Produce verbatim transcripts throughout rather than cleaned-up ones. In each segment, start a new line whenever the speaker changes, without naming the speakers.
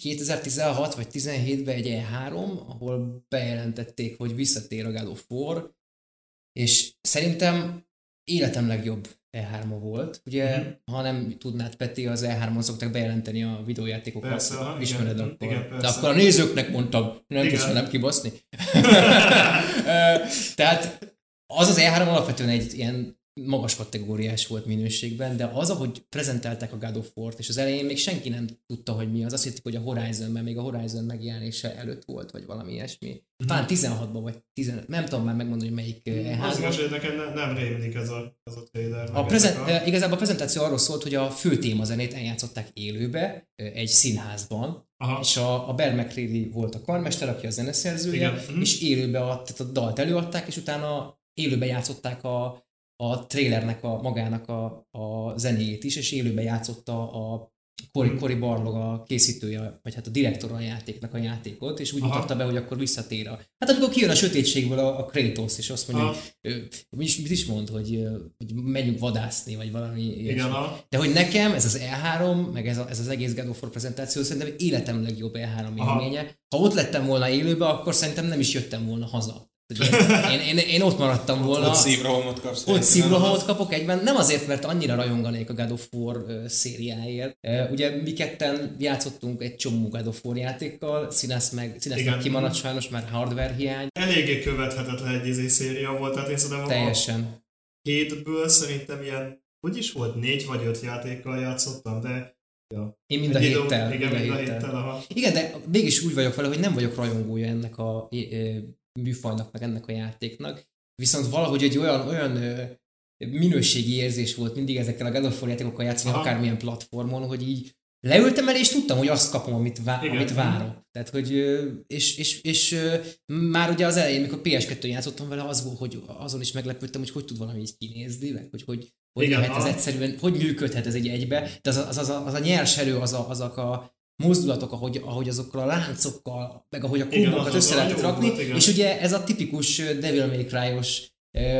kétezer-tizenhat vagy tizenhétben egy E három, ahol bejelentették, hogy visszatér a God of War, és szerintem életem legjobb E három volt. Ugye, mm-hmm. ha nem tudnád, Peti, az E hármon szoktak bejelenteni a videójátékokat,
persze, aha,
ismered
igen,
akkor.
igen, persze.
De akkor a nézőknek mondtam, nem tudsz velem kibaszni. Tehát az az E három alapvetően egy ilyen magas kategóriás volt minőségben, de az, ahogy prezentálták a God of War-t, és az elején még senki nem tudta, hogy mi az. Azt hitték, hogy a Horizon, mert még a Horizon megjelenése előtt volt, vagy valami ilyesmi. Mm-hmm. Talán tizenhatban, vagy tizenöt, nem tudom már megmondani, hogy melyik E három.
Az igaz, hogy nekem ne, nem rémlik ez a, ez a trailer.
A prezen- a... Igazából a prezentáció arról szólt, hogy a fő témazenét eljátszották élőbe, egy színházban, aha. és a, a Bear McCreary volt a karmester, aki a zeneszerzője, igen. és élőbe a, tehát a dalt előadták, és utána élőbe játszották a a trailernek a, magának a, a zenéjét is, és élőben játszotta a Cory, Cory Barlog a készítője, vagy hát a direktora a játéknak a játékot, és úgy aha. mutatta be, hogy akkor visszatér a... Hát amikor kijön a sötétségből a, a Kratos, és azt mondja, hogy mit is, mit is mond, hogy, hogy megyünk vadászni, vagy valami
igen,
de hogy nekem ez az E három, meg ez, a, ez az egész God of War prezentáció szerintem életem legjobb E három élménye. Ha ott lettem volna élőben, akkor szerintem nem is jöttem volna haza. Én, én, én ott maradtam volna.
Ott szívrohamot kapsz.
Ott szívrohamot kapok egyben. Nem azért, mert annyira rajonganék a God of War uh, szériáért. Uh, ugye mi ketten játszottunk egy csomó God of War játékkal, Színász meg, Színász meg kimaradt sajnos, már hardware hiány.
Eléggé követhetetlen egy izé széria volt, tehát én szerintem
teljesen.
A hétből szerintem ilyen, hogy is volt, négy vagy öt játékkal játszottam, de ja.
Én mind a
egy
héttel.
Idő, igen, mind a héttel. héttel
igen, de mégis úgy vagyok vele, hogy nem vagyok rajongója ennek a műfajnak, meg ennek a játéknak. Viszont valahogy egy olyan, olyan ö, minőségi érzés volt mindig ezekkel a God of War játékokkal játszani, aha. akármilyen platformon, hogy így leültem el, és tudtam, hogy azt kapom, amit, vá- amit várok. Tehát, hogy, és, és, és már ugye az elején, mikor P S kettőn játszottam vele, az volt, hogy azon is meglepődtem, hogy hogy tud valami így kinézni, meg hogy hogy, hogy lehet ez egyszerűen, hogy működhet ez egy egybe. De az, az, az, a, az a nyers erő, az a, azok a mozdulatok, ahogy, ahogy azokkal a láncokkal, meg ahogy a kombokat össze lehetett rakni, volt, és ugye ez a tipikus Devil May Cry-os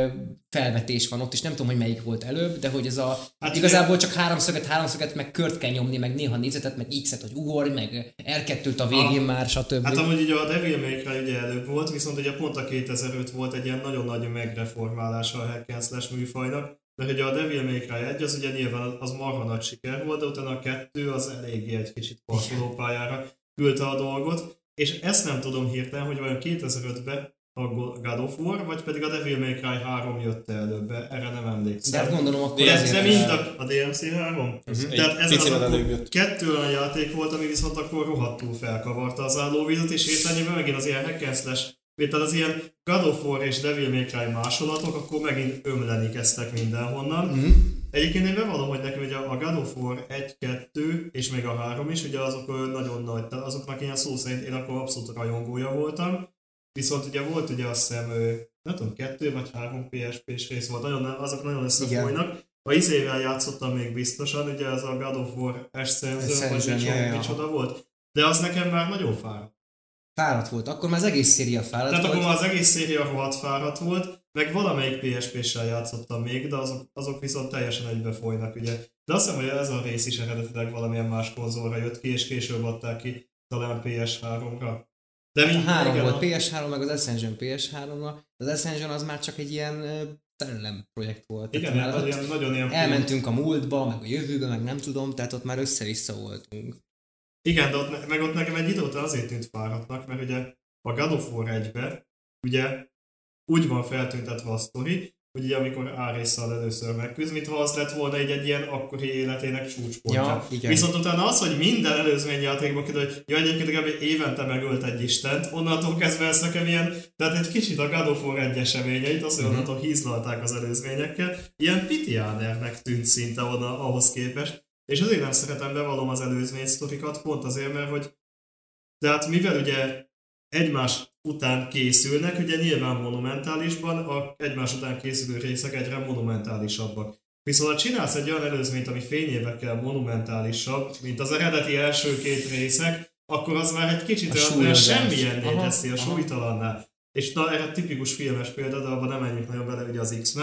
felvetés van ott, és nem tudom, hogy melyik volt előbb, de hogy ez a hát igazából ugye, csak háromszöget, háromszöget, meg kört kell nyomni, meg néha négyzetet, meg X-et, hogy ugorj, meg er kettőt a végén a, már, stb.
Hát amúgy ugye a Devil May Cry ugye előbb volt, viszont ugye pont a kétezer-öt volt egy ilyen nagyon nagy megreformálása a hack and slash műfajnak, mert ugye a Devil May Cry egy az ugye nyilván az marha nagy siker volt, de utána a kettő az eléggé egy kicsit parkolópályára küldte a dolgot, és ezt nem tudom hirtelen, hogy vajon kétezer-ötben a God of War, vagy pedig a Devil May Cry három jött előbb, erre nem emlékszem.
De gondolom akkor
de, ezért... De mind a, a D M C három?
Uh-huh.
Tehát ez az akkor kettő olyan játék volt, ami viszont akkor rohadtul felkavarta az állóvizet, és hirtelenjében megint az ilyen hack and slash, tehát az ilyen God of War és Devil May Cry másolatok, akkor megint ömleni kezdtek mindenhonnan. Uh-huh. Egyébként én bevallom, hogy nekem ugye a God of War egy, kettő és még a három is, ugye azok nagyon nagy, tehát azoknak ilyen szó szerint én akkor abszolút rajongója voltam. Viszont ugye volt ugye azt hiszem, nem tudom, kettő vagy három P S P-s rész volt, nagyon, azok nagyon összefolynak. A izével játszottam még biztosan, ugye az a God of War Ascension, vagy egy micsoda volt. De az nekem már nagyon fáradt.
Fáradt volt, akkor már az egész széria fáradt
Tehát
volt.
akkor már az egész széria rohadt fáradt volt, meg valamelyik P S P-sel játszottam még, de azok, azok viszont teljesen egybefolynak, ugye. De azt hiszem, hogy ez a rész is eredetileg valamilyen más konzolra jött ki, és később adták ki talán P S háromra.
De mind, három igen, volt a... P S három, meg az Ascension P S háromra. Az Ascension az már csak egy ilyen szerelem projekt volt.
Igen, tehát az ilyen, nagyon ilyen
elmentünk a múltba, meg a jövőbe, meg nem tudom, tehát ott már össze-vissza voltunk.
Igen, de ott, meg ott nekem egy idő óta azért tűnt fáradtnak, mert ugye a God of War egybe ugye úgy van feltüntetve a sztori, hogy ugye amikor Ares-szal először megküzd, mintha az lett volna egy, egy ilyen akkori életének csúcspontja. Ja, viszont utána az, hogy minden előzményjátékban kiderül, hogy ja, egyébként legalább évente megölt egy istent, onnantól kezdve ez nekem ilyen, tehát egy kicsit a God of War egy eseményeit, azt, hogy uh-huh. onnantól hízlalták az előzményekkel, ilyen pitiánernek tűnt szinte oda ahhoz képest, és azért nem szeretem, bevallom az előzmény sztorikat, pont azért, mert hogy tehát mivel ugye egymás után készülnek, ugye nyilván monumentálisban, a egymás után készülő részek egyre monumentálisabbak. Viszont ha csinálsz egy olyan előzményt, ami fényévekkel monumentálisabb, mint az eredeti első két részek, akkor az már egy kicsit olyan semmilyenné teszi a súlytalanná. És na, erre tipikus filmes példa, de abban nem menjünk nagyon bele, ugye az X-Men,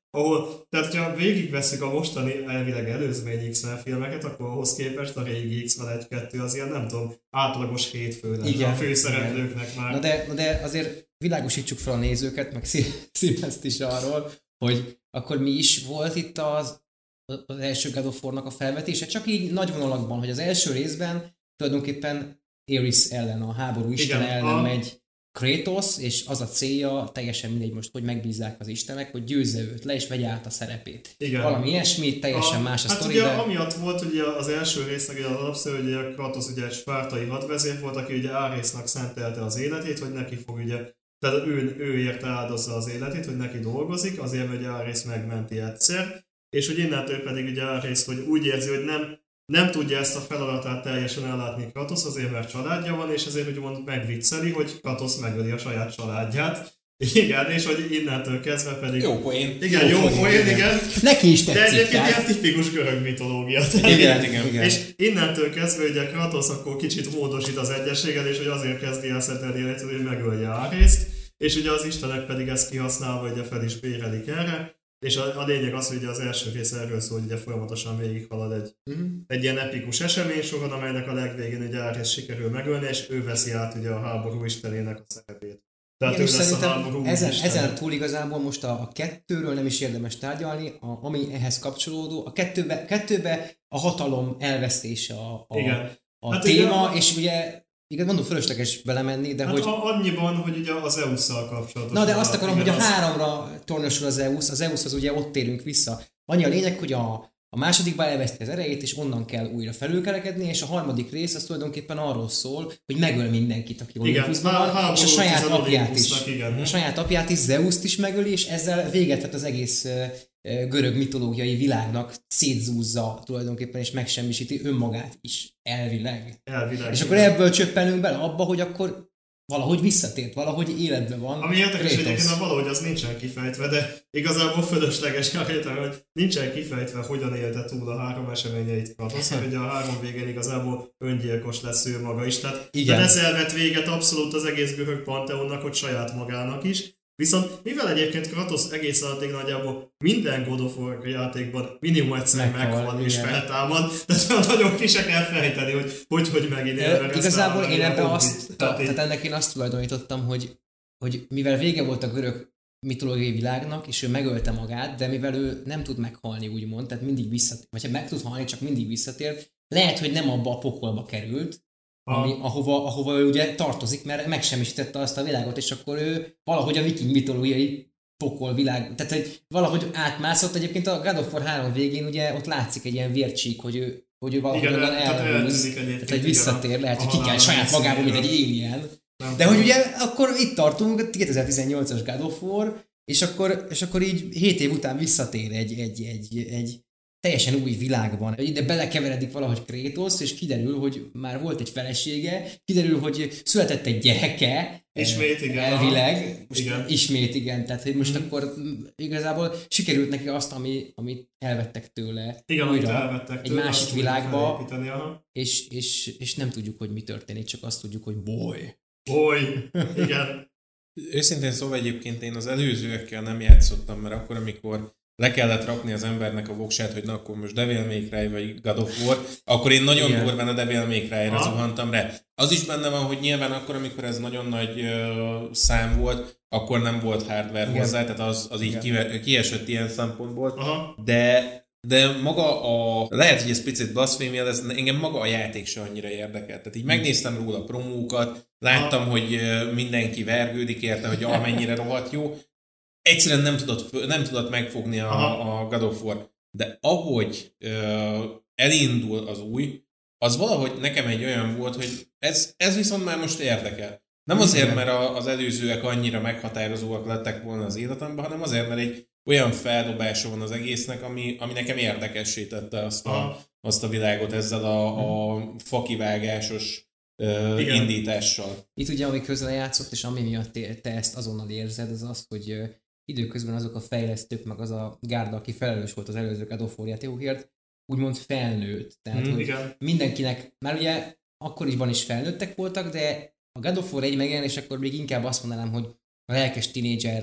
ahol, tehát ha végigvesszük a mostani elvileg előzmény X-Men filmeket, akkor ahhoz képest a régi X-Men egy-kettő az ilyen, nem tudom, átlagos hétfő lenne a főszereplőknek már.
Na de, na de azért világosítsuk fel a nézőket, meg Színeszt is arról, hogy akkor mi is volt itt az, az első God of War-nak a felvetése, csak így nagy vonalakban, hogy az első részben tulajdonképpen Ares ellen, a háború isten ellen a... megy Kratos, és az a célja, teljesen mindegy most, hogy megbízzák az istenek, hogy győzze őt le, és vegye át a szerepét.
Igen.
Valami ilyesmi, teljesen a, más a
hát
sztori,
ugye
de...
amiatt volt ugye az első résznek az alapszó, hogy a Kratos ugye egy spártai hadvezér volt, aki ugye Aresnak szentelte az életét, hogy neki fog ugye, tehát ő, ő érte áldozza az életét, hogy neki dolgozik, azért, hogy Ares megmenti egyszer, és hogy innentől pedig ugye Ares, hogy úgy érzi, hogy nem nem tudja ezt a feladatát teljesen ellátni Kratos, azért mert családja van, és ezért úgymond megvicceli, hogy Kratos megöli a saját családját. Igen, és hogy innentől kezdve pedig...
Jó poén.
Igen, jó, jó poén, igen.
Neki is tetszik.
De egyébként ilyen tipikus görög mitológia.
Igen, igen, igen.
És innentől kezdve ugye Kratos akkor kicsit módosít az egyességgel, és hogy azért kezdi el szentelni életet, hogy megölje Arést, és ugye az istenek pedig ezt kihasználva ugye fel is bérelik erre. És a, a lényeg az, hogy az első rész erről szól, hogy ugye folyamatosan végighalad egy, uh-huh. egy ilyen epikus esemény soron, amelynek a legvégén ugye Ares sikerül megölni, és ő veszi át ugye a háború istenének a szerepét. Tehát
igen,
ő lesz a háború
ezen, ezen túl igazából most a, a kettőről nem is érdemes tárgyalni, a, ami ehhez kapcsolódó. A kettőbe, kettőbe a hatalom elvesztése a, a, a hát téma, igen, és ugye igen, mondom, fölösleges belemenni, de
hát
hogy...
annyiban, hogy ugye az Eusszal kapcsolatos.
Na, de azt akarom, hogy a
az...
háromra tornosul az Eusz, az Eusz az ugye ott térünk vissza. Annyi a lényeg, hogy a, a másodikban elveszti az erejét, és onnan kell újra felülkerekedni, és a harmadik rész az tulajdonképpen arról szól, hogy megöl mindenkit, aki Olympusban van, és a saját apját is. Igen. A saját apját is, Zeuszt is megöli, és ezzel véget vett az egész uh, görög mitológiai világnak, szétzúzza tulajdonképpen, és megsemmisíti önmagát is, elvileg.
Elvileg.
És akkor ebből csöppenünk bele abba, hogy akkor valahogy visszatért, valahogy életben van.
Ami érdekes egyébként, valahogy az nincsen kifejtve, de igazából fölösleges értem, hogy nincsen kifejtve, hogyan élte túl a három eseményeit Kratos, hogy a három végén igazából öngyilkos lesz ő maga is. Tehát ezzel vett véget abszolút az egész görög panteonnak, hogy saját magának is. Viszont mivel egyébként Kratos egész addig nagyjából minden God of War játékban minimum egyszer meghal és feltámad, tehát nagyon ki se kell fejteni, hogy hogy, hogy megint élve.
Igazából én ebben azt, tehát, tehát ennek én azt tulajdonítottam, hogy, hogy mivel vége volt a görög mitológiai világnak, és ő megölte magát, de mivel ő nem tud meghalni, úgymond, tehát mindig visszatér, vagy ha meg tud halni, csak mindig visszatér, lehet, hogy nem abba a pokolba került, Ami, ahova, ahova ő ugye tartozik, mert megsemmisítette azt a világot, és akkor ő valahogy a viking mitológiai pokol világ, tehát hogy valahogy átmászott. Egyébként a God of War három végén ugye ott látszik egy ilyen vércsík, hogy ő, hogy ő valahogyan elhúz, tehát hogy visszatér, lehet, hogy ki kell saját magából, mint egy alien. De hogy ugye akkor itt tartunk, kétezer-tizennyolcas God of War, és akkor, és akkor így hét év után visszatér egy, egy, egy, egy teljesen új világban. Ide belekeveredik valahogy Kratos, és kiderül, hogy már volt egy felesége, kiderül, hogy született egy gyereke,
ismét, igen,
elvileg, most
igen.
ismét igen, tehát hogy most
mm.
akkor igazából sikerült neki azt, ami, amit elvettek tőle.
Igen, újra, elvettek
egy
tőle,
másik világba, és, és, és nem tudjuk, hogy mi történik, csak azt tudjuk, hogy boly.
Boly, igen.
Őszintén szóval egyébként én az előzőekkel nem játszottam, mert akkor, amikor le kellett rakni az embernek a voksát, hogy na akkor most Devil May Cry vagy God of War, akkor én nagyon igen. durván a Devil May Cry-ra zuhantam rá. Az is benne van, hogy nyilván akkor, amikor ez nagyon nagy uh, szám volt, akkor nem volt hardware igen. hozzá, tehát az, az így kive, kiesett ilyen szempontból. Aha. De de maga a... Lehet, hogy ez picit blasfémia, de ez, engem maga a játék se annyira érdekel. Tehát így megnéztem róla a promókat, láttam, Aha. hogy mindenki vergődik érte, hogy amennyire rohadt jó. Egyszerűen nem tudott, nem tudott megfogni a, a God of War. De ahogy uh, elindul az új, az valahogy nekem egy olyan volt, hogy ez, ez viszont már most érdekel. Nem azért, mert a, az előzőek annyira meghatározóak lettek volna az életemben, hanem azért, mert egy olyan feldobása van az egésznek, ami, ami nekem érdekessé tette azt a, azt a világot ezzel a, a fakivágásos uh, indítással.
Itt ugye, ami közel játszott, és ami miatt te ezt azonnal érzed, az az, hogy uh, időközben azok a fejlesztők, meg az a gárda, aki felelős volt az előző God of War játékokért, úgymond felnőtt. Tehát, mm, hogy igen. mindenkinek, már ugye akkoriban is felnőttek voltak, de a God of War egy megjelenésekor még inkább azt mondanám, hogy a lelkes tinédzser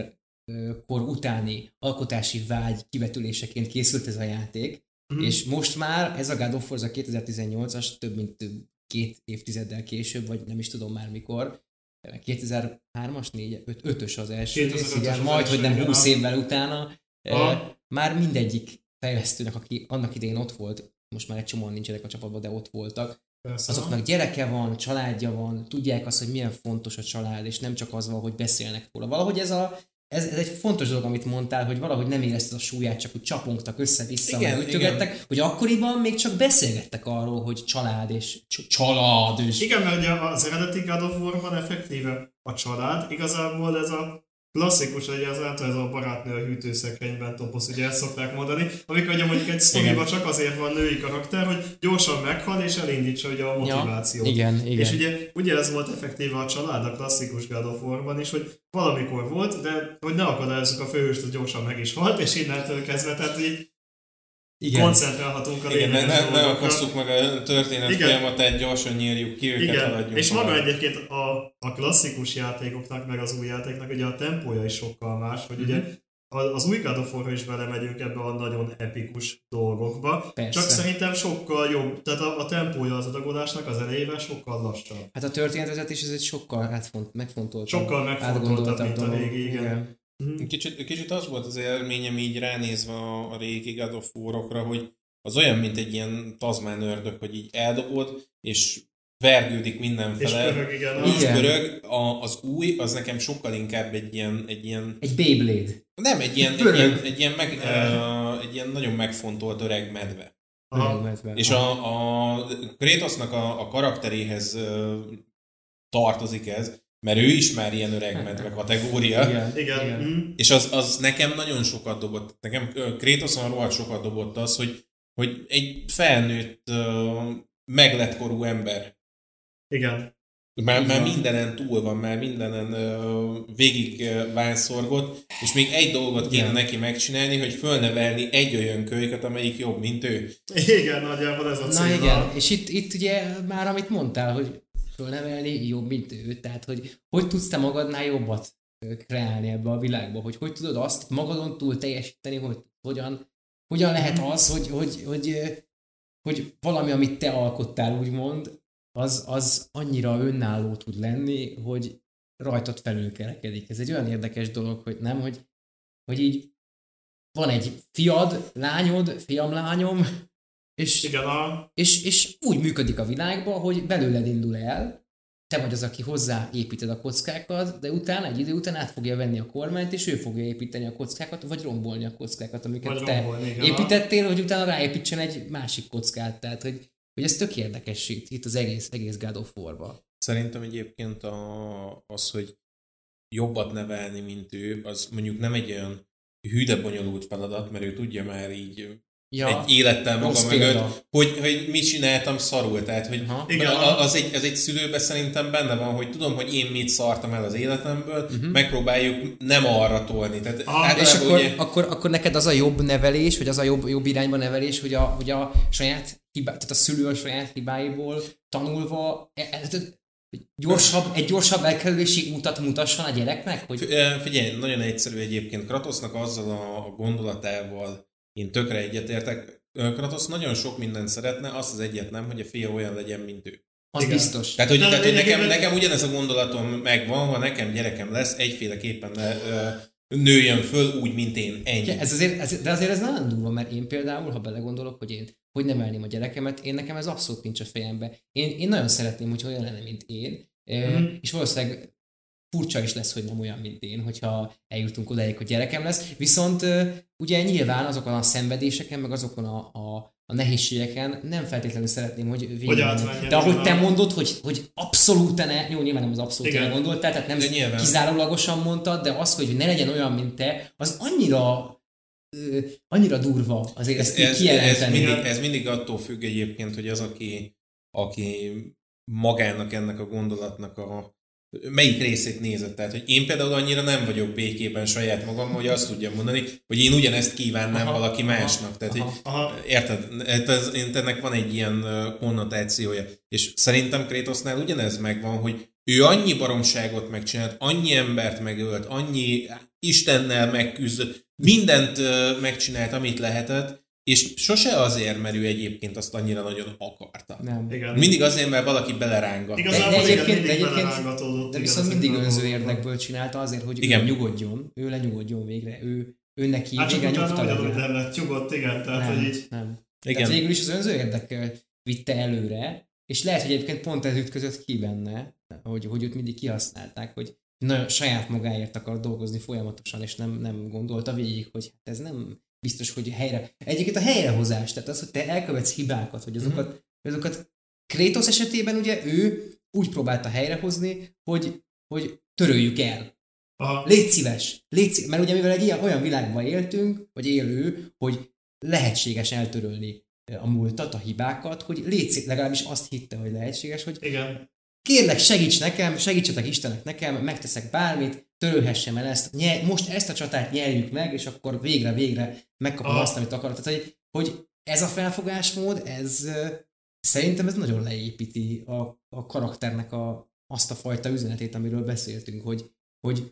kor utáni alkotási vágy kivetüléseként készült ez a játék, mm. és most már ez a God of War, a kétezer-tizennyolcas, több mint két évtizeddel később, vagy nem is tudom már mikor, kétezer-hármas, négy, ötös az első rész, igen, majd, hogy nem húsz évvel utána, ha. már mindegyik fejlesztőnek, aki annak idején ott volt, most már egy csomóan nincsenek a csapatban, de ott voltak, persze. Azoknak gyereke van, családja van, tudják azt, hogy milyen fontos a család, és nem csak az van, hogy beszélnek róla. Valahogy ez, a, ez, ez egy fontos dolog, amit mondtál, hogy valahogy nem érezted a súlyát, csak úgy csapongtak össze-vissza, meg ütögettek, hogy akkoriban még csak beszélgettek arról, hogy család és cs- család. És...
Igen, mert ugye az eredeti God of War-ban effektíve a család, igazából ez a klasszikus, ugye az által ez a barátnő a hűtőszekrényben toposz, ugye ezt szokták mondani, amikor ugye mondjuk egy sztoriban csak azért van női karakter, hogy gyorsan meghal és elindítsa ugye a motivációt.
Ja, igen, igen.
És ugye, ugye ez volt effektíve a család a klasszikus God of War-ban is, hogy valamikor volt, de hogy ne akadályozzuk a főhőst, hogy gyorsan meg is halt, és innentől kezdve, tehát így igen. koncentrálhatunk a lényeges
dolgokra. Ne, ne akasszuk meg a történet folyamatát, gyorsan nyírjuk ki őket,
igen.
haladjunk.
És maga egyébként a, a klasszikus játékoknak, meg az új játéknak ugye a tempója is sokkal más, hogy mm-hmm. ugye az új God of War-ra is belemegyünk ebbe a nagyon epikus dolgokba. Persze. Csak szerintem sokkal jobb, tehát a, a tempója az adagolásnak az elejével sokkal lassabb.
Hát a történetvezetés ez egy sokkal átfont, megfontoltabb.
Sokkal megfontoltabb, mint a régi, igen. igen.
Mm. Kicsit, kicsit az volt az élményem így ránézve a, a régi God of War-okra, hogy az olyan, mint egy ilyen Tasmán ördög, hogy így eldobod, és vergődik mindenfele.
És pörög, igen.
És pörög. A, az új, az nekem sokkal inkább egy ilyen... Egy, ilyen,
egy Beyblade.
Nem, egy ilyen, egy ilyen, egy ilyen, meg, uh, egy ilyen nagyon megfontolt öreg medve.
Öreg medve.
És a, a Kratosnak a, a karakteréhez uh, tartozik ez, mert ő is már ilyen öreg medve kategória.
Igen, igen. igen.
És az, az nekem nagyon sokat dobott. Nekem Kratoson rohadt sokat dobott az, hogy, hogy egy felnőtt, uh, meglettkorú ember.
Igen.
Már, már mindenen túl van, már mindenen uh, végig uh, válszorgott, és még egy dolgot kéne igen. neki megcsinálni, hogy fölnevelni egy olyan kölyköt, amelyik jobb, mint ő.
Igen, nagyjából ez a cél.
Na igen, és itt, itt ugye már amit mondtál, hogy fölnevelni jobb, mint ő, tehát hogy hogy tudsz te magadnál jobbat kreálni ebbe a világba, hogy hogy tudod azt magadon túl teljesíteni, hogy hogyan, hogyan lehet az, hogy, hogy, hogy, hogy valami, amit te alkottál, úgymond, az, az annyira önálló tud lenni, hogy rajtad felülkerekedik. Ez egy olyan érdekes dolog, hogy nem, hogy, hogy így van egy fiad, lányod, fiam, lányom, és,
igen, a...
és, és úgy működik a világban, hogy belőled indul el, te vagy az, aki hozzáépíted a kockákat, de utána, egy idő után át fogja venni a kormányt, és ő fogja építeni a kockákat, vagy rombolni a kockákat, amiket vagy te rombolni, építettél, hogy utána ráépítsen egy másik kockát. Tehát, hogy, hogy ez tök érdekes itt, itt az egész, egész God of War-ba.
Szerintem egyébként a, az, hogy jobbat nevelni, mint ő, az mondjuk nem egy olyan hű de bonyolult feladat, mert ő tudja már így ja, egy élettel maga mögött, hogy, hogy mit csináltam szarul. Tehát, hogy az egy, az egy szülőben szerintem benne van, hogy tudom, hogy én mit szartam el az életemből, uh-huh. megpróbáljuk nem arra tolni. Tehát,
ah, és akkor, ugye... akkor, akkor neked az a jobb nevelés, vagy az a jobb, jobb irányba nevelés, hogy a, hogy a saját hibá, tehát a szülő a saját hibáiból tanulva gyorsabb, egy gyorsabb elkerülési utat mutasson a gyereknek? Hogy...
Figyelj, nagyon egyszerű egyébként. Kratosnak azzal a gondolatával én tökre egyetértek. Kratos nagyon sok mindent szeretne, azt az egyet nem, hogy a fia olyan legyen, mint ő.
Az igen. biztos.
Tehát, hogy, tehát, hogy nekem, nekem ugyanez a gondolatom megvan, ha nekem gyerekem lesz, egyféleképpen ne, ö, nőjön föl úgy, mint én. Ennyi.
Ez azért, ez, de azért ez nagyon durva, mert én például, ha belegondolok, hogy én hogy nevelném a gyerekemet, én nekem ez abszolút nincs a fejembe. Én, én nagyon szeretném, hogy olyan lenne, mint én, mm. és valószínűleg furcsa is lesz, hogy nem olyan, mint én, hogyha eljutunk odáig, hogy gyerekem lesz. Viszont ugye nyilván azokon a szenvedéseken, meg azokon a, a, a nehézségeken nem feltétlenül szeretném, hogy végigmenjen. De ahogy te mondod, hogy, hogy abszolút ne, jó, nyilván nem az abszolút ne gondoltál, tehát nem kizárólagosan mondtad, de az, hogy ne legyen olyan, mint te, az annyira annyira durva azért ezt
ez,
kijelenteni.
Ez mindig, ez mindig attól függ egyébként, hogy az, aki, aki magának ennek a gondolatnak a melyik részét nézett. Tehát, hogy én például annyira nem vagyok békében saját magam, hogy azt tudjam mondani, hogy én ugyanezt kívánnám aha, valaki másnak. Tehát, aha, hogy, aha. Érted? Ez, ennek van egy ilyen konnotációja. És szerintem Kratosnál ugyanez megvan, hogy ő annyi baromságot megcsinált, annyi embert megölt, annyi Istennel megküzdött, mindent megcsinált, amit lehetett, és sose azért, mert ő egyébként azt annyira nagyon akarta.
Nem.
Igen.
Mindig azért, mert valaki belerángatta.
Igazából
de, de
igen,
egyébként,
mindig
egyébként
belerángatódott.
de
igen,
viszont
ezekben
mindig
a
önző
dolgokban.
érdekből csinálta azért, hogy
Igen.
ő nyugodjon, ő lenyugodjon végre, ő, ő neki
Hát csak
végre
utána
nyugta
ugyanúgy
legyen.
nem lett nyugodt, igen, tehát
Nem,
hogy így...
nem.
Igen.
Tehát végül is az önző érdek vitte előre, és lehet, hogy egyébként pont ez ütközött ki benne, hogy, hogy őt mindig kihasználták, hogy nagyon saját magáért akar dolgozni folyamatosan, és nem, nem gondolta végig, hogy hát ez nem biztos, hogy helyre... Egyébként a helyrehozás, tehát az, hogy te elkövetsz hibákat, hogy azokat, mm-hmm. azokat Kratos esetében ugye ő úgy próbálta helyrehozni, hogy, hogy töröljük el.
Aha.
Légy szíves, légy szíves, mert ugye mivel egy ilyen, olyan világban éltünk, vagy élő, hogy lehetséges eltörölni a múltat, a hibákat, hogy légy szíves, legalábbis azt hitte, hogy lehetséges, hogy
Igen.
kérlek, segíts nekem, segítsetek Istenek nekem, megteszek bármit, törölhessem el ezt, nye, most ezt a csatát nyeljük meg, és akkor végre-végre megkapom
ah.
azt, amit akarok. Tehát, hogy, hogy ez a felfogásmód, ez szerintem ez nagyon leépíti a, a karakternek a, azt a fajta üzenetét, amiről beszéltünk, hogy, hogy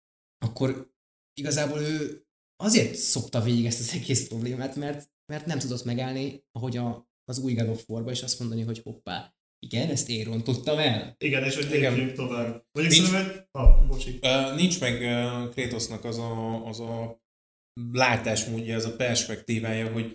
akkor igazából ő azért szopta végig ezt az egész problémát, mert, mert nem tudott megállni, ahogy a, az új God of War-ba, és azt mondani, hogy hoppá, igen, ezt én rontottam el.
Igen, és hogy
Igen.
lépjünk tovább. Mondjuk
Nincs-
szerintem, hogy... Ah, bocsi.
Uh, nincs meg uh, Kratosnak az a, az a látásmódja, az a perspektívája, hogy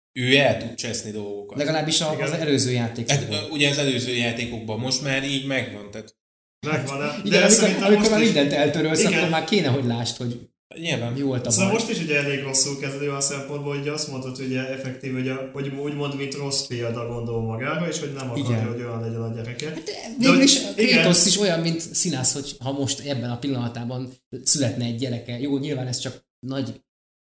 ő el tud cseszni dolgokat.
Legalábbis a, az előző játék.
Hát, uh, ugye az előző játékokban most már így megvan, tehát
Megvan, de,
Igen, amikor,
szerintem
amikor
most
már
is-
mindent eltörölsz,
Igen.
akkor már kéne, hogy lásd, hogy
nyilván.
mi volt a
Szóval
baj.
most is ugye elég rosszul kezdő a szempontból, hogy azt mondtad, hogy ugye effektív, hogy, a, hogy úgymond, mint rossz példa gondol magára, és hogy nem akarja,
Igen.
hogy olyan legyen a gyereke.
Végül is
igen.
Kratos is olyan, mint Színász, hogy ha most ebben a pillanatában születne egy gyereke. Jó, nyilván ez csak nagy...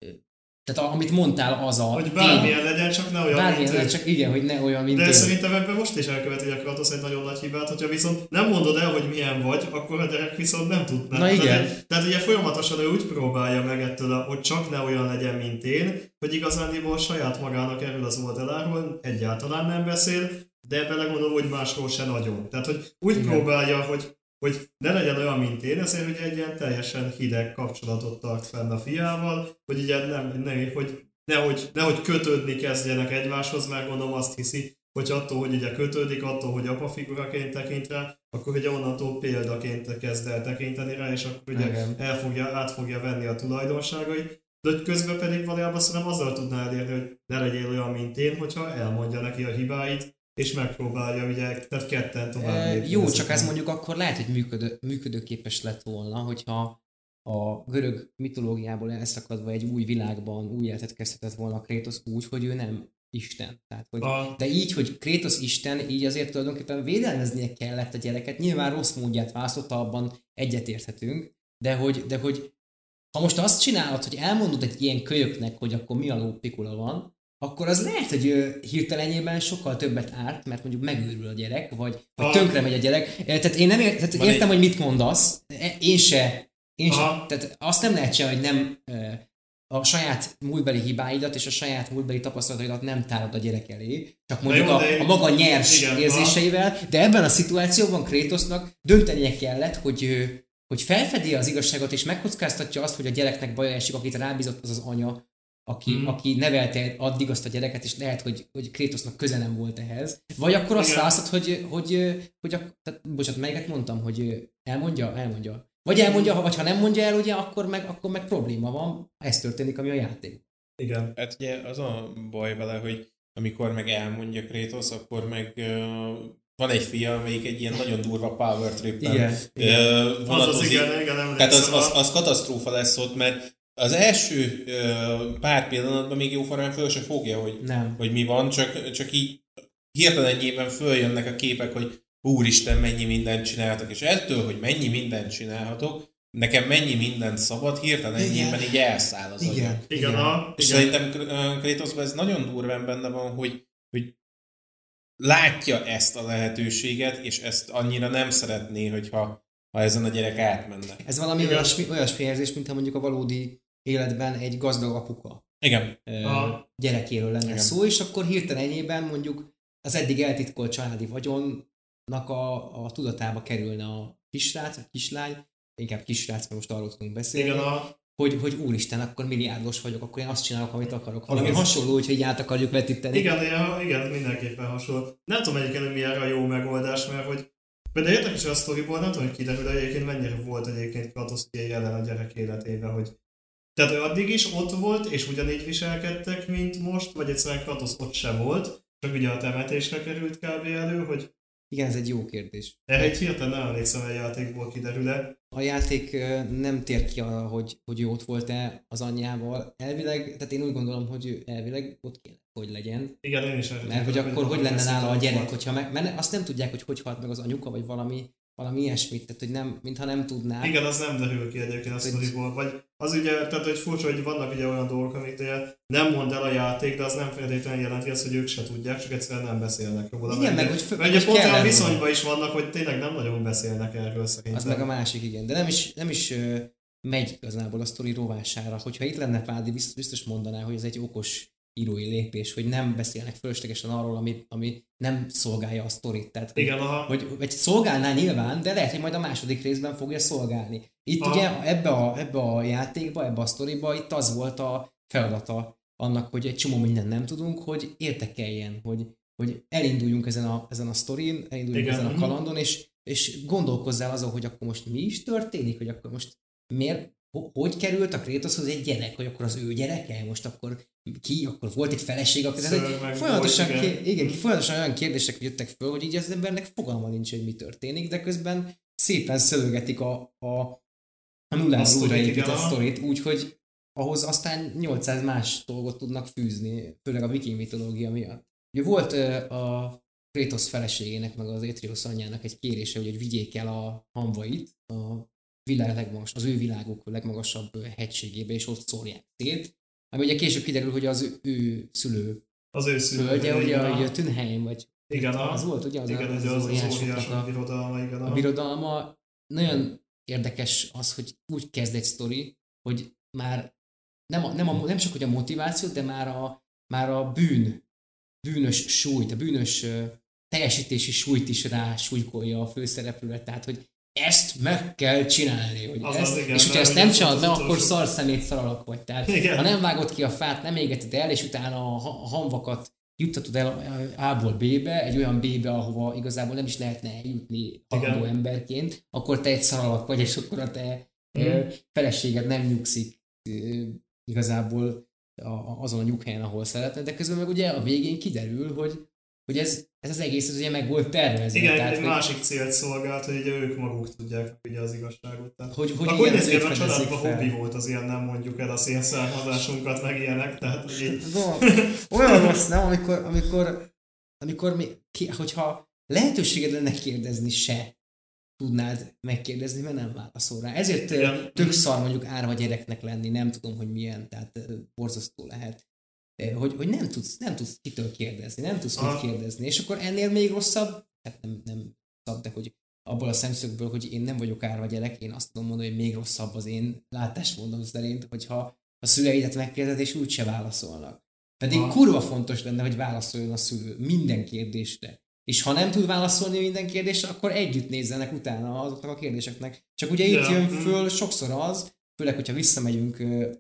Tehát amit mondtál, az a
Hogy
tény.
bármilyen legyen, csak ne olyan,
Bármilyen
mint ő.
legyen, csak igen, hogy ne olyan, mint
De
ő.
szerintem ebben most is elköveti a Kratos egy nagyon nagy hibát, hogyha viszont nem mondod el, hogy milyen vagy, akkor a gyerek viszont nem tudná.
Na igen.
Tehát, tehát ugye folyamatosan ő úgy próbálja meg ettől, a, hogy csak ne olyan legyen, mint én, hogy igazándiból saját magának erről az oldaláról egyáltalán nem beszél, de belegondol, hogy másról se nagyon. Tehát, hogy úgy
Igen.
próbálja, hogy hogy ne legyen olyan, mint én, ezért ugye egy ilyen teljesen hideg kapcsolatot tart fenn a fiával, hogy ugye nem, nem hogy nehogy, nehogy kötődni kezdjenek egymáshoz, mert gondolom azt hiszi, hogy attól, hogy ugye kötődik, attól, hogy apa figuraként tekint rá, akkor ugye onnantól példaként kezd el tekinteni rá, és akkor ugye
Igen.
el fogja, át fogja venni a tulajdonságait, de hogy közben pedig valójában szerintem azzal tudná elérni, hogy ne legyél olyan, mint én, hogyha elmondja neki a hibáit, és megpróbálja ugye, tehát ketten tovább
E,
lépni
jó,
ezeken.
csak ez mondjuk akkor lehet, hogy működő, működőképes lett volna, hogyha a görög mitológiából elszakadva egy új világban új életet kezdhetett volna Kratos úgy, hogy ő nem Isten. Tehát, hogy,
A-
de így, hogy Kratos Isten, így azért tulajdonképpen védelmeznie kellett a gyereket. Nyilván rossz módját választotta, abban egyetérthetünk, de hogy, de hogy ha most azt csinálod, hogy elmondod egy ilyen kölyöknek, hogy akkor mi a lópikula van, akkor az lehet, hogy ő hirtelenjében sokkal többet árt, mert mondjuk megőrül a gyerek, vagy, vagy
A-
tönkre megy a gyerek. Tehát én nem ér, tehát
Van
értem,
egy-
hogy mit mondasz, én se, én se.
Aha.
Tehát azt nem lehet csinálni, hogy nem e, a saját múltbeli hibáidat és a saját múltbeli tapasztalataidat nem tárod a gyerek elé, csak mondjuk
jó,
a,
de én-
a maga nyers
igen,
érzéseivel, de ebben a szituációban Kratosnak döntenie kellett, hogy ő hogy felfedi az igazságot és megkockáztatja azt, hogy a gyereknek baja esik, akit rábízott az az anya, aki,
Mhm.
aki nevelte addig azt a gyereket, és lehet, hogy, hogy Kratosnak köze nem volt ehhez. Vagy akkor azt
Igen.
választod, hogy, hogy, hogy a, tehát, bocsánat, melyiket mondtam, hogy elmondja, elmondja. Vagy elmondja, ha- vagy ha nem mondja el, ugye, akkor meg, akkor meg probléma van. Ez történik, ami a játék.
Igen.
Hát ugye az a baj vele, hogy amikor meg elmondja Kratos, akkor meg uh, van egy fia, amelyik egy ilyen nagyon durva power trip-ben
Igen,
uh,
igen.
Az az
vonatozik.
igen, igen, emlékszem.
Tehát az, az,
a-
az katasztrófa lesz ott, mert az első uh, pár pillanatban még jóformán föl se fogja, hogy,
Nem.
hogy mi van, csak, csak így hirtelenjében följönnek a képek, hogy úristen, mennyi mindent csinálhatok, és ettől, hogy mennyi mindent csinálhatok, nekem mennyi mindent szabad, hirtelenében így elszáll az agyam.
Igen.
Igen, a,
És
igen.
szerintem Kratosban ez nagyon durván benne van, hogy, hogy látja ezt a lehetőséget, és ezt annyira nem szeretné, hogyha ha ezen a gyerek átmenne.
Ez valami
Igen.
olyasmi, olyasmi érzés, mintha mondjuk a valódi életben egy gazdag apuka
Igen.
ö,
Aha.
gyerekéről lenne
Igen.
szó, és akkor hirtelenjében mondjuk az eddig eltitkolt családi vagyonnak a, a tudatába kerülne a kisrác, a kislány, inkább kisrác, mert most arról tudunk beszélni,
Igen, a,
hogy, hogy úristen, akkor milliárdos vagyok, akkor én azt csinálok, amit akarok. Valami
az...
hasonló, hogy így át akarjuk vetíteni.
Igen, igen, igen, mindenképpen hasonló. Nem tudom egyébként, hogy mi erre a jó megoldás, mert hogy például érdekes a sztoriból, nem tudom, hogy kiderül, de egyébként mennyire volt egyébként Kratos ugye jelen a gyerek életében, hogy tehát ő addig is ott volt, és ugyanígy viselkedtek, mint most, vagy egyszerűen Kratos ott se volt, csak ugye a temetésre került kb. Elő, hogy...
Igen, ez egy jó kérdés.
Erre egy hirtelen nem emlékszem, hogy a játékból kiderül-e.
A játék nem tér ki arra, hogy, hogy ott volt-e az anyjával. Elvileg, tehát én úgy gondolom, hogy ő elvileg ott kéne, hogy legyen.
Igen, én is
erre. Mert hogy akkor hogy lenne nála a gyerek, hogyha meg, mert azt nem tudják, hogy hogy halt meg az anyuka, vagy valami, valami ilyesmit, tehát hogy nem, mintha nem tudnák.
Igen, az nem derül ki egyébként a sztoriból. Vagy az ugye, tehát hogy furcsa, hogy vannak ugye olyan dolgok, amit ugye nem mond el a játék, de az nem feltétlenül jelenti azt, hogy ők se tudják, csak egyszerűen nem beszélnek róla.
Igen, meg,
hogy
fő,
mert ugye pont olyan viszonyban is vannak, hogy tényleg nem nagyon beszélnek erről szerintem.
Az meg a másik, igen. De nem is, nem is uh, megy igazából a sztori rovására. Hogyha itt lenne Pádi, biztos, biztos mondaná, hogy ez egy okos írói lépés, hogy nem beszélnek fölöslegesen arról, ami, ami nem szolgálja a sztorit. Tehát,
igen,
hogy,
aha.
Vagy, vagy szolgálná nyilván, de lehet, hogy majd a második részben fogja szolgálni. Itt aha. ugye ebbe a, ebbe a játékba, ebbe a sztoriba itt az volt a feladata annak, hogy egy csomó mindent nem tudunk, hogy értekeljen, hogy, hogy elinduljunk ezen a, ezen a sztorin, elinduljunk igen. ezen a kalandon, és, és gondolkozzál azon, hogy akkor most mi is történik, hogy akkor most miért, hogy került a Kratoshoz egy gyerek, hogy akkor az ő gyereke, most akkor ki, akkor volt egy feleség, akkor folyamatosan, volt, igen. igen, folyamatosan olyan kérdések jöttek föl, hogy így az embernek fogalma nincs, hogy mi történik, de közben szépen szövögetik a, a, a nulláról újraépített sztorit, úgyhogy ahhoz aztán nyolcszáz más dolgot tudnak fűzni, főleg a viking mitológia miatt. Ugye volt a Kratos feleségének, meg az Atreus anyjának egy kérése, hogy vigyék el a hamvait a világ legmagas, az ő világuk legmagasabb hegységébe, és ott szórják szét. Ami ugye később kiderül, hogy az ő szülő
az ő szülő
földje, ugye a Tünheim, vagy
igen,
az volt, ugye az,
igen,
az,
az, az, az
óriásoknak
a, a birodalma, igen,
a birodalma. Nagyon érdekes az, hogy úgy kezd egy sztori, hogy már nem, a, nem, a, nem csak hogy a motiváció, de már a, már a bűn, bűnös súlyt, a bűnös uh, teljesítési súlyt is rá súlykolja a főszereplőre, tehát hogy ezt meg kell csinálni. Hogy
az
ezt,
az, igen,
és hogyha ezt nem csinálod meg, akkor
utolsó...
szarszemét szaralak vagy. Tehát igen. Ha nem vágod ki a fát, nem égeted el, és utána a, a hamvakat juttatod el A-ból B-be, egy olyan B-be, ahova igazából nem is lehetne eljutni haladó emberként, akkor te egy szaralak vagy, és akkor a te mm. feleséged nem nyugszik igazából azon a nyughelyen, ahol szeretne, de közben meg ugye a végén kiderül, hogy, hogy ez, ez az egész ez ugye meg volt tervezve.
Igen,
tehát,
egy
hogy,
másik célt szolgált, hogy ugye ők maguk tudják ugye az igazságot. Tehát,
hogy, hogy
akkor nézd ki, a családban hobbi volt az ilyen, nem mondjuk el a szélszármazásunkat, meg ilyenek. Tehát, hogy így...
Olyan rossz, nem? Amikor, amikor, amikor mi, ki, hogyha lehetőséged lenne kérdezni se, tudnád megkérdezni, mert nem válaszol rá. Ezért igen. Tök szar mondjuk árva gyereknek lenni, nem tudom, hogy milyen, tehát borzasztó lehet. Hogy, hogy nem tudsz, nem tudsz kitől kérdezni, nem tudsz mit kérdezni, és akkor ennél még rosszabb, hát nem, nem szab, de hogy abból a szemszögből, hogy én nem vagyok árva gyerek, én azt tudom mondani, hogy még rosszabb az én látásmódom szerint, hogyha a szüleidet megkérdezed, és úgyse válaszolnak. Pedig ha. kurva fontos lenne, hogy válaszoljon a szülő minden kérdésre. És ha nem tud válaszolni minden kérdésre, akkor együtt nézzenek utána azoknak a kérdéseknek. Csak ugye itt jön föl sokszor az, főleg, hogyha visszamegyünk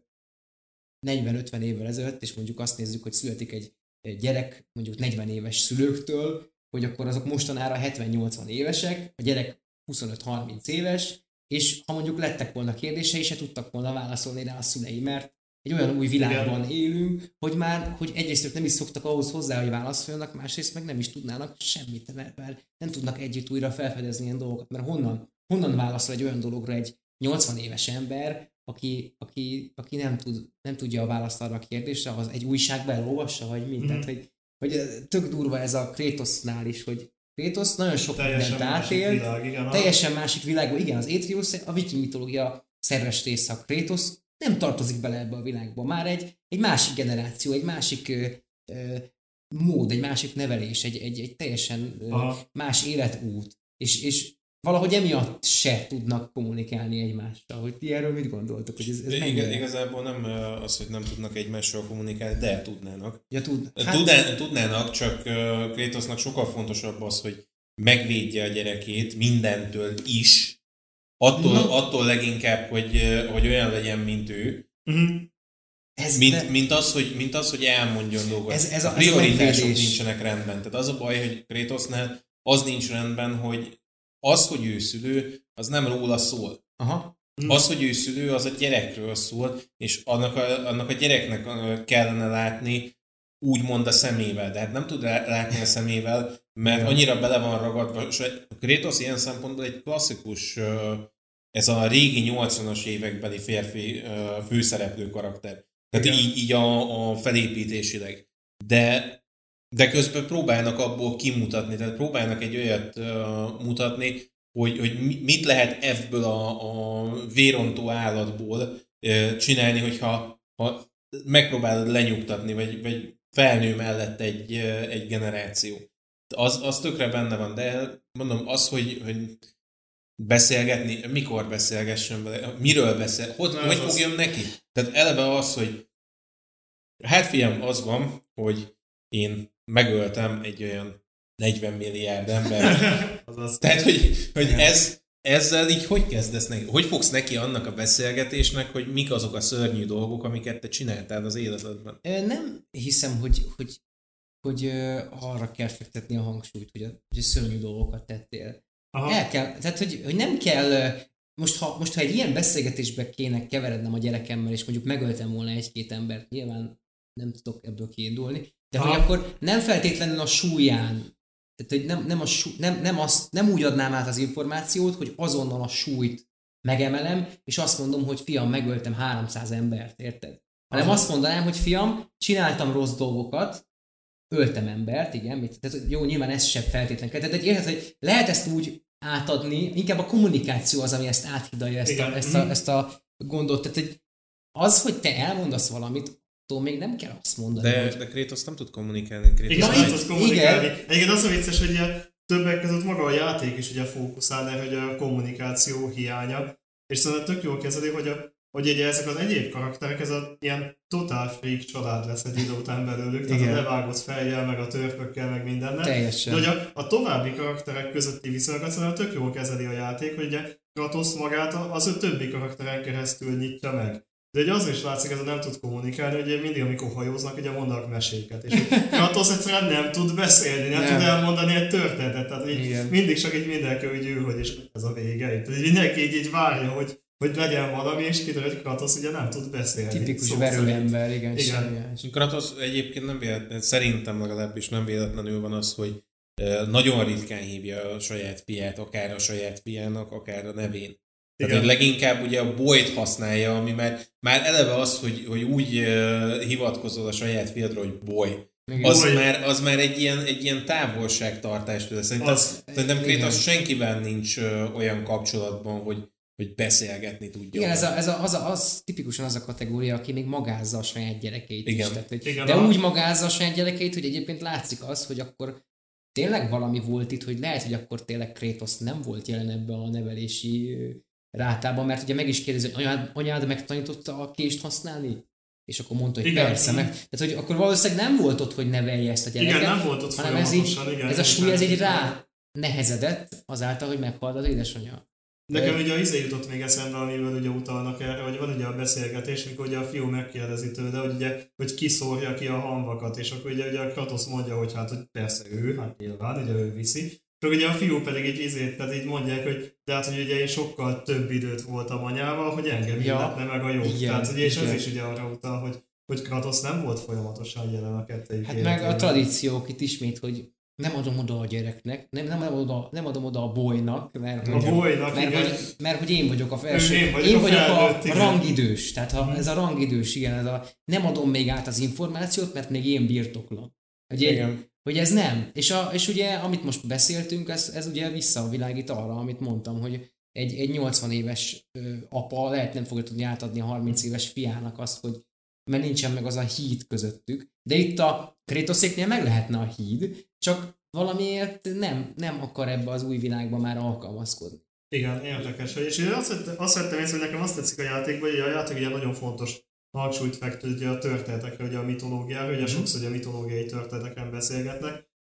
negyven-ötven évvel ezelőtt, és mondjuk azt nézzük, hogy születik egy gyerek mondjuk negyven éves szülőktől, hogy akkor azok mostanára hetven-nyolcvan évesek, a gyerek huszonöt-harminc éves, és ha mondjuk lettek volna kérdései, se tudtak volna válaszolni rá a szülei, mert egy olyan új világban igen. élünk, hogy már, hogy egyrészt nem is szoktak ahhoz hozzá, hogy válaszoljanak, másrészt meg nem is tudnának semmit, mert, mert nem tudnak együtt újra felfedezni ilyen dolgokat, mert honnan, honnan válaszol egy olyan dologra egy nyolcvan éves ember, aki, aki, aki nem, tud, nem tudja a választ arra a kérdésre, az egy újságban elolvassa, vagy mi? Mm. Tehát, hogy, hogy tök durva ez a Kratosnál is, hogy Kratos nagyon sok mindent átélt, világ, igen, teljesen másik világban. Igen, az Atreus a viking mitológia szerves része, a Kratos nem tartozik bele ebbe a világba. Már egy, egy másik generáció, egy másik ö, ö, mód, egy másik nevelés, egy, egy, egy teljesen ö, más életút. És, és valahogy emiatt se tudnak kommunikálni egymással. Hogy ti erről mit gondoltok? Hogy ez, ez
igen, igazából nem az, hogy nem tudnak egymással kommunikálni, de tudnának.
Ja, tud.
Hát... Tudná, tudnának, csak Kratosnak sokkal fontosabb az, hogy megvédje a gyerekét mindentől is, attól, no. attól leginkább, hogy, hogy olyan legyen, mint ő, uh-huh. ez mint, de... mint, az, hogy, mint az, hogy elmondjon dolgokat. Ez, ez a, a prioritások ez a nincsenek rendben. Tehát az a baj, hogy Kratosnál az nincs rendben, hogy az, hogy ő szülő, az nem róla szól. Aha. Az, hogy ő szülő, az a gyerekről szól, és annak a, annak a gyereknek kellene látni úgymond a szemével, de hát nem tud látni a szemével, mert annyira bele van ragadva. A Kratos ilyen szempontból egy klasszikus, ez a régi nyolcvanas évekbeli férfi főszereplő karakter. Tehát igen. így, így a, a felépítésileg. De, de közben próbálnak abból kimutatni, tehát próbálnak egy olyat uh, mutatni, hogy, hogy mit lehet ebből a, a vérontó állatból uh, csinálni, hogyha ha megpróbálod lenyugtatni, vagy, vagy felnő mellett egy, uh, egy generáció. Az, az tökre benne van, de mondom, az, hogy, hogy beszélgetni, mikor beszélgessen vele, miről beszél, hogy, hogy fogjon neki? Tehát eleve az, hogy hát fiam, az van, hogy én megöltem egy olyan negyven milliárd ember. Tehát, hogy, hogy ez, ezzel így hogy kezdesz neki? Hogy fogsz neki annak a beszélgetésnek, hogy mik azok a szörnyű dolgok, amiket te csináltál az életedben?
Nem hiszem, hogy, hogy, hogy arra kell fektetni a hangsúlyt, hogy a, hogy a szörnyű dolgokat tettél. Aha. El kell, tehát, hogy, hogy nem kell, most ha, most ha egy ilyen beszélgetésbe kéne keverednem a gyerekemmel, és mondjuk megöltem volna egy-két embert, nyilván nem tudok ebből kiindulni, de Aha. hogy akkor nem feltétlenül a súlyán, tehát hogy nem, nem, a súly, nem, nem, azt, nem úgy adnám át az információt, hogy azonnal a súlyt megemelem, és azt mondom, hogy fiam, megöltem háromszáz embert, érted? Hanem Aha. azt mondanám, hogy fiam, csináltam rossz dolgokat, öltem embert, igen, tehát jó, nyilván ez sem feltétlenül kell, tehát érted, hogy lehet ezt úgy átadni, inkább a kommunikáció az, ami ezt áthidalja, ezt a, ezt, a, ezt a gondot, tehát hogy az, hogy te elmondasz valamit, attól még nem kell azt mondani.
De,
hogy...
de Kratos nem tud kommunikálni. Kratos
igen, nem tud kommunikálni. Egyébként az a vicces, hogy a többek között maga a játék is ugye fókuszál erre, hogy a kommunikáció hiánya, és szóval tök jól kezeli, hogy, a, hogy ugye ezek az egyéb karakterek, ez a ilyen total freak család lesz egy idő után belőlük, tehát a levágott fejjel, meg a törpökkel, meg mindennel.
Teljesen.
De hogy a, a további karakterek közötti viszonyokat szóval tök jól kezeli a játék, hogy ugye Kratos magát az ő többi karakteren keresztül nyitja meg. De ugye az is látszik, ez a nem tud kommunikálni, hogy mindig, amikor hajóznak, ugye mondanak meséket. És Kratos egyszerűen nem tud beszélni, nem, nem tud elmondani egy történetet. Tehát így mindig csak így mindenki úgy ül, hogy és ez a vége. Tehát mindenki így, így várja, hogy, hogy legyen valami, és kiderül, hogy Kratos ugye nem tud beszélni.
Tipikus verőember, igen.
igen. Kratos egyébként nem véletlenül, szerintem legalábbis nem véletlenül van az, hogy nagyon ritkán hívja a saját fiát, akár a saját fiának, akár a nevén. Tehát, hogy leginkább ugye a bolyt használja, ami már, már eleve az, hogy, hogy úgy uh, hivatkozol a saját fiadra, hogy boly. Az már, az már egy ilyen, egy ilyen távolságtartás tőle. Szerintem, az, szerintem Kratos senkivel nincs uh, olyan kapcsolatban, hogy, hogy beszélgetni tudja.
Igen, ez, a, ez a, az, a, az tipikusan az a kategória, aki még magázza a saját gyerekeit
igen.
is. Tehát, hogy,
igen,
de
a...
úgy magázza a saját gyerekeit, hogy egyébként látszik az, hogy akkor tényleg valami volt itt, hogy lehet, hogy akkor tényleg Kratos nem volt jelen ebbe a nevelési rátában, mert ugye meg is kérdezi, hogy anyád, anyád megtanította a kést használni? És akkor mondta, hogy igen, persze, meg, tehát hogy akkor valószínűleg nem volt ott, hogy nevelje ezt a gyereket,
igen, nem volt ott
hanem ez, így, igen, ez a súly ez így rá nehezedett azáltal, hogy meghalt az édesanyja.
Nekem ugye az izé jutott még eszembe, amivel ugye utalnak erre, hogy van ugye a beszélgetés, mikor ugye a fiú megkérdezi tőle, hogy ugye, hogy kiszórja ki a hamvakat, és akkor ugye, ugye a Kratos mondja, hogy hát, hogy persze ő, hát nyilván, ugye ő viszi. És ugye a fiú pedig egy izét, tehát így mondják, hogy de hát, hogy ugye én sokkal több időt voltam anyával, hogy engem ja, illetne meg a jó. Tehát ugye, és ez is ugye arra utal, hogy, hogy Kratos nem volt folyamatosan jelen a kettőjük.
Hát meg a tradíciók itt ismét, hogy nem adom oda a gyereknek, nem, nem, adom, oda, nem adom oda a bolynak, mert,
a bolynak,
mert,
igen.
hogy, mert hogy én vagyok a felső,
én vagyok,
én
a,
vagyok
felnőtt,
a, a rangidős, tehát ha, ez a rangidős, igen, ez a, nem adom még át az információt, mert még én birtoklom. Hogy, hogy ez nem. És, a, és ugye, amit most beszéltünk, ez, ez ugye visszavilágít arra, amit mondtam, hogy egy, egy nyolcvan éves ö, apa lehet nem fogja tudni átadni a harminc éves fiának azt, hogy mert nincsen meg az a híd közöttük. De itt a Kratoséknél meg lehetne a híd, csak valamiért nem, nem akar ebbe az új világba már alkalmazkodni.
Igen, érdekes. És én azt, azt vettem észre, hogy nekem azt tetszik a játékban, hogy a játék ugye nagyon fontos hangsúlyt fektet ugye a történetekre, ugye a mitológiára, ugye sokszor ugye a mitológiai történeteken beszélgetnek,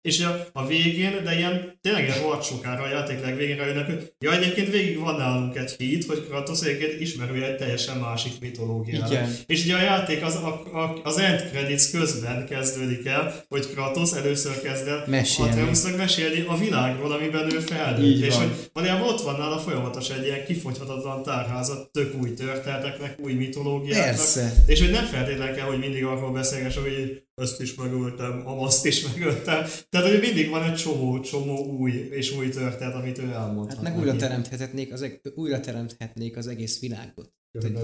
És a, a végén, de ilyen tényleg ilyen rohadt sokára a játék legvégén rájönnek, hogy ja, egyébként végig van nálunk egy híd, hogy Kratos egyébként ismerője egy teljesen másik mitológiára. És ugye a játék az, a, a, az end credits közben kezdődik el, hogy Kratos először kezd el Atreusnak mesélni a világról, amiben ő felnőtt. És hogy valójában ott van nála folyamatos egy ilyen kifogyhatatlan tárházat tök új történeteknek, új mitológiáknak.
Persze.
És hogy nem feltétlenül kell, hogy mindig arról beszélgess, hogy ezt is megöltem, azt is megöltem. Tehát, hogy mindig van egy csomó, csomó új és új történet, amit ő elmondhat.
Hát meg újra teremthetnék az, újra teremthetnék az egész világot.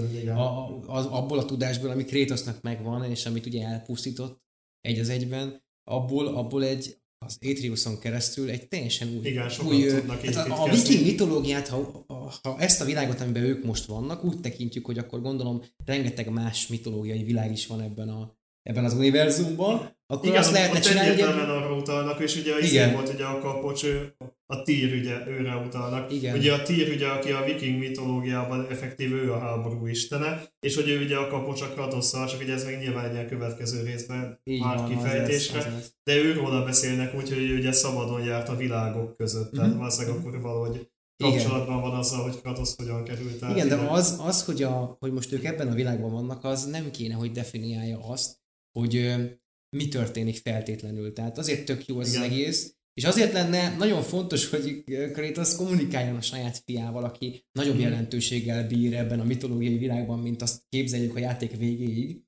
A, az, abból a tudásból, ami Kratosnak megvan, és amit ugye elpusztított egy az egyben, abból, abból egy az Atreus-on keresztül egy teljesen új...
Igen,
új
tudnak
hát a, a viking mitológiát, ha, ha ezt a világot, amiben ők most vannak, úgy tekintjük, hogy akkor gondolom rengeteg más mitológiai világ is van ebben a ebben az univerzumban, akkor
igen,
azt lehetne csinálni,
ugye... Igen, arra utalnak, és ugye az volt ugye a kapocs, a Tyr ugye őre utalnak. Igen. Ugye a Tyr ugye, aki a viking mitológiában effektív ő a háború istene, és hogy ő ugye a kapocs a Kratosszal, csak ugye ez még nyilván egy ilyen következő részben már kifejtésre, az lesz, az lesz. De őróla beszélnek úgy, hogy ő ugye szabadon járt a világok között, tehát mm-hmm. valószínűleg akkor valahogy kapcsolatban igen. van azzal, hogy Kratos hogyan került át.
Igen, ide. De az, az hogy, a, hogy most ők ebben a világban vannak, az nem kéne, hogy definiálja azt, hogy ö, mi történik feltétlenül. Tehát azért tök jó az, az egész, és azért lenne nagyon fontos, hogy Kratos kommunikáljon a saját fiával, aki nagyobb hmm. jelentőséggel bír ebben a mitológiai világban, mint azt képzeljük a játék végéig,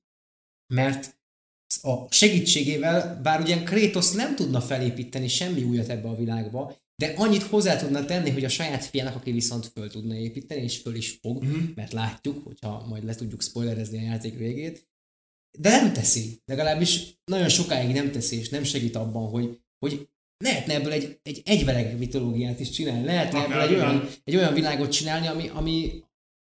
mert a segítségével, bár ugyan Kratos nem tudna felépíteni semmi újat ebbe a világba, de annyit hozzá tudna tenni, hogy a saját fiának, aki viszont föl tudna építeni, és föl is fog, mm-hmm. mert látjuk, hogyha majd le tudjuk spoilerezni a játék végét, de nem teszi. Legalábbis nagyon sokáig nem teszi, és nem segít abban, hogy, hogy lehetne ebből egy, egy egyveleg mitológiát is csinálni. Lehetne ebből egy olyan, egy olyan világot csinálni, ami, ami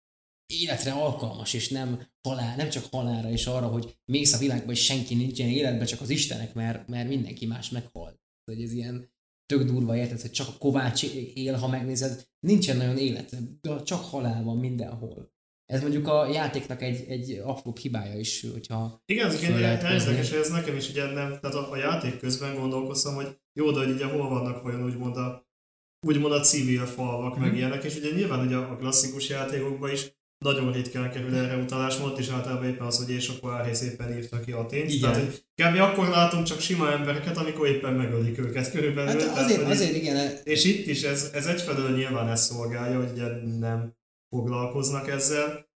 életre alkalmas, és nem halál, nem csak halálra, és arra, hogy mész a világba, és senki nincsen életben, csak az istenek, mert, mert mindenki más meghal. Hogy ez ilyen tök durva, érted, hogy csak a kovács él, ha megnézed, nincsen nagyon élet, de csak halál van mindenhol. Ez mondjuk a játéknak egy, egy apróbb hibája is, hogyha
igen, ez egy érdekes, hogy ez nekem is ugye nem, tehát a, a játék közben gondolkoztam, hogy jó, de hogy ugye hol vannak vajon úgymond a, úgymond a civil falvak, mm. meg ilyenek, és ugye nyilván ugye a klasszikus játékokban is nagyon ritkán kerül erre utalás, volt is általában éppen az, hogy és akkor Árész éppen írta ki Athént. Tehát, hogy kb. Akkor látunk csak sima embereket, amikor éppen megölik őket körülbelül.
Hát azért, tehát, azért igen.
És itt is ez, ez egyfelől nyilván ezt szolgálja, hogy ugye nem foglalkoznak ezzel.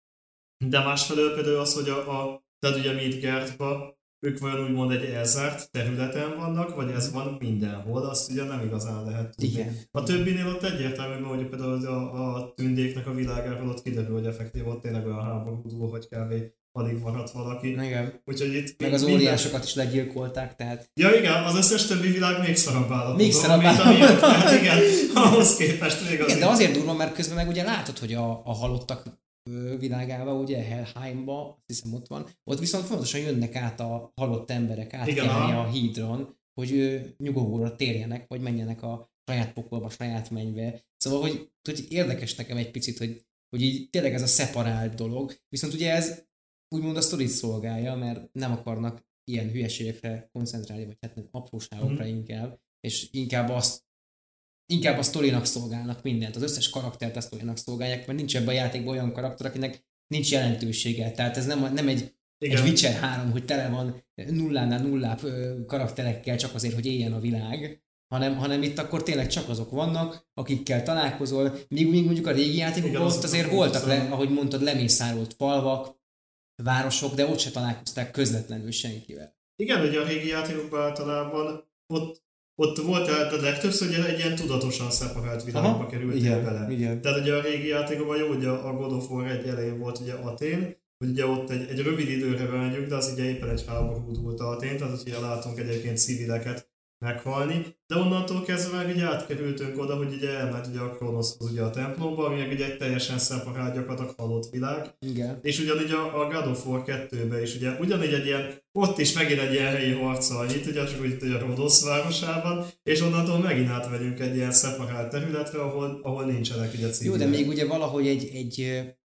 De másfelől például az, hogy a, a tehát ugye Midgardban ők vajon úgymond egy elzárt területen vannak, vagy ez van mindenhol, azt ugye nem igazán lehet tudni. Igen. A többinél ott egyértelműen, hogy például a, a tündéknek a világáról ott kiderül, hogy effektív ott tényleg olyan háborúdul, hogy kb. Alig maradt valaki.
Igen.
Úgyhogy itt
meg az minden... óriásokat is legyilkolták, tehát...
Ja igen, az összes többi világ még szarabb állapotban.
Még szarabb állapotban.
Tehát igen, ahhoz képest még
azért. Igen, de azért durva, mert közben meg ugye látod, hogy a, a halottak világában, ugye Helheimba, azt hiszem ott van, ott viszont fontosan jönnek át a halott emberek, átkelni a hídron, hogy nyugovóra térjenek, vagy menjenek a saját pokolba, saját mennybe. Szóval, hogy, hogy érdekes nekem egy picit, hogy, hogy így tényleg ez a szeparált dolog, viszont ugye ez úgymond a sztorit szolgálja, mert nem akarnak ilyen hülyeségekre koncentrálni, vagy hát nem apróságokra mm. inkább, és inkább azt Inkább a sztorinak szolgálnak mindent, az összes karaktert a sztorinak szolgálják, mert nincs ebben a játékban olyan karakter, akinek nincs jelentősége. Tehát ez nem, nem egy, egy Witcher három, hogy tele van nullánál nullább karakterekkel csak azért, hogy éljen a világ, hanem, hanem itt akkor tényleg csak azok vannak, akikkel találkozol, míg, míg mondjuk a régi játékokban ott azért voltak, le, ahogy mondtad, lemészárolt falvak, városok, de ott se találkozták közvetlenül senkivel.
Igen, ugye a régi játékokban általában ott Ott volt a legtöbbször, hogy egy ilyen tudatosan szeparált világba kerültél bele. Igen. Tehát ugye a régi játékokban jó, ugye a God of War egy elején volt ugye Athén, hogy ugye ott egy, egy rövid időre bemegyünk, de az ugye éppen egy háború volt Athén, tehát ugye látunk egyébként civileket meghalni, de onnantól kezdve meg ugye átkerültünk oda, hogy ugye elment ugye a Kronoszhoz ugye a templomba, ami meg ugye egy teljesen szeparált gyakorlatilag halott világ.
Igen.
És ugyanígy a, a God of War kettőben is ugye ugyanígy egy ilyen, ott is megint egy ilyen helyi harccal nyit, ugye csak úgy a Rhodosz városában, és onnantól megint átmegyünk egy ilyen szeparált területre, ahol, ahol nincsenek ugye civilek.
Jó, de még ugye valahogy egy, egy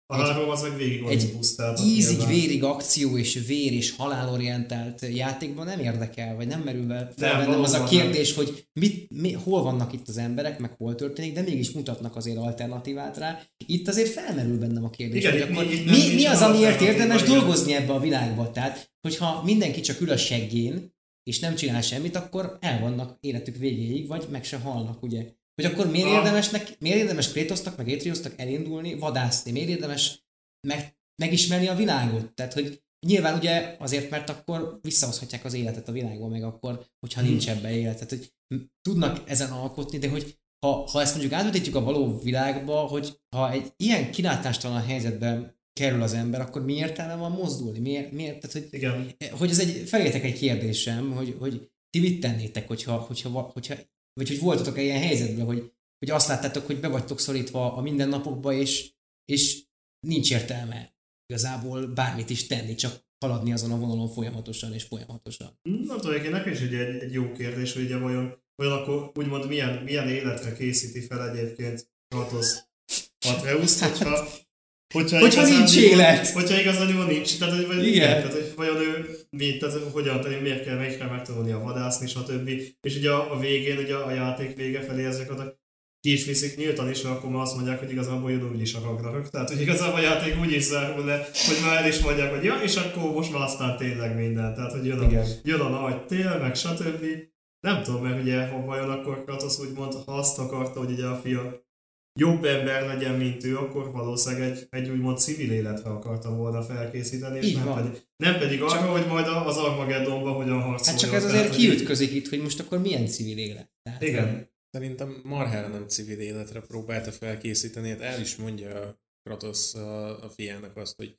A három az meg végig Olympus, tehát
ízig vérig akció és vér és halálorientált játékban nem érdekel, vagy nem merül fel bennem az a kérdés, nem. hogy mit, mi, hol vannak itt az emberek, meg hol történik, de mégis mutatnak azért alternatívát rá. Itt azért felmerül bennem a kérdés, igen, hogy akkor mi, mi, mi az, amiért érdemes dolgozni ebbe a világba. Tehát, hogyha mindenki csak ül a seggén, és nem csinál semmit, akkor el vannak életük végéig, vagy meg se halnak, ugye? Hogy akkor miért érdemesnek, miért érdemes Kratosnak, meg Atreusnak elindulni, vadászni, miért érdemes meg, megismerni a világot? Tehát, hogy nyilván ugye azért, mert akkor visszahozhatják az életet a világban, meg akkor, hogyha hmm. nincs ebben élet. Tehát, hogy tudnak ezen alkotni, de hogy ha, ha ezt mondjuk átvetítjük a való világba, hogy ha egy ilyen kilátástalan helyzetben kerül az ember, akkor mi értelme van mozdulni? Miért? miért? Tehát, hogy,
igen.
hogy ez egy, feljétek egy kérdésem, hogy, hogy ti mit tennétek, hogyha, hogyha, hogyha vagy hogy voltatok ilyen helyzetben, hogy, hogy azt láttátok, hogy be vagytok szorítva a mindennapokba, és, és nincs értelme igazából bármit is tenni, csak haladni azon a vonalon folyamatosan és folyamatosan.
Na, tulajdonképpen nekem is ugye egy, egy jó kérdés, hogy ugye vajon, vajon akkor úgymond milyen, milyen életre készíti fel egyébként Kratos Atreuszt, hogyha Hogyha,
hogyha nincs
jól,
élet.
Hogyha igazán nincs. Tehát, vagy, igen. Tehát, hogy vajon ő mit, tehát, hogyan, tehát, miért kell, miért kell megtanulni a vadászni, stb. És ugye a, a végén, ugye a játék vége felé ezek oda ki is viszik nyíltan is, akkor már azt mondják, hogy igazából jön úgy is a Ragnarök. Tehát, hogy igazából a játék úgy is zárul le, hogy már el is mondják, hogy ja, és akkor most már aztán tényleg minden. Tehát, hogy jön a, jön a nagy tél, meg stb. Nem tudom, mert ugye, ha vajon akkor Kratos úgymond, ha azt akarta, hogy ugye a fia jobb ember legyen, mint ő, akkor valószínűleg egy, egy úgymond civil életre akarta volna felkészíteni, és nem pedig, nem pedig arra, csak, hogy majd az Armageddonban hogyan harcoljon.
Hát csak ez azért kiütközik itt, hogy most akkor milyen civil élet. Tehát,
igen.
Szerintem marhára nem civil életre próbálta felkészíteni, hát el is mondja Kratos a, a fiának azt, hogy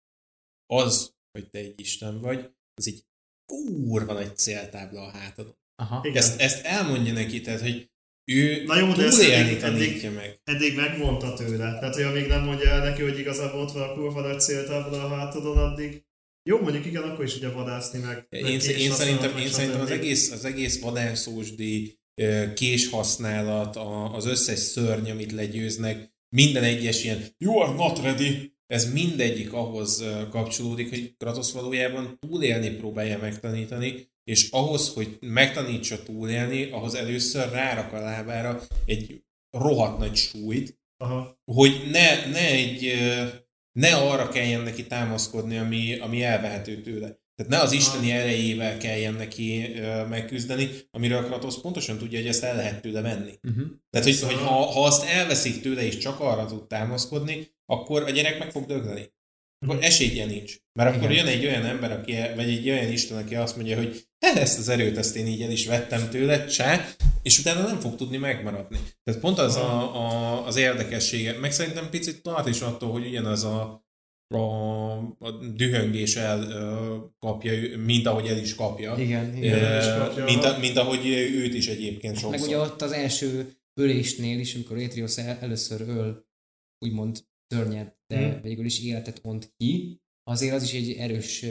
az, hogy te egy isten vagy, az így kurva nagy céltábla a hátadon.
Aha.
Ezt, ezt elmondja neki, tehát, hogy ő
na jó, de
túlélni
eddig, eddig,
meg.
eddig megvonta tőle. Tehát, hogy amíg nem mondja el neki, hogy igazából ott van a kurva nagy céltábla a hátadon, addig jó, mondjuk igen, akkor is ugye vadászni meg.
Én, én, én szerintem, én szerintem az, egész, az egész vadászósdi kés használat, az összes szörny, amit legyőznek, minden egyes ilyen you are not ready, ez mindegyik ahhoz kapcsolódik, hogy Kratos valójában túlélni próbálja megtanítani, és ahhoz, hogy megtanítsa túlélni, ahhoz először rárak a lábára egy rohadt nagy súlyt,
aha.
hogy ne, ne, egy, ne arra kelljen neki támaszkodni, ami, ami elvehető tőle. Tehát ne az isteni erejével kelljen neki megküzdeni, amiről Kratos pontosan tudja, hogy ezt el lehet tőle venni.
Uh-huh.
Tehát, hogy, hogy ha, ha azt elveszik tőle, és csak arra tud támaszkodni, akkor a gyerek meg fog dögleni. Akkor esélye nincs. Mert akkor igen. Jön egy olyan ember, aki, vagy egy olyan isten, aki azt mondja, hogy ezt az erőt, ezt én így el is vettem tőle, csá, és utána nem fog tudni megmaradni. Tehát pont az a, a, az érdekessége, meg szerintem picit tart is attól, hogy ugyanaz a, a, a dühöngés elkapja, mint ahogy el is kapja.
Igen, igen.
E, is kapja. Mint, a, mint ahogy őt is egyébként sokszor.
Meg ugye ott az első ölésnél is, amikor Atreus el, először öl, úgymond szörnyet, de hmm. végül is életet ont ki, azért az is egy erős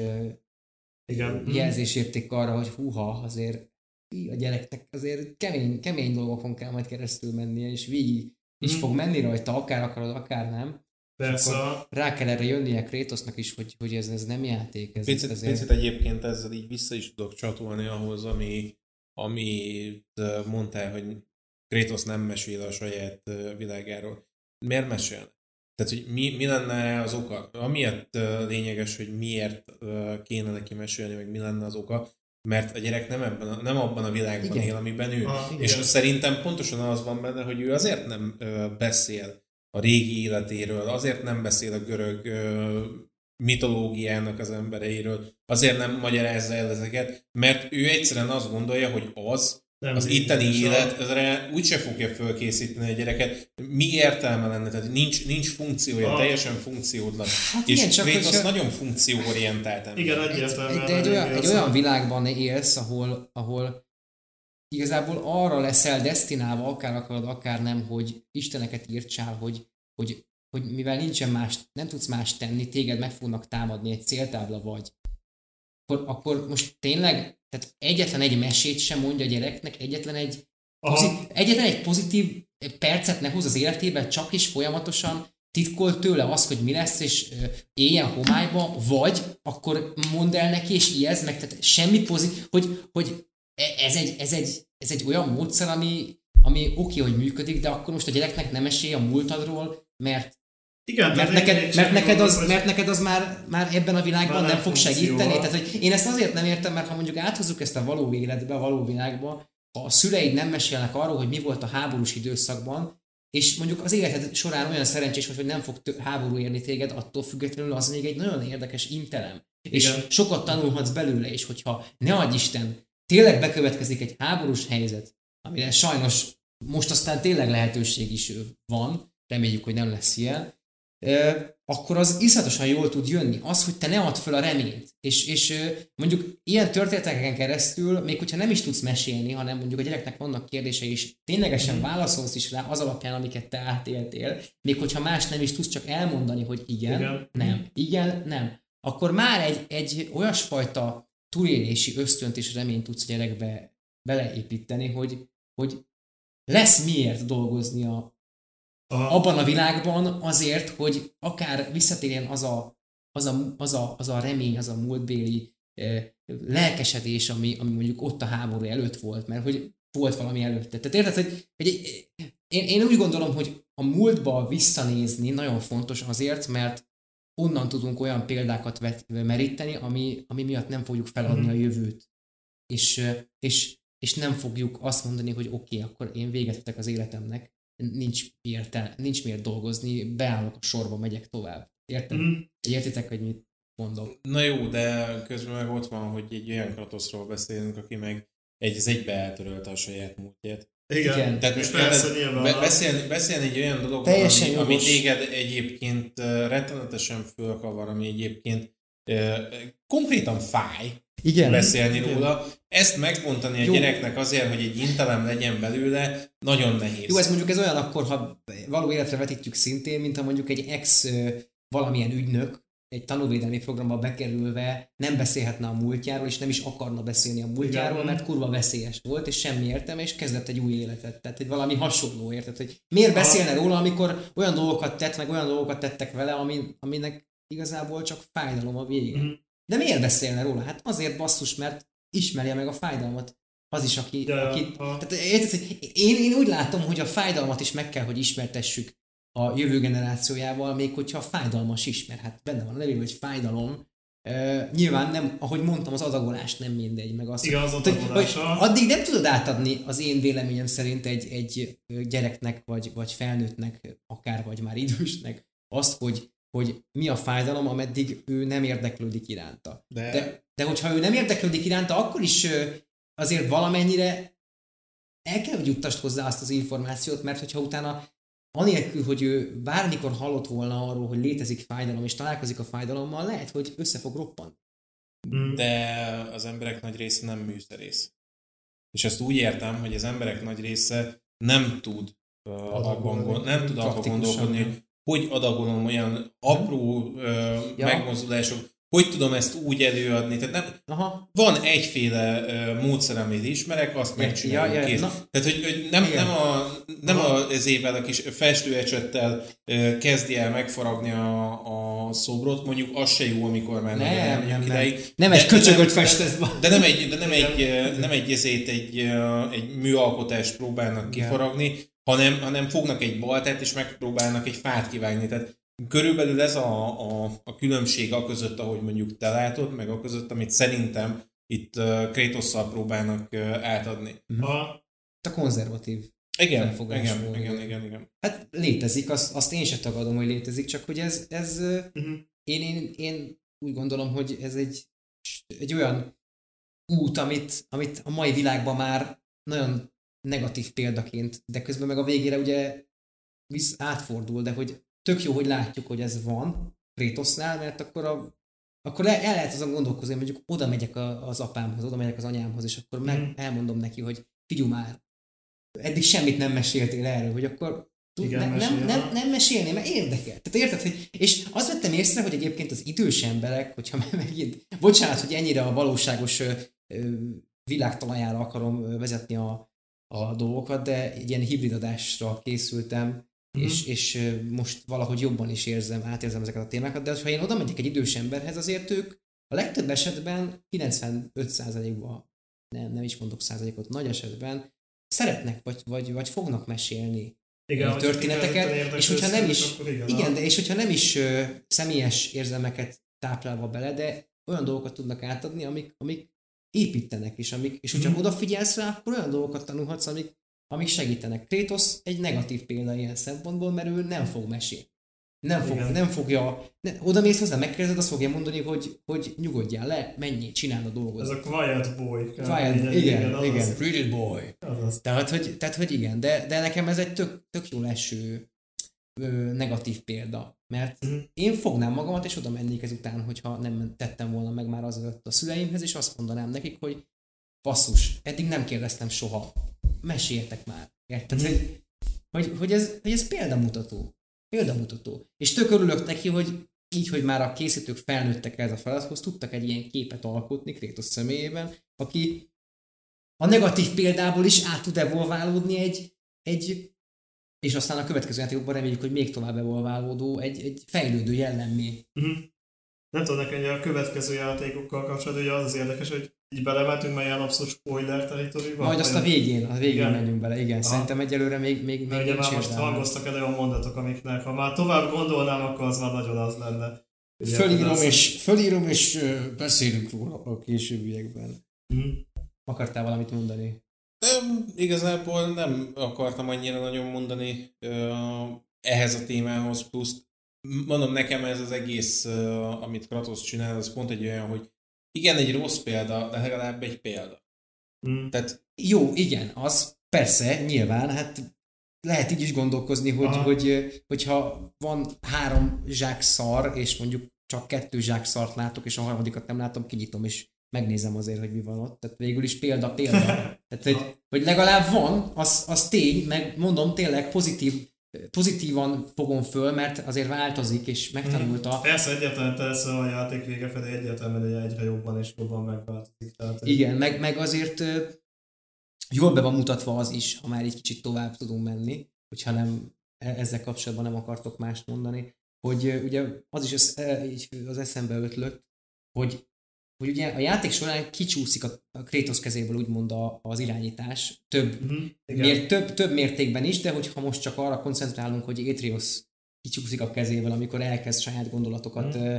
igen.
jelzésérték arra, hogy húha, azért a gyereknek azért kemény, kemény dolgokon kell majd keresztül mennie, és végig is hmm. fog menni rajta, akár akarod, akár nem.
Persze.
Rá kell erre jönnie Kratosnak is, hogy, hogy ez, ez nem játék. Ez
picit,
ezért...
picit egyébként ezzel így vissza is tudok csatolni ahhoz, ami, amit mondtál, hogy Kratos nem mesél a saját világáról. Miért mesél? Tehát, hogy mi, mi lenne az oka? Amiatt lényeges, hogy miért kéne neki mesélni, meg mi lenne az oka, mert a gyerek nem, ebben a, nem abban a világban igen. él, amiben ő.
Ah,
és szerintem pontosan az van benne, hogy ő azért nem beszél a régi életéről, azért nem beszél a görög mitológiának az embereiről, azért nem magyarázza el ezeket, mert ő egyszerűen azt gondolja, hogy az, nem az itteni életre úgyse fogja fölkészíteni a gyereket. Mi értelme lenne? Tehát nincs, nincs funkciója, ah. teljesen funkciódlan. Hát és igen, Kratos hogyha... nagyon funkcióorientált ember.
Igen, egyértelműen.
De egy, olyan, egy olyan világban élsz, ahol, ahol igazából arra leszel destinálva, akár akarod, akár nem, hogy isteneket írtsál, hogy, hogy, hogy mivel nincsen más, nem tudsz más tenni, téged meg fognak támadni, egy céltábla vagy. Akkor, akkor most tényleg tehát egyetlen egy mesét sem mondja a gyereknek, egyetlen egy, pozit, egyetlen egy pozitív percet ne hoz az életében, csak is folyamatosan titkolt tőle az, hogy mi lesz, és éljen homályba, vagy akkor mondd el neki, és ijeszd meg, tehát semmi pozitív, hogy, hogy ez, egy, ez, egy, ez egy olyan módszer, ami, ami oké, okay, hogy működik, de akkor most a gyereknek nem esély a múltadról, mert
igen,
mert, neked, mert, neked az, mert neked az már, már ebben a világban nem fog segíteni. Tehát, hogy én ezt azért nem értem, mert ha mondjuk áthozzuk ezt a való életbe, a való világba, ha a szüleid nem mesélnek arról, hogy mi volt a háborús időszakban, és mondjuk az életed során olyan szerencsés vagy, hogy nem fog tő, háború érni téged, attól függetlenül az még egy nagyon érdekes intelem. És igen, sokat tanulhatsz belőle, és hogyha ne adj Isten, tényleg bekövetkezik egy háborús helyzet, amire sajnos most aztán tényleg lehetőség is van, reméljük, hogy nem lesz ilyen, akkor az iszonyatosan jól tud jönni. Az, hogy te ne add fel a reményt. És, és mondjuk ilyen történeteken keresztül, még hogyha nem is tudsz mesélni, hanem mondjuk a gyereknek vannak kérdései, és ténylegesen válaszolsz is rá az alapján, amiket te átéltél, még hogyha más nem is tudsz csak elmondani, hogy igen, igen. nem, igen, nem. Akkor már egy, egy olyasfajta túlélési ösztönt és reményt tudsz a gyerekbe beleépíteni, hogy, hogy lesz miért dolgoznia Aha. abban a világban azért, hogy akár visszatérjen az a, az a, az a, az a remény, az a múltbéli eh, lelkesedés, ami, ami mondjuk ott a háború előtt volt, mert hogy volt valami előtte. Tehát érted, hogy, hogy én, én úgy gondolom, hogy a múltba visszanézni nagyon fontos azért, mert onnan tudunk olyan példákat vet, meríteni, ami, ami miatt nem fogjuk feladni mm. a jövőt. És, és, és nem fogjuk azt mondani, hogy oké, okay, akkor én véget vetek az életemnek, nincs miért, nincs miért dolgozni, beállok a sorba, megyek tovább. Érted? Mm. Értitek, hogy mit mondok?
Na jó, de közben meg ott van, hogy egy olyan Kratoszról beszélünk, aki meg egy az egybe eltörölte a saját múltját.
Igen, Igen.
Tehát most persze, be, beszélni, beszélni egy olyan dologról, ami, ami téged egyébként uh, rettenetesen fölkavar, ami egyébként uh, konkrétan fáj. Igen. Beszélni Igen. róla. Ezt megmondani a Jó. gyereknek azért, hogy egy intelem legyen belőle, nagyon nehéz.
Jó, ez mondjuk ez olyan akkor, ha való életre vetítjük szintén, mint ha mondjuk egy ex valamilyen ügynök egy tanúvédelmi programba bekerülve nem beszélhetne a múltjáról, és nem is akarna beszélni a múltjáról, mert kurva veszélyes volt, és semmi értelme, és kezdett egy új életet. Tehát egy valami hasonló, érted, hogy miért beszélne róla, amikor olyan dolgokat tett, meg olyan dolgokat tettek vele, amin, aminek igazából csak fájdalom a végén. Mm. De miért beszélne róla? Hát azért basszus, mert ismerje meg a fájdalmat. Az is, aki... De, aki tehát, érted, én, én úgy látom, hogy a fájdalmat is meg kell, hogy ismertessük a jövő generációjával, még hogyha fájdalmas is, mert hát benne van a levélben, hogy fájdalom. Uh, nyilván nem, ahogy mondtam, az adagolás nem mindegy, meg azt,
Igen, az adagolása.
Addig nem tudod átadni az én véleményem szerint egy, egy gyereknek, vagy, vagy felnőttnek, akár vagy már idősnek azt, hogy hogy mi a fájdalom, ameddig ő nem érdeklődik iránta. De, de, de hogyha ő nem érdeklődik iránta, akkor is azért valamennyire el kell, hogy juttasd hozzá azt az információt, mert hogyha utána anélkül, hogy ő bármikor hallott volna arról, hogy létezik fájdalom, és találkozik a fájdalommal, lehet, hogy össze fog roppanni.
De az emberek nagy része nem műszerész. És ezt úgy értem, hogy az emberek nagy része nem tud uh, abban nem tud abban gondolkodni, hogy adagolom olyan apró ö, ja. megmozdulások, hogy tudom ezt úgy előadni. Tehát nem, Aha. van egyféle ö, módszer, amit ismerek, azt megcsinálom ja, ja, kész. Tehát, hogy, hogy nem, nem, a, nem az évvel a kis festőecsettel ö, kezdi el megfaragni a, a szobrot, mondjuk az se jó, amikor már
nem, nem, nem. nem egy köcsögöt festesz.
De nem egy, de nem egy, nem egy, ezért egy, egy műalkotást próbálnak kifaragni, Hanem, hanem fognak egy baltát, és megpróbálnak egy fát kivágni. Tehát körülbelül ez a, a, a különbség a között, ahogy mondjuk te látod, meg a között, amit szerintem itt uh, Kratosszal próbálnak uh, átadni.
A, a konzervatív
igen, felfogás. Igen, volt. igen, igen, igen.
Hát létezik, azt, azt én sem tagadom, hogy létezik, csak hogy ez, ez uh-huh. én, én, én úgy gondolom, hogy ez egy, egy olyan út, amit, amit a mai világban már nagyon negatív példaként, de közben meg a végére ugye visz, átfordul, de hogy tök jó, hogy látjuk, hogy ez van Kratosznál, mert akkor, a, akkor el, el lehet azon gondolkozni, hogy mondjuk oda megyek a, az apámhoz, oda megyek az anyámhoz, és akkor meg mm. elmondom neki, hogy figyelj már, eddig semmit nem meséltél erről, hogy akkor tud, Igen, ne, nem, nem, nem mesélni, mert érdekel. Tehát érted, hogy, és azt vettem észre, hogy egyébként az idős emberek, hogyha megint, bocsánat, hogy ennyire a valóságos ö, ö, világtalajára akarom vezetni a a dolgokat, de egy ilyen hibrid adásra készültem, mm. és, és most valahogy jobban is érzem, átérzem ezeket a témákat, de ha én oda megyek egy idős emberhez, azért ők a legtöbb esetben kilencvenöt százalékban, nem, nem is mondok százalékot, nagy esetben szeretnek, vagy, vagy, vagy fognak mesélni
igen,
történeteket, és hogyha nem is, igen, igen, de és hogyha nem is ö, személyes érzelmeket táplálva bele, de olyan dolgokat tudnak átadni, amik, amik építenek, és, amik, és hogyha mm. odafigyelsz rá, akkor olyan dolgokat tanulhatsz, amik, amik segítenek. Kratos egy negatív példa ilyen szempontból, mert ő nem fog mesélni. Nem, fog, nem fogja, ne, oda mész hozzá, megkérdezed, azt fogja mondani, hogy, hogy nyugodjál le, menjél, csináld a dolgot.
Ez a quiet boy.
Quiet, igen, igen, igen. Pretty boy. Tehát hogy, tehát, hogy igen, de, de nekem ez egy tök, tök jól eső ö, negatív példa. Mert mm. én fognám magamat, és oda mennék ezután, hogyha nem tettem volna meg már azelőtt a szüleimhez, és azt mondanám nekik, hogy basszus, eddig nem kérdeztem soha. Meséljetek már. Érted? Mm. Hogy, hogy, hogy, ez, hogy ez példamutató. Példamutató. És tök örülök neki, hogy így, hogy már a készítők felnőttek ez a feladathoz, tudtak egy ilyen képet alkotni Kratos személyében, aki a negatív példából is át tud evolválódni egy, egy és aztán a következő játékokban reméljük, hogy még tovább evolválódó, egy, egy fejlődő jellemmé.
Uh-huh. Nem tudom, nekem a következő játékokkal kapcsolatban, hogy az az érdekes, hogy így belevetünk már ilyen abszolút spoiler territoriba.
Majd azt a végén, a végén igen. menjünk bele, igen. Aha. Szerintem egyelőre még, még, még
ugye már most hangoztak elő a mondatok, amiknek, ha már tovább gondolnám, akkor az már nagyon az lenne.
Fölírom, az... és, fölírom és beszélünk róla a későbbiekben. Uh-huh. Akartál valamit mondani?
Nem, igazából nem akartam annyira nagyon mondani uh, ehhez a témához, plusz mondom, nekem ez az egész, uh, amit Kratos csinál, az pont egy olyan, hogy igen, egy rossz példa, de legalább egy példa.
Mm. Tehát, jó, igen, az persze, nyilván, hát lehet így is gondolkozni, hogy, hogy, hogyha van három zsák szar, és mondjuk csak kettő zsák szart látok, és a harmadikat nem látom, kinyitom, és megnézem azért, hogy mi van ott. Tehát végül is példa, példa. Tehát, hogy, hogy legalább van, az, az tény, meg mondom, tényleg pozitív, pozitívan fogom föl, mert azért változik, és megtanulta.
Hmm. Persze egyáltalán tesz a játék vége felé egyáltalán, hogy egyre jobban és jobban megváltozik. Tehát,
igen, meg, meg azért jól be van mutatva az is, ha már egy kicsit tovább tudunk menni, hogyha nem ezzel kapcsolatban nem akartok mást mondani, hogy ugye az is az, az eszembe ötlött, hogy hogy ugye a játék során kicsúszik a Kratos kezéből úgymond az irányítás, több, mm-hmm. mér, több, több mértékben is, de hogyha most csak arra koncentrálunk, hogy Atreus kicsúszik a kezéből, amikor elkezd saját gondolatokat mm.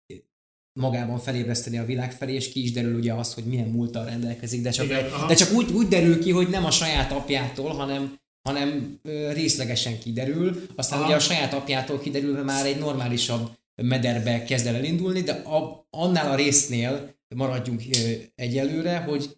magában felébreszteni a világ felé, és ki is derül ugye az, hogy milyen múlttal rendelkezik, de csak, igen, de csak úgy, úgy derül ki, hogy nem a saját apjától, hanem, hanem részlegesen kiderül, aztán aha. ugye a saját apjától kiderülve már egy normálisabb mederbe kezd el elindulni, de a, annál a résznél maradjunk egyelőre, hogy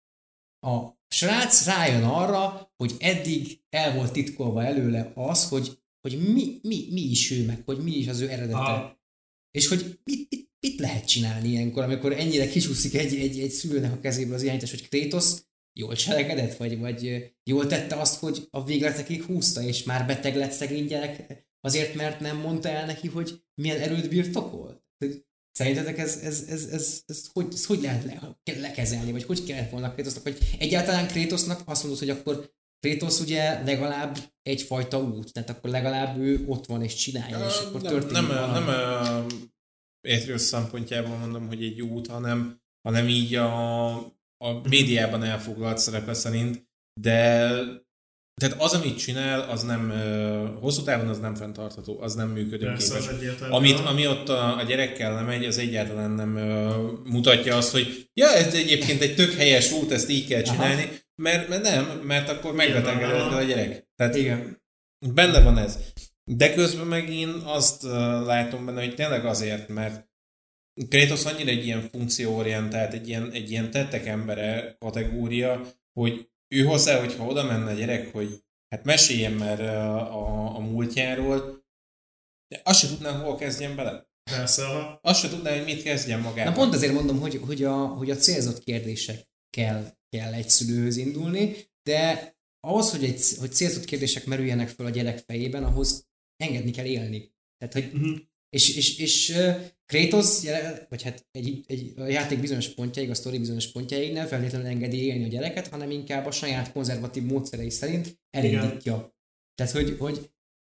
a srác rájön arra, hogy eddig el volt titkolva előle az, hogy, hogy mi, mi, mi is ő meg, hogy mi is az ő eredete. Ah. És hogy mit, mit, mit lehet csinálni ilyenkor, amikor ennyire kicsúszik egy, egy, egy szülőnek a kezéből az irányítás, hogy Kratos jól cselekedett, vagy, vagy jól tette azt, hogy a végletekig húzta, és már beteg lett szegény gyerek, azért, mert nem mondta el neki, hogy milyen erőt birtokol? Szerintetek ez, ez, ez, ez, ez, hogy, ez hogy lehet le, lekezelni, vagy hogy kellett volna Kratosnak, vagy egyáltalán Kratosnak azt mondod, hogy akkor Kratos ugye legalább egyfajta út, tehát akkor legalább ő ott van és csinálja, és akkor
nem,
történik
nem,
valami.
Nem a Atreus szempontjából mondom, hogy egy út, hanem, hanem így a, a médiában elfoglalt szerepe szerint, de tehát az, amit csinál, az nem, hosszú távon az nem fenntartható, az nem működőképes. Amit, ami ott a, a gyerekkel nem megy, az egyáltalán nem uh, mutatja azt, hogy ja, ez egyébként egy tök helyes út, ezt így kell csinálni, mert, mert nem, mert akkor megbetegedett a gyerek. Tehát igen. Benne van ez. De közben meg én azt uh, látom benne, hogy tényleg azért, mert Kratos annyira egy ilyen funkcióorientált, egy ilyen, egy ilyen tettek embere kategória, hogy ő hozzá, hogyha oda menne a gyerek, hogy hát meséljen már a, a múltjáról, de azt se tudná, hol kezdjen bele.
Persze.
Azt se tudná, hogy mit kezdjen magában.
Na pont azért mondom, hogy, hogy, a, hogy a célzott kérdésekkel kell egy szülőhöz indulni, de ahhoz, hogy, egy, hogy célzott kérdések merüljenek föl a gyerek fejében, ahhoz engedni kell élni. Tehát, hogy uh-huh. És, és, és uh, Kratos, vagy hát egy, egy, a játék bizonyos pontjáig, a sztori bizonyos pontjáig nem feltétlenül engedi élni a gyereket, hanem inkább a saját konzervatív módszerei szerint elindítja. Igen. Tehát, hogy, hogy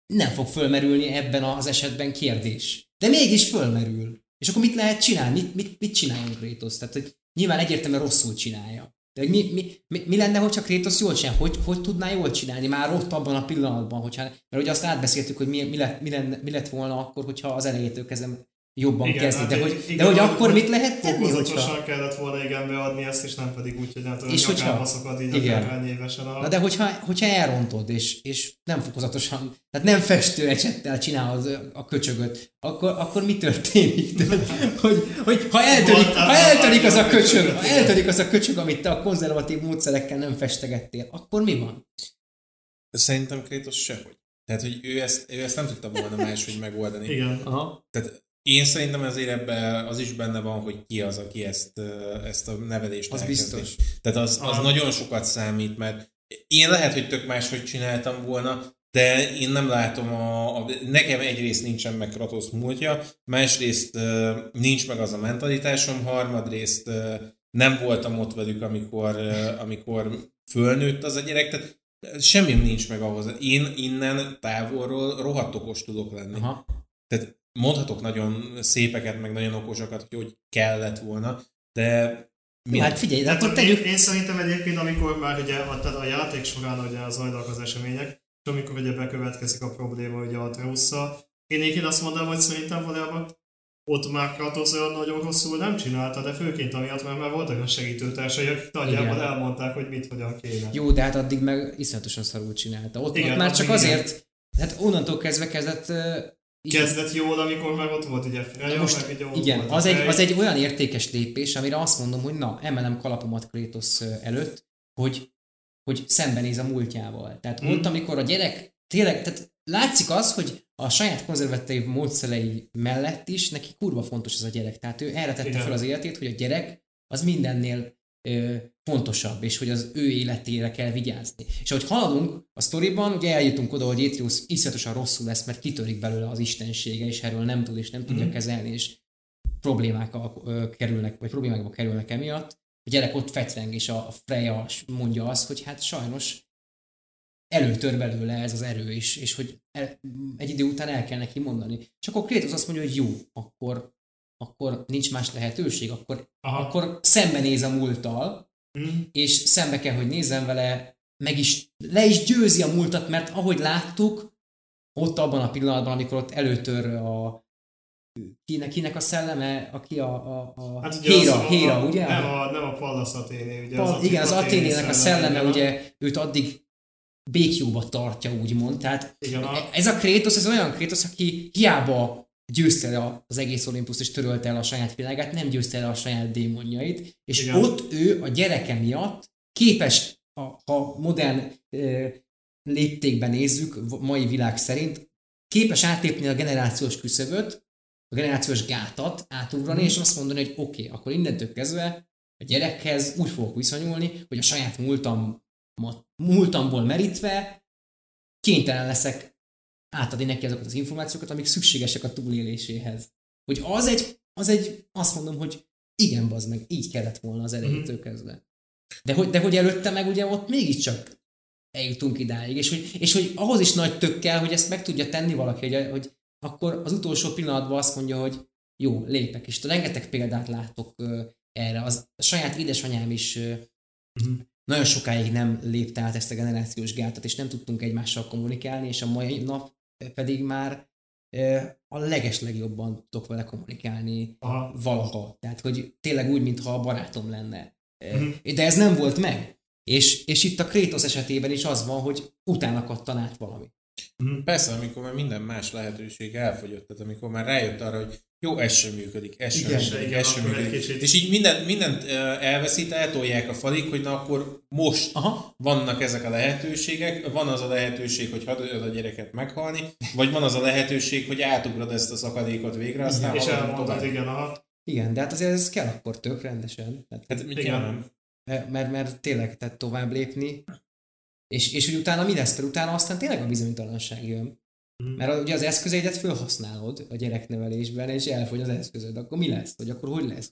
nem fog fölmerülni ebben az esetben kérdés. De mégis fölmerül. És akkor mit lehet csinálni? Mit, mit, mit csináljon Kratos? Tehát, hogy nyilván egyértelműen rosszul csinálja. De mi, mi, mi, mi lenne, hogyha Kratos jól csinál? Hogy, hogy tudná jól csinálni már ott abban a pillanatban? Hogyha, mert ugye azt átbeszéltük, hogy mi, mi, lett, mi, lenne, mi lett volna akkor, hogyha az elejétől kezdem jobban
igen,
kezdni.
Hát
de,
egy,
hogy,
igen,
de hogy akkor mit lehet tenni?
Fokozatosan kellett volna igen beadni ezt, és nem pedig úgy, hogy nem tudom,
és
nyakába szakad így akárhány évesen. A...
Na de hogyha, hogyha elrontod, és, és nem fokozatosan, tehát nem festő ecsettel csinálod a köcsögöt, akkor, akkor mi történik? De, hogy, hogy ha eltörik, ha eltörik az a köcsög, ha eltörik az a köcsög, amit te a konzervatív módszerekkel nem festegettél, akkor mi van?
Szerintem Kratos sehogy. Tehát, hogy ő ezt, ő ezt nem tudta volna máshogy megoldani.
Igen.
Aha.
Tehát én szerintem azért ebben az is benne van, hogy ki az, aki ezt, ezt a nevelést
az
elkezdi.
biztos.
Tehát az, az nagyon sokat számít, mert én lehet, hogy tök máshogy csináltam volna, de én nem látom, a, a nekem egyrészt nincsen meg Kratos múltja, másrészt uh, nincs meg az a mentalitásom, harmadrészt uh, nem voltam ott velük, amikor, uh, amikor fölnőtt az a gyerek, tehát semmim nincs meg ahhoz. Én innen távolról rohadt okos tudok lenni.
Aha.
Tehát mondhatok nagyon szépeket, meg nagyon okosakat, hogy hogy kellett volna, de...
Mi? Hát figyelj, de akkor tegyük...
Én, én szerintem egyébként, amikor már ugye a, tehát a játék során ugye zajlanak az események, és amikor ugye bekövetkezik a probléma ugye a Atreus-szal, én én azt mondom, hogy szerintem valójában ott már Kratos olyan nagyon rosszul nem csinálta, de főként amiatt, mert már voltak a segítőtársai, akik nagyjából elmondták, hogy mit, hogyan kéne.
Jó, de hát addig meg iszonyatosan szarul csinálta. Ott, igen, ott már csak azért, hát onnantól kezdve kezdett...
Kezdett jól, amikor már ott volt ugye Freya,
most,
meg ugye ott
igen,
volt
az egy, az egy olyan értékes lépés, amire azt mondom, hogy na, emelem kalapomat Kratos előtt, hogy, hogy szembenéz a múltjával. Tehát hmm. ott, amikor a gyerek tényleg, tehát látszik az, hogy a saját konzervatív módszerei mellett is neki kurva fontos ez a gyerek. Tehát ő erre tette igen. fel az életét, hogy a gyerek az mindennél ö, fontosabb, és hogy az ő életére kell vigyázni. És ahogy haladunk a sztoriban, ugye eljutunk oda, hogy Atreus iszonyatosan rosszul lesz, mert kitörik belőle az istensége, és erről nem tud, és nem tudja mm. kezelni, és problémákkal ö, kerülnek, vagy problémákba kerülnek emiatt. A gyerek ott fetreng, és a Freya mondja azt, hogy hát sajnos előtör belőle ez az erő is, és hogy el, egy idő után el kell neki mondani. És akkor Kratos azt mondja, hogy jó, akkor, akkor nincs más lehetőség, akkor, akkor szembenéz a múlttal, mm. és szembe kell, hogy nézzem vele, meg is, le is győzi a múltat, mert ahogy láttuk, ott abban a pillanatban, amikor ott előtör a kinek, kinek a szelleme, aki a, a, a
hát
Héra,
a,
Héra,
a,
ugye?
Nem a, nem a Pallas Athéné, ugye?
Pal,
az
igen, az Athénének a szelleme,
szelleme
ugye, őt addig békjóba tartja, úgymond. Tehát
igen, a...
ez a Kratos, ez olyan Kratos, aki hiába győzte el az egész Olympuszt, és törölte el a saját világát, nem győzte el a saját démonjait, és igen. ott ő a gyereke miatt képes, ha, ha modern e, léptékben nézzük, mai világ szerint, képes átlépni a generációs küszöböt, a generációs gátat átugrani, mm. és azt mondani, hogy oké, okay, akkor innentől kezdve a gyerekhez úgy fogok viszonyulni, hogy a saját múltam múltamból merítve kénytelen leszek átadni neki azokat az információkat, amik szükségesek a túléléséhez. Hogy az egy, az egy azt mondom, hogy igen, bazd meg, így kellett volna az elejétől kezdve. De hogy, de hogy előtte meg ugye ott mégiscsak eljutunk idáig, és hogy, és hogy ahhoz is nagy tök kell, hogy ezt meg tudja tenni valaki, hogy, hogy akkor az utolsó pillanatban azt mondja, hogy jó, lépek, és rengeteg példát látok uh, erre. Az, a saját édesanyám is uh, uh-huh. nagyon sokáig nem lépte át ezt a generációs gátat, és nem tudtunk egymással kommunikálni, és a mai nap pedig már uh, a legeslegjobban tudok vele kommunikálni aha. valaha. Tehát, hogy tényleg úgy, mintha a barátom lenne. Uh-huh. De ez nem volt meg. És, és itt a Kratos esetében is az van, hogy utána kattan át valami.
Persze, amikor már minden más lehetőség elfogyott, tehát amikor már rájött arra, hogy jó, ez sem működik, ez sem működik, ez sem működik. És így minden, mindent elveszít, eltolják a falig, hogy na akkor most aha. vannak ezek a lehetőségek, van az a lehetőség, hogy hadd a gyereket meghalni, vagy van az a lehetőség, hogy átugrad ezt a szakadékot végre, aztán
és elmondod, igen, aha.
Igen, de hát azért ez kell akkor tök rendesen. Hát,
hát igen, nem.
Mert, mert tényleg tehát tovább lépni, és, és hogy utána mi lesz, utána aztán tényleg a bizonytalanság jön. Mm. Mert ugye az eszközeidet felhasználod a gyereknevelésben, és elfogy az eszközöd, akkor mi lesz? Hogy akkor hogy lesz? Hogy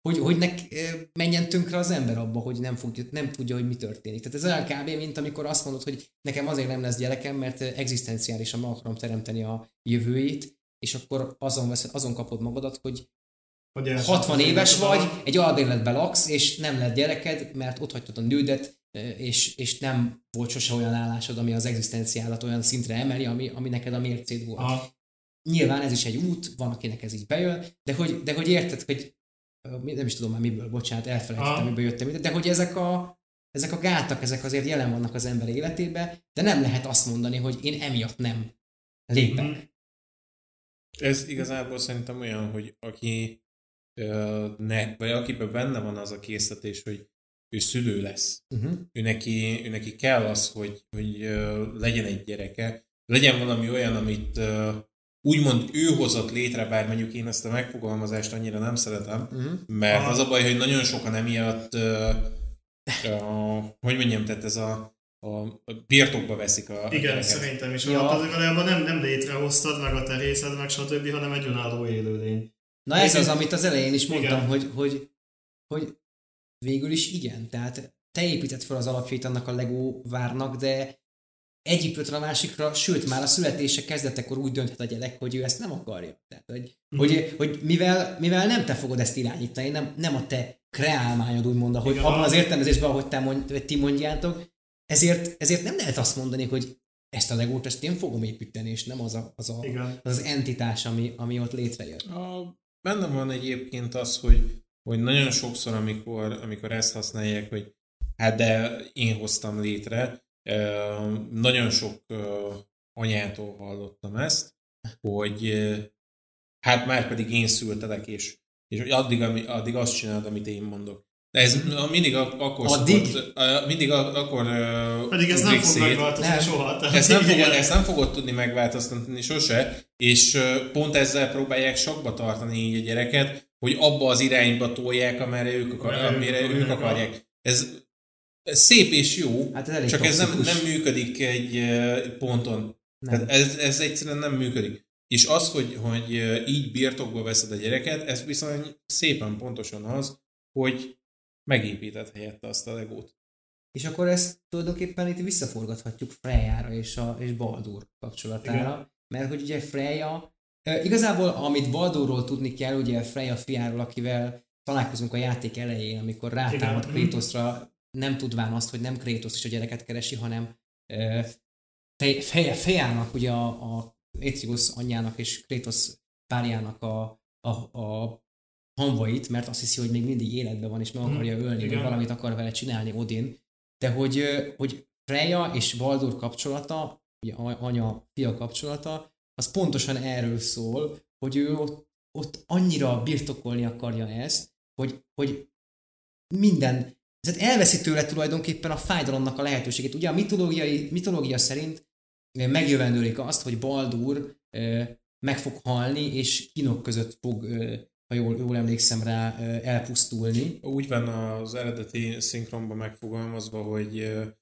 hogy, hogy ne menjen tönkre az ember abba, hogy nem, fog, nem tudja, hogy mi történik. Tehát ez olyan kb. Mint amikor azt mondod, hogy nekem azért nem lesz gyerekem, mert egzisztenciálisan meg akarom teremteni a jövőjét, és akkor azon, vesz, azon kapod magadat, hogy hatvan éves vagy, egy albérletben laksz, és nem lett gyereked, mert ott hagytad a nődet, és, és nem volt sose olyan állásod, ami az egzisztenciálat olyan szintre emeli, ami, ami neked a mércéd volt. Aha. Nyilván ez is egy út, van, akinek ez így bejön, de hogy, de hogy érted, hogy nem is tudom már miből, bocsánat, elfelejtettem, miből jöttem, de hogy ezek a, ezek a gátak, ezek azért jelen vannak az ember életében, de nem lehet azt mondani, hogy én emiatt nem lépek. Mm.
Ez igazából szerintem olyan, hogy aki ne, vagy akiben benne van az a késztetés, hogy ő szülő lesz. Uh-huh. Ő, neki, ő neki kell az, hogy, hogy legyen egy gyereke, legyen valami olyan, amit úgymond ő hozott létre, bár mondjuk én ezt a megfogalmazást annyira nem szeretem, uh-huh. mert az a baj, hogy nagyon sokan emiatt, uh, uh, hogy mondjam, tehát ez a, a birtokba veszik a
Igen, gyereket. Szerintem is. Ja. Az valójában nem, nem létrehoztad, meg a terészed, meg stb., hanem egy önálló élőlény.
Na ez az, amit az elején is mondtam, hogy, hogy, hogy végül is igen. Tehát te építed fel az alapjait annak a Lego várnak, de egyik pillanatra a másikra, sőt már a születése kezdetekor úgy dönthet a gyerek, hogy ő ezt nem akarja. Tehát, hogy, mm. hogy, hogy mivel, mivel nem te fogod ezt irányítani, nem, nem a te kreálmányod úgymond, ahogy igen, abban az értelmezésben, ahogy te mond, ti mondjátok, ezért, ezért nem lehet azt mondani, hogy ezt a Legót, ezt én fogom építeni, és nem az a, az, a, az, az entitás, ami, ami ott létrejött.
A, bennem van egyébként az, hogy, hogy nagyon sokszor, amikor, amikor ezt használják, hogy hát de én hoztam létre, Uh, nagyon sok uh, anyától hallottam ezt, hogy uh, hát már pedig én szültelek, és, és addig, ami, addig azt csinálod, amit én mondok. De ez mindig akkor
addig?
Szokott, uh, mindig a, akkor uh,
pedig ezt nem fog megváltoztatni soha.
Ezt nem, fogod, ezt nem fogod tudni megváltoztatni sose, és uh, pont ezzel próbálják sakba tartani így a gyereket, hogy abba az irányba tolják, amerre ők, akar, amire ők akarják. Ez Ez szép és jó, hát ez csak ez nem, nem működik egy ponton. Tehát ez, ez egyszerűen nem működik. És az, hogy, hogy így birtokba veszed a gyereket, ez viszont szépen pontosan az, hogy megépíted helyette azt a Legót.
És akkor ezt tulajdonképpen itt visszaforgathatjuk Freyjára és, a, és Baldur kapcsolatára. Igen. Mert hogy ugye Freyja, igazából amit Baldurról tudni kell, ugye Freyja fiáról, akivel találkozunk a játék elején, amikor rátámad Kratosra, nem tudván azt, hogy nem Kratos is a gyereket keresi, hanem feje, fejának, ugye a, a Atreus anyjának és Kratos párjának a, a, a hamvait, mert azt hiszi, hogy még mindig életben van, és meg akarja ölni, vagy valamit akar vele csinálni Odin. De hogy, hogy Freyja és Baldur kapcsolata, ugye anya-fia kapcsolata, az pontosan erről szól, hogy ő ott, ott annyira birtokolni akarja ezt, hogy, hogy minden tehát elveszi tőle tulajdonképpen a fájdalomnak a lehetőségét. Ugye a mitológiai, mitológia szerint megjövendőlik azt, hogy Baldur meg fog halni, és kínok között fog, ha jól, jól emlékszem rá, elpusztulni.
Úgy van az eredeti szinkronban megfogalmazva, hogy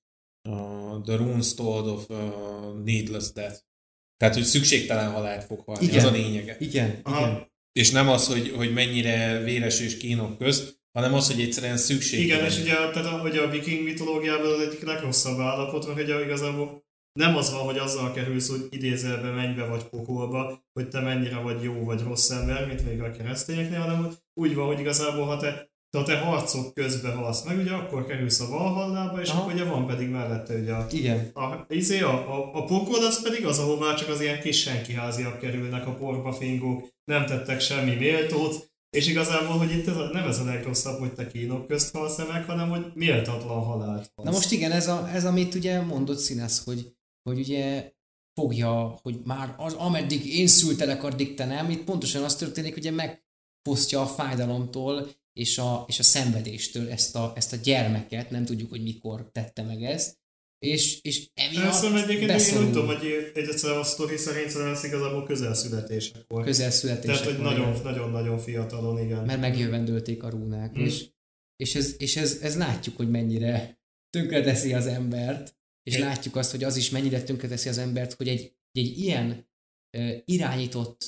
uh, the runes told of uh, needless death. Tehát, hogy szükségtelen halált fog halni. Igen. Ez a lényege.
Igen, igen.
És nem az, hogy, hogy mennyire véres és kínok közt, hanem az, hogy egyszerűen szükség.
Igen, és ugye, tehát, ugye a viking mitológiában az egyik legrosszabb állapot, mert ugye igazából nem az van, hogy azzal kerülsz, hogy idézelbe, mennybe vagy pokolba, hogy te mennyire vagy jó vagy rossz ember, mint még a keresztényeknél, hanem úgy van, hogy igazából, ha te, ha te harcok közben halsz meg, ugye akkor kerülsz a Valhallába, és aha, akkor ugye van pedig mellette ugye a,
igen.
a, a, a, a pokol, az pedig az, ahová csak az ilyen kis senkiháziak kerülnek, a porpafingók, nem tettek semmi méltót. És igazából, hogy itt ez a, nem ez a legrosszabb, hogy te kínok közt halsz meg, hanem hogy méltatlan halált halsz.
Na most igen, ez, a, ez amit ugye mondott Színász, hogy, hogy ugye fogja, hogy már az, ameddig én szültelek, addig te nem. Itt pontosan az történik, hogy megfosztja a fájdalomtól és a, és a szenvedéstől ezt a, ezt a gyermeket, nem tudjuk, hogy mikor tette meg ezt. És, és emiatt
beszorul. Én úgy tudom, hogy egyszer a sztori szerint ez igazából közelszületésekor.
Közelszületésekor.
Tehát, hogy nagyon-nagyon fiatalon, igen.
Mert megjövendölték a rúnák. Hmm. És, és, ez, és ez, ez látjuk, hogy mennyire tönkreteszi az embert, és é. látjuk azt, hogy az is mennyire tönkreteszi az embert, hogy egy, egy ilyen uh, irányított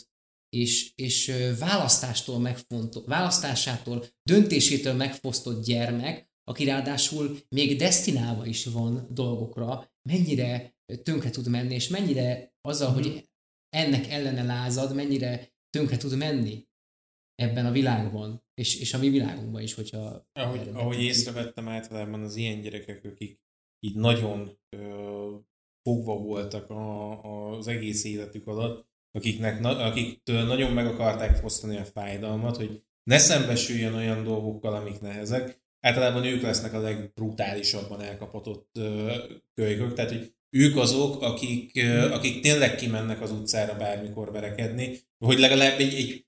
és, és választástól megfontolt, választásától, döntésétől megfosztott gyermek, aki ráadásul még destinálva is van dolgokra, mennyire tönkre tud menni, és mennyire azzal, mm. hogy ennek ellene lázad, mennyire tönkre tud menni ebben a világban, és, és a mi világunkban is, hogyha...
Ahogy, ahogy észrevettem általában az ilyen gyerekek, akik így nagyon ö, fogva voltak a, az egész életük alatt, akiknek, na, akiktől nagyon meg akarták fosztani a fájdalmat, hogy ne szembesüljön olyan dolgokkal, amik nehezek, általában ők lesznek a legbrutálisabban elkapatott ö, kölykök, tehát hogy ők azok, akik, ö, akik tényleg kimennek az utcára bármikor verekedni, hogy legalább egy, egy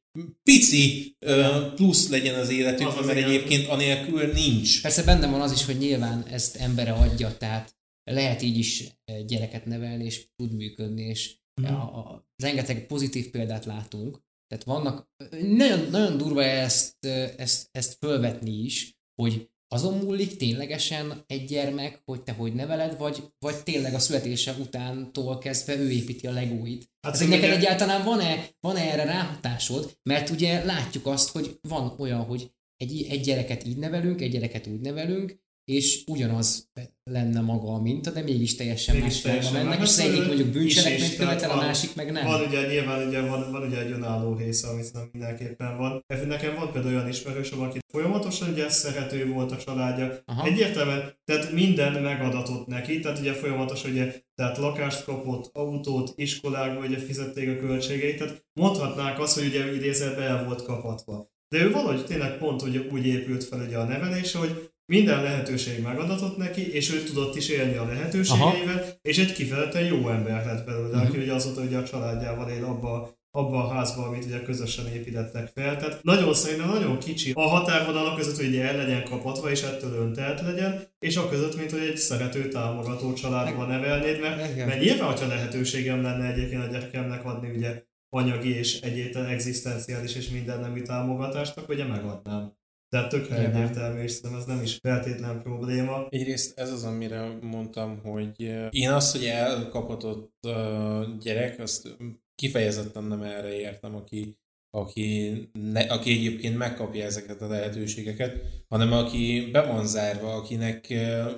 pici ö, plusz legyen az életükben, az mert az egyébként anélkül nincs.
Persze benne van az is, hogy nyilván ezt embere adja, tehát lehet így is gyereket nevelni, és tud működni, és mm. a, a, rengeteg pozitív példát látunk. Tehát vannak, nagyon, nagyon durva ezt, ezt, ezt fölvetni is, hogy azon múlik ténylegesen egy gyermek, hogy te hogy neveled, vagy, vagy tényleg a születése utántól kezdve ő építi a legóit. Hát ez neked egyáltalán van-e, van-e erre ráhatásod? Mert ugye látjuk azt, hogy van olyan, hogy egy, egy gyereket így nevelünk, egy gyereket úgy nevelünk, és ugyanaz lenne maga a minta, de mégis teljesen mégis más felva mennek, és az egyik mondjuk bűncselekményt követel, a másik meg nem.
Van ugye nyilván ugye, van, van ugye egy önálló része, amit nem mindenképpen van. Nekem van például olyan ismerősöm, aki folyamatosan ugye szerető volt a családja. Aha. Egyértelműen, tehát minden megadatott neki, tehát ugye folyamatosan ugye, tehát lakást kapott, autót, iskolákba ugye fizették a költségeit, tehát mondhatnák azt, hogy ugye idézőjelben el volt kapatva. De ő valahogy tényleg pont ugye úgy épült fel ugye a nevelése, hogy minden lehetőség megadatott neki, és ő tudott is élni a lehetőségeivel, aha. és egy kifejezetten jó ember lett belőle, uh-huh. aki ugye azóta ugye a családjával él abba, abba a házba, amit ugye közösen építettek fel. Tehát nagyon szerintem nagyon kicsi a határvonalak között, hogy el legyen kapatva, és ettől öntelt legyen, és a között, mint hogy egy szerető, támogató családban nevelnéd, mert, mert nyilván, hogyha lehetőségem lenne egyébként a gyerekemnek adni ugye anyagi és egyébként egzisztenciális és minden nemű támogatást, akkor ugye megadnám. Tehát tökre egyértelmű, és szerintem ez nem is feltétlen probléma.
Egyrészt ez az, amire mondtam, hogy én azt, hogy elkapatott gyerek, azt kifejezetten nem erre értem, aki, aki, ne, aki egyébként megkapja ezeket a lehetőségeket, hanem aki be van zárva, akinek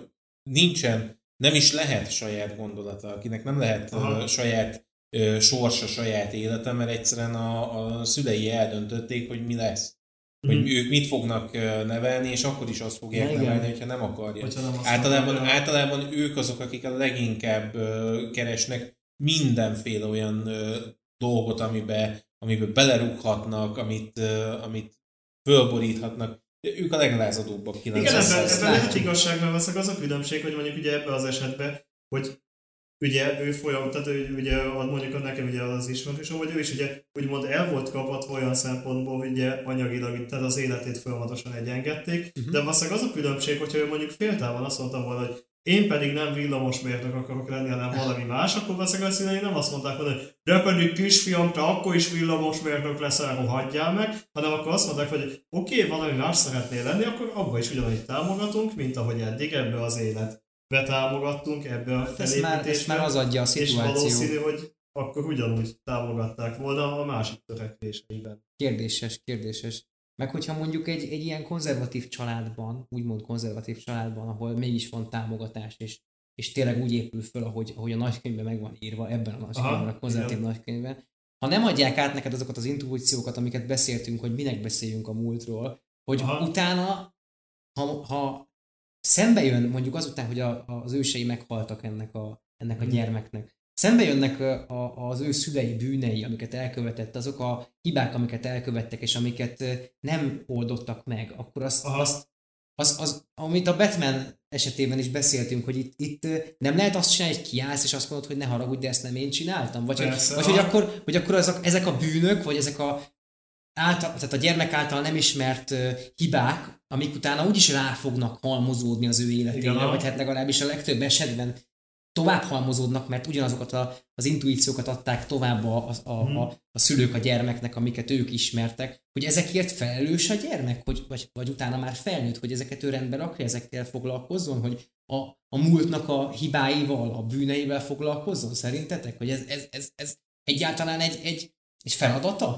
nincsen, nem is lehet saját gondolata, akinek nem lehet Aha. saját sorsa, saját élete, mert egyszerűen a, a szülei eldöntötték, hogy mi lesz. Hogy mm. ők mit fognak nevelni, és akkor is azt fogják ja, nevelni, hogyha nem akarják. Hogyha nem általában, általában ők azok, akik a leginkább keresnek mindenféle olyan dolgot, amiben, amiben belerúghatnak, amit, amit fölboríthatnak. Ők a leglázadóbbak kilencven.
Igen, ebben lehet igazságra veszek, az a különbség, hogy mondjuk ugye ebben az esetben, hogy ugye ő folyam, tehát ő, ugye mondjuk nekem ugye az ismerősöm, hogy ő is ugye úgymond el volt kapatva olyan szempontból, hogy ugye anyagilag, tehát az életét folyamatosan egyengedték, uh-huh. de valószínűleg az a különbség, hogyha ő mondjuk féltávon azt mondtam volna, hogy én pedig nem villamosmérnök akarok lenni, hanem valami más, akkor valószínűleg a szülei nem azt mondták volna, hogy de pedig kisfiam, te akkor is villamosmérnök leszel, rohadjál meg, hanem akkor azt mondták, hogy oké, okay, valami más szeretnél lenni, akkor abba is ugyanúgy támogatunk, mint ahogy eddig ebbe az élet. Betámogattunk ebbe a felépítésbe,
ez már az adja a szituáció.
És valószínű, hogy akkor ugyanúgy támogatták volna a másik törekvéseiben.
Kérdéses, kérdéses. Meg hogyha mondjuk egy, egy ilyen konzervatív családban, úgymond konzervatív családban, ahol mégis van támogatás, és, és tényleg úgy épül föl, ahogy, ahogy a nagykönyvben meg van írva, ebben a nagykönyvben, a konzervatív igen. nagykönyvben, ha nem adják át neked azokat az intuíciókat, amiket beszéltünk, hogy minek beszéljünk a múltról, hogy Aha. utána, ha, ha szembe jön mondjuk azután, hogy a, az ősei meghaltak ennek a, ennek a gyermeknek, szembe jönnek a, a, az ő szülei bűnei, amiket elkövetett, azok a hibák, amiket elkövettek, és amiket nem oldottak meg, akkor azt, azt az, az, amit a Batman esetében is beszéltünk, hogy itt, itt nem lehet azt csinálni, hogy kiállsz, és azt mondod, hogy ne haragudj, de ezt nem én csináltam? Vagy, hogy, vagy hogy akkor, hogy akkor azok, ezek a bűnök, vagy ezek a által, tehát a gyermek által nem ismert uh, hibák, amik utána úgyis rá fognak halmozódni az ő életére, igen, vagy hát legalábbis a legtöbb esetben tovább halmozódnak, mert ugyanazokat a, az intuíciókat adták tovább a, a, a, a, a szülők a gyermeknek, amiket ők ismertek, hogy ezekért felelős a gyermek, hogy, vagy, vagy utána már felnőtt, hogy ezeket ő rendbe rakja, ezekkel foglalkozzon, hogy a, a múltnak a hibáival, a bűneivel foglalkozzon, szerintetek? Hogy ez, ez, ez, ez egyáltalán egy, egy, egy feladata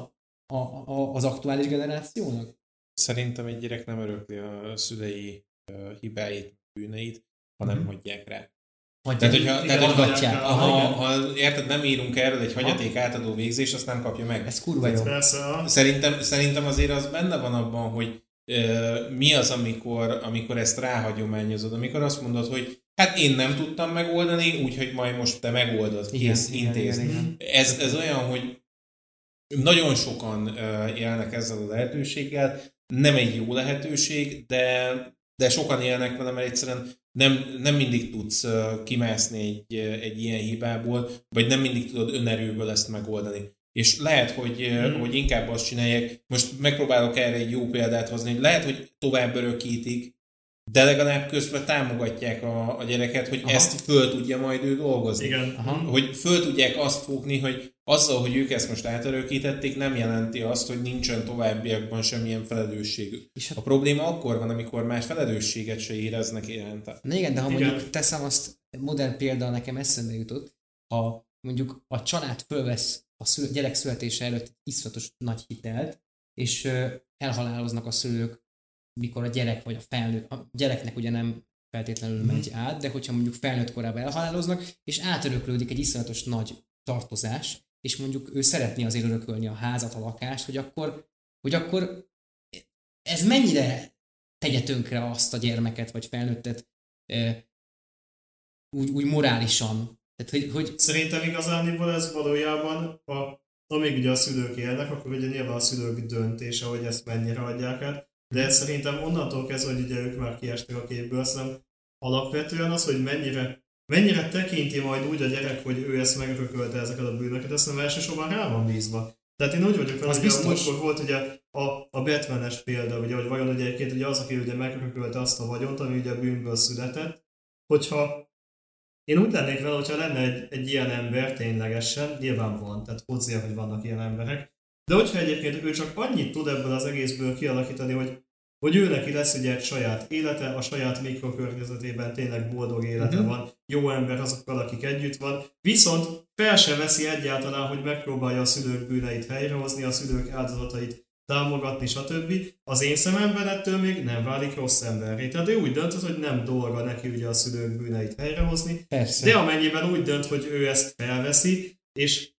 a, a, az aktuális generációnak?
Szerintem egy gyerek nem örökli a szülei uh, hibáit, bűneit, hanem
Mhm.
hagyják rá.
Hagyják,
Tehát, hogyha,
igen,
tehát, hogyha
hagyják.
ha,
Aha, igen.
ha, érted, nem írunk erről egy hagyaték átadó végzést, azt nem kapja meg.
Ez kurva jó.
Persze, a...
Szerintem, szerintem azért az benne van abban, hogy ö, mi az, amikor, amikor ezt ráhagyományozod, amikor azt mondod, hogy hát én nem tudtam megoldani, úgyhogy majd most te megoldod, kész,
Igen,
intéz.
igen, igen.
Ez, ez olyan, hogy nagyon sokan ö, élnek ezzel a lehetőséggel, nem egy jó lehetőség, de, de sokan élnek vele, mert egyszerűen nem, nem mindig tudsz uh, kimászni egy, egy ilyen hibából, vagy nem mindig tudod önerőből ezt megoldani. És lehet, hogy, mm. hogy inkább azt csinálják, most megpróbálok erre egy jó példát hozni, hogy lehet, hogy tovább örökítik, de legalább közben támogatják a, a gyereket, hogy Aha. ezt föl tudja majd ő dolgozni.
Igen.
Aha.
Hogy föl tudják azt fogni, hogy azzal, hogy ők ezt most átörökítették, nem jelenti azt, hogy nincsen továbbiakban semmilyen felelősségük.
És
A probléma akkor van, amikor már felelősséget se éreznek iránta.
Na igen, de ha
Igen.
mondjuk teszem azt, modern példa nekem eszembe jutott, ha mondjuk a család fölvesz a szül- gyerek születése előtt iszonyatos nagy hitelt, és ö, elhaláloznak a szülők, mikor a gyerek vagy a felnőtt, a gyereknek ugye nem feltétlenül
Mhm.
megy át, de hogyha mondjuk felnőtt korában elhaláloznak, és átöröklődik egy iszonyatos nagy tartozás, és mondjuk ő szeretné azért örökölni a házat, a lakást, hogy akkor, hogy akkor ez mennyire tegye tönkre azt a gyermeket, vagy felnőttet e, úgy, úgy morálisan. Tehát, hogy, hogy
Szerintem igazániból ez valójában, ha, amíg ugye a szülők élnek, akkor ugye nyilván a szülők döntése, hogy ezt mennyire adják át. De ez szerintem onnantól kezdve, hogy ugye ők már kiestek a képből, szerintem alapvetően az, hogy mennyire, mennyire tekinti majd úgy a gyerek, hogy ő ezt megörökölte ezeket a bűnöket, ezt nem elsősorban rá van bízva. Tehát én úgy vagyok vele,
Az
hogy a
biztos.
múltkor volt ugye a, a Batman-es példa, ugye, hogy vajon ugye egyébként ugye az, aki ugye megörökölte azt a vagyont, ami ugye a bűnből született, hogyha én úgy lennék vele, hogyha lenne egy, egy ilyen ember ténylegesen, nyilván van, tehát hozzá, hogy vannak ilyen emberek, de hogyha egyébként ő csak annyit tud ebből az egészből kialakítani, hogy, hogy ő neki lesz ugye egy saját élete, a saját mikrokörnyezetében tényleg boldog élete
Mhm.
van, jó ember azokkal, akik együtt van, viszont fel sem veszi egyáltalán, hogy megpróbálja a szülők bűneit helyrehozni, a szülők áldozatait támogatni, stb. Az én szememben ettől még nem válik rossz emberré. Tehát ő úgy döntött, hogy nem dolga neki ugye a szülők bűneit helyrehozni,
persze.
de amennyiben úgy dönt, hogy ő ezt felveszi, és,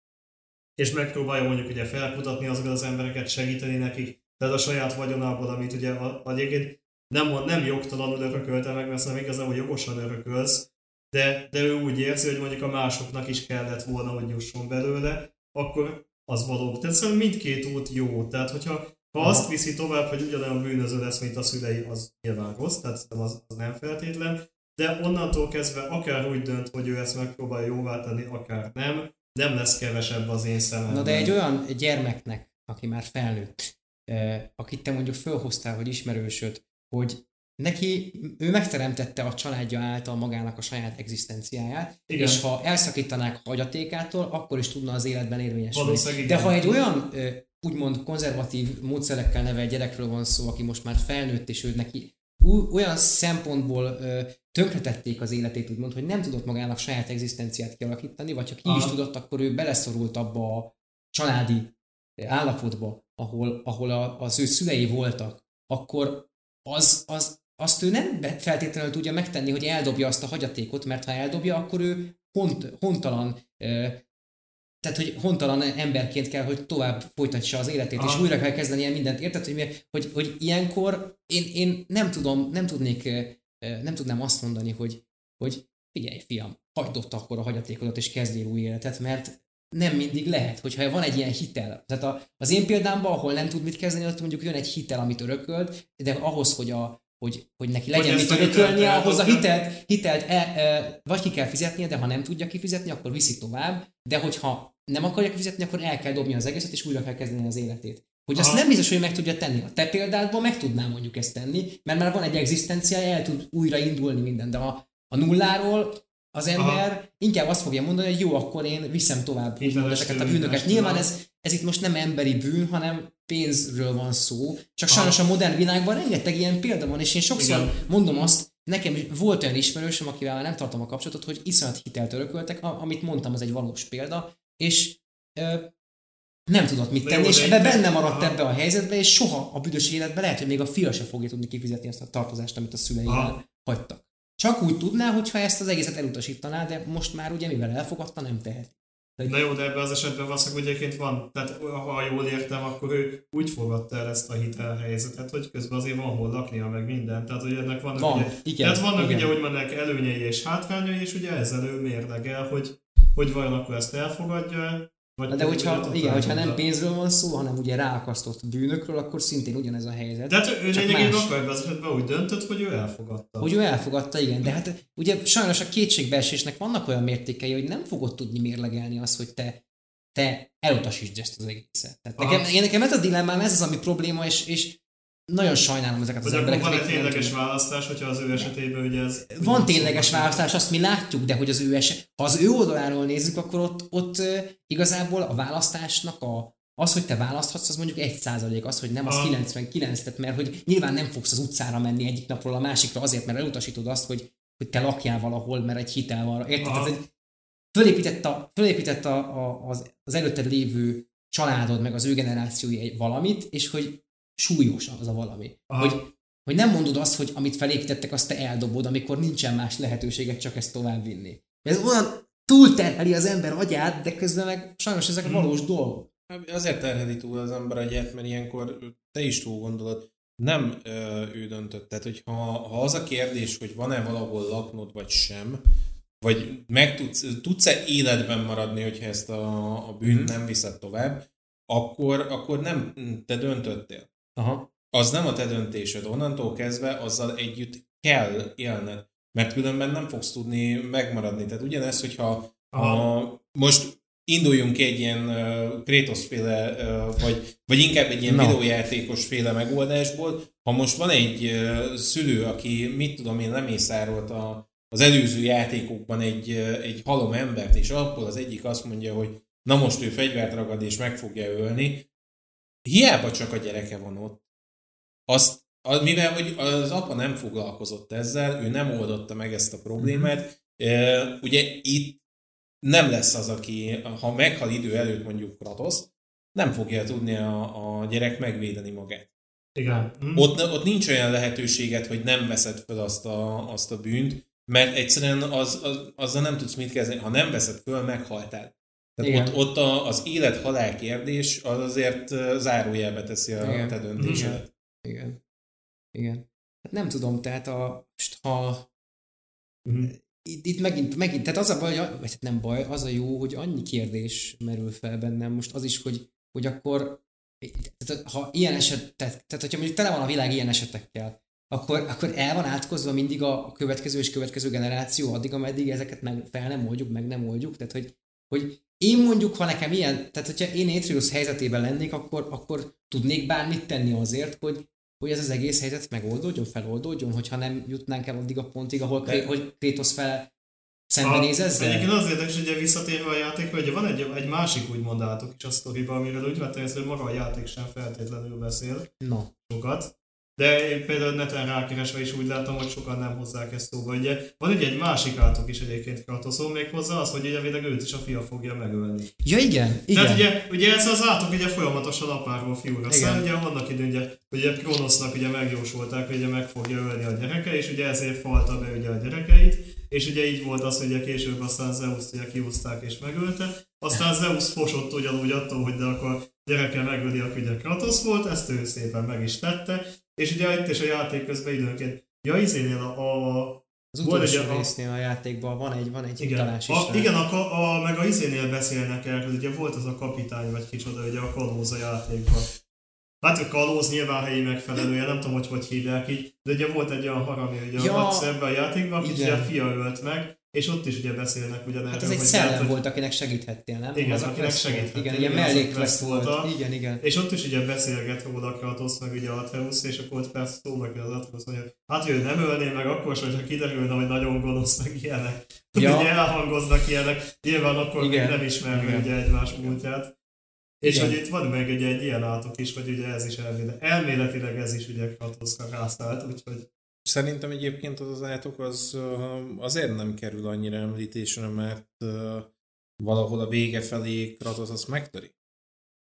és megpróbálja mondjuk ugye felkutatni azokat az embereket, segíteni nekik, tehát a saját vagyonából, amit ugye a- egyébként nem, nem jogtalanul örökölte meg, mert nem igazából jogosan örökölsz, de, de ő úgy érzi, hogy mondjuk a másoknak is kellett volna, hogy jusson belőle, akkor az való. Tehát szerintem mindkét út jó. Tehát hogyha ha azt viszi tovább, hogy ugyanolyan bűnöző lesz, mint a szülei, az nyilván rossz, tehát szerintem az, az nem feltétlen, de onnantól kezdve akár úgy dönt, hogy ő ezt megpróbálja jóvá tenni, akár nem, nem lesz kevesebb az én szememben.
Na de egy olyan gyermeknek, aki már felnőtt, eh, akit te mondjuk fölhoztál, hogy ismerősöd, hogy neki, ő megteremtette a családja által magának a saját egzisztenciáját,
Igen.
és ha elszakítanák hagyatékától, akkor is tudna az életben érvényesülni.
Valószínűleg
De
igen.
ha egy olyan ö, úgymond konzervatív módszerekkel nevelt gyerekről van szó, aki most már felnőtt, és ő neki ú- olyan szempontból ö, tönkretették az életét, úgymond, hogy nem tudott magának saját egzisztenciát kialakítani, vagy ha ki
Aha.
is tudott, akkor ő beleszorult abba a családi állapotba, ahol, ahol a, az ő szülei voltak, akkor az, az, azt ő nem be- feltétlenül tudja megtenni, hogy eldobja azt a hagyatékot, mert ha eldobja, akkor ő hont, hontalan, ö, tehát hogy hontalan emberként kell, hogy tovább folytassa az életét,
Aha.
és újra kell kezdenie mindent. Érted, hogy, mi- hogy, hogy ilyenkor én, én nem tudom, nem tudnék, ö, ö, nem tudnám azt mondani, hogy, hogy figyelj fiam, hagyd ott akkor a hagyatékodat, és kezdjél új életet, mert nem mindig lehet, hogyha van egy ilyen hitel. Tehát a, az én példámban, ahol nem tud mit kezdeni, ott mondjuk jön egy hitel, amit örökölt, de ahhoz, hogy, a, hogy, hogy neki legyen
Hogy
mit
ezt a
örökölnie,
hitelt
ahhoz a
eldobja.
hitelt, hitelt e, e, vagy ki kell fizetnie, de ha nem tudja kifizetni, akkor viszi tovább, de hogyha nem akarja kifizetni, akkor el kell dobni az egészet, és újra kell kezdeni az életét. Hogy azt
Aha.
nem biztos, hogy meg tudja tenni. A te példádban meg tudná mondjuk ezt tenni, mert már van egy egzisztenciája, el tud újra indulni minden, de a, a nulláról az ember Aha. inkább azt fogja mondani, hogy jó, akkor én viszem tovább úgymond
Hiteles
ezeket a
tőlünk,
bűnöket.
tudom.
Nyilván ez, ez itt most nem emberi bűn, hanem pénzről van szó. Csak
Aha.
sajnos a modern világban rengeteg ilyen példa van, és én sokszor
Igen.
mondom azt, nekem is volt olyan ismerősöm, akivel már nem tartom a kapcsolatot, hogy iszonyat hitelt örököltek, a- amit mondtam, az egy valós példa, és ö, nem tudott mit tenni, és ebbe benne maradt ebbe a helyzetbe, és soha a büdös életben lehet, hogy még a fia se fogja tudni kifizetni azt a tartozást, amit a szüleivel hagytak. Csak úgy tudná, hogyha ezt az egészet elutasítaná, de most már ugye mivel elfogadta, nem tehet.
Na jó, de ebben az esetben valószínűleg ugye egyébként van, tehát ha jól értem, akkor ő úgy fogadta el ezt a hitelhelyzetet, hogy közben azért van hol laknia, meg minden. Tehát hogy ennek vannak
van,
ugye,
igen,
tehát vannak
igen.
ugye úgy mondják előnyei és hátrányai, és ugye ezzel ő mérlegel, hogy, hogy vajon akkor ezt elfogadja. Vagy
de hogyha, igen, hogyha nem pénzről van szó, hanem ugye ráakasztott bűnökről, akkor szintén ugyanez a helyzet.
De hát ő lényegében akkor ebben az esetben úgy döntött, hogy ő elfogadta.
Hogy ő elfogadta, igen. De hát ugye sajnos a kétségbeesésnek vannak olyan mértékei, hogy nem fogod tudni mérlegelni azt, hogy te, te elutasítsd ezt az egészet. Tehát nekem, én nekem ez a dilemmám, ez az, ami probléma, és, és nagyon sajnálom ezeket az embereket.
Van egy tényleges választás, hogyha az ő esetében ugye ez...
Van tényleges választás, azt mi látjuk, de hogy az ő eset, ha az ő oldaláról nézzük, akkor ott, ott uh, igazából a választásnak a, az, hogy te választhatsz, az mondjuk egy százalék, az, hogy nem, az kilencvenkilenc, tehát mert hogy nyilván nem fogsz az utcára menni egyik napról a másikra azért, mert elutasítod azt, hogy, hogy te lakjál valahol, mert egy hitel van. Érted? Tehát egy, fölépített, a, fölépített a, a, az, az előtted lévő családod, meg az ő generációi egy valamit, és hogy súlyos az a valami. Hogy, hogy nem mondod azt, hogy amit felépítettek, azt te eldobod, amikor nincsen más lehetőséget csak ezt továbbvinni. Ez olyan túlterheli az ember agyát, de közben meg sajnos ezek valós dolgok.
Azért terheli túl az ember agyát, mert ilyenkor te is túl gondolod, nem ö, ő döntött. Tehát, hogy ha, ha az a kérdés, hogy van-e valahol laknod, vagy sem, vagy meg tudsz, tudsz-e életben maradni, hogyha ezt a, a bűnt nem viszed tovább, akkor, akkor nem te döntöttél.
Aha.
Az nem a te döntésed. Onnantól kezdve azzal együtt kell élned. Mert különben nem fogsz tudni megmaradni. Tehát ugyanez, hogyha ha most induljunk egy ilyen uh, Kratos-féle, uh, vagy, vagy inkább egy ilyen no. videójátékos-féle megoldásból, ha most van egy uh, szülő, aki mit tudom én lemészárolt a, az előző játékokban egy, uh, egy halom embert, és abból az egyik azt mondja, hogy na most ő fegyvert ragad és meg fogja ölni, hiába csak a gyereke van ott. Azt, mivel hogy az apa nem foglalkozott ezzel, ő nem oldotta meg ezt a problémát, mm-hmm. ugye itt nem lesz az, aki, ha meghal idő előtt mondjuk Kratos, nem fogja tudni a, a gyerek megvédeni magát.
Igen. Mm.
Ott, ott nincs olyan lehetőséget, hogy nem veszed fel azt a, azt a bűnt, mert egyszerűen az, az, azzal nem tudsz mit kezdeni. Ha nem veszed föl, meghaltál. Tehát ott, ott a, az élet-halál kérdés az azért zárójelbe teszi a Igen. te döntésedet.
Igen. Igen. Hát nem tudom, tehát a, ha mm. itt, itt megint, megint, tehát az a baj, vagy nem baj, az a jó, hogy annyi kérdés merül fel bennem most az is, hogy, hogy akkor tehát, ha ilyen eset, tehát, tehát hogyha mondjuk tele van a világ ilyen esetekkel, akkor, akkor el van átkozva mindig a következő és következő generáció, addig, ameddig ezeket meg fel nem oldjuk, meg nem oldjuk, tehát hogy, hogy én mondjuk, ha nekem ilyen, tehát hogyha én Atreus helyzetében lennék, akkor, akkor tudnék bármit tenni azért, hogy, hogy ez az egész helyzet megoldódjon, feloldódjon, hogyha nem jutnánk el addig a pontig, ahol Kré, hogy Kratos fel szembenéz ezzel.
Egyébként az érdekes, hogy ugye visszatérve a játékra, hogy van egy, egy másik úgymond átok is a sztoriban, amiről úgy vettem észre, hogy maga a játék sem feltétlenül beszél
no.
sokat. De én például neten rákeresve is úgy látom, hogy sokan nem hozzák ezt szóba. Ugye van ugye egy másik átok is egyébként Kratoszon még hozzá, az, hogy ugye végleg őt is a fia fogja megölni.
Ja igen, igen.
Tehát ugye, ugye ez az átok ugye folyamatosan apáról fiúra száll, ugye vannak idő, ugye, ugye Kronosznak ugye megjósolták, hogy ugye meg fogja ölni a gyereke, és ugye ezért falta be ugye a gyerekeit, és ugye így volt az, hogy ugye később aztán Zeuszt ugye kihúzták és megölte. Aztán Zeus fosott ugyanúgy attól, hogy de akkor gyereke megöli, aki ugye Kratosz volt, ezt ő szépen meg is tette. És ugye itt is a játék közben időnként, ja izénél a... a
az utolsó a, résznél a játékban van egy, van egy
igen,
utalás is.
A, igen, a, a, meg a izénél beszélnek erről, ugye volt az a kapitány, vagy kicsoda, ugye a kalóz a játékban. Hát a kalóz nyilván helyi megfelelője, nem tudom, hogy hogy hívják így, de ugye volt egy olyan harami, ugye ja, a ebben a játékban, akit ugye a fia ölt meg, és ott is ugye beszélnek ugyanerről.
Hát ez egy szellem volt, akinek segíthettél, nem?
Igen, az, akinek segíthettél.
Igen, ilyen mellékvesz volt. volt. Igen, igen.
És ott is ugye beszélget róla Kratos, meg ugye Atreus, és akkor ott persze szóba kell az Atreus, hogy hát ő nem ölné meg akkor sem, hogyha kiderülne, hogy nagyon gonosz, meg ilyenek. Ja. Ugye elhangoznak ilyenek, nyilván akkor igen. nem ismerve ugye egymás múltját. És igen. hogy itt van meg ugye egy ilyen átok is, hogy ugye ez is elméletileg, elméletileg ez is ugye Kratoszra rászállt, úgyhogy...
Szerintem egyébként az az átok az azért nem kerül annyira említésre, mert valahol a vége felé Kratos azt megtöri.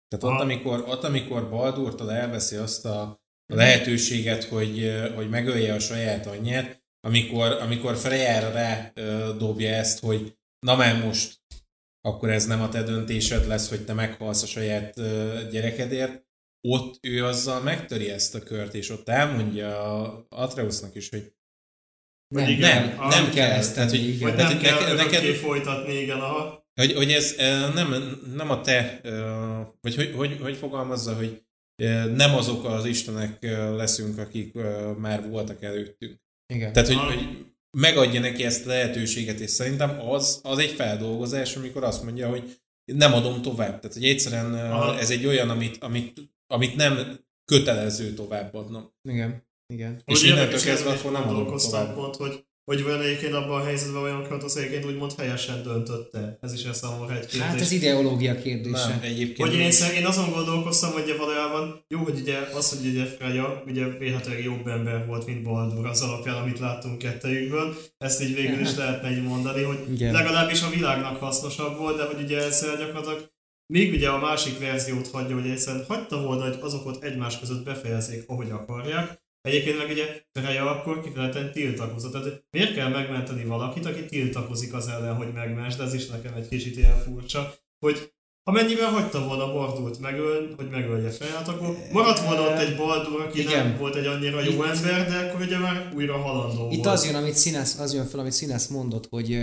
Tehát ott amikor, ott, amikor Baldurtól elveszi azt a lehetőséget, hogy, hogy megölje a saját anyját, amikor, amikor Freyára rá dobja ezt, hogy na már most akkor ez nem a te döntésed lesz, hogy te meghalsz a saját gyerekedért, ott ő azzal megtöri ezt a kört, és ott elmondja Atreusnak is, hogy
nem,
igen,
nem,
a,
nem kell ezt tenni.
Hogy
igen.
nem
hogy
kell
neked,
neked folytatni, igen, aha.
Hogy, hogy ez nem, nem a te, vagy hogy, hogy, hogy fogalmazza, hogy nem azok az istenek leszünk, akik már voltak előttünk.
Igen.
Tehát, hogy, hogy megadja neki ezt a lehetőséget, és szerintem az, az egy feldolgozás, amikor azt mondja, hogy nem adom tovább. Tehát, hogy egyszerűen aha. ez egy olyan, amit, amit, amit nem kötelező továbbadnom.
Igen. Igen.
És innentől kezdve akkor nem adom tovább.
Pont, hogy Hogy vajon egyébként abban a helyzetben olyan Kratos egyébként úgymond helyesen döntötte? Ez is számomra egy kérdés.
Hát ez ideológia kérdése.
Nem, egyébként.
Hogy én, én azon gondolkoztam, hogy valójában jó, hogy ugye az, hogy ugye Freya ugye véletlenül jobb ember volt, mint Baldur az alapján, amit láttunk kettejükből. Ezt így végül is lehetne így mondani, hogy igen. Legalábbis a világnak hasznosabb volt, de hogy ugye ezzel gyakorlatilag még ugye a másik verziót hagyja, hogy egyszerűen hagyta volna, hogy azokat egymás között befejezzék, ahogy akarják. Egyébként meg ugye Freya akkor kifejezetten tiltakozott. Tehát miért kell megmenteni valakit, aki tiltakozik az ellen, hogy megmensd, ez is nekem egy kicsit ilyen furcsa, hogy amennyiben hagyta volna Baldurt megöl, hogy megölje Freyát, akkor maradt volna ott egy Baldur, aki igen. nem volt egy annyira jó itt, ember, de akkor ugye már újra halandó
Itt
volt.
az jön, amit Színász, az jön fel, amit Színász mondott, hogy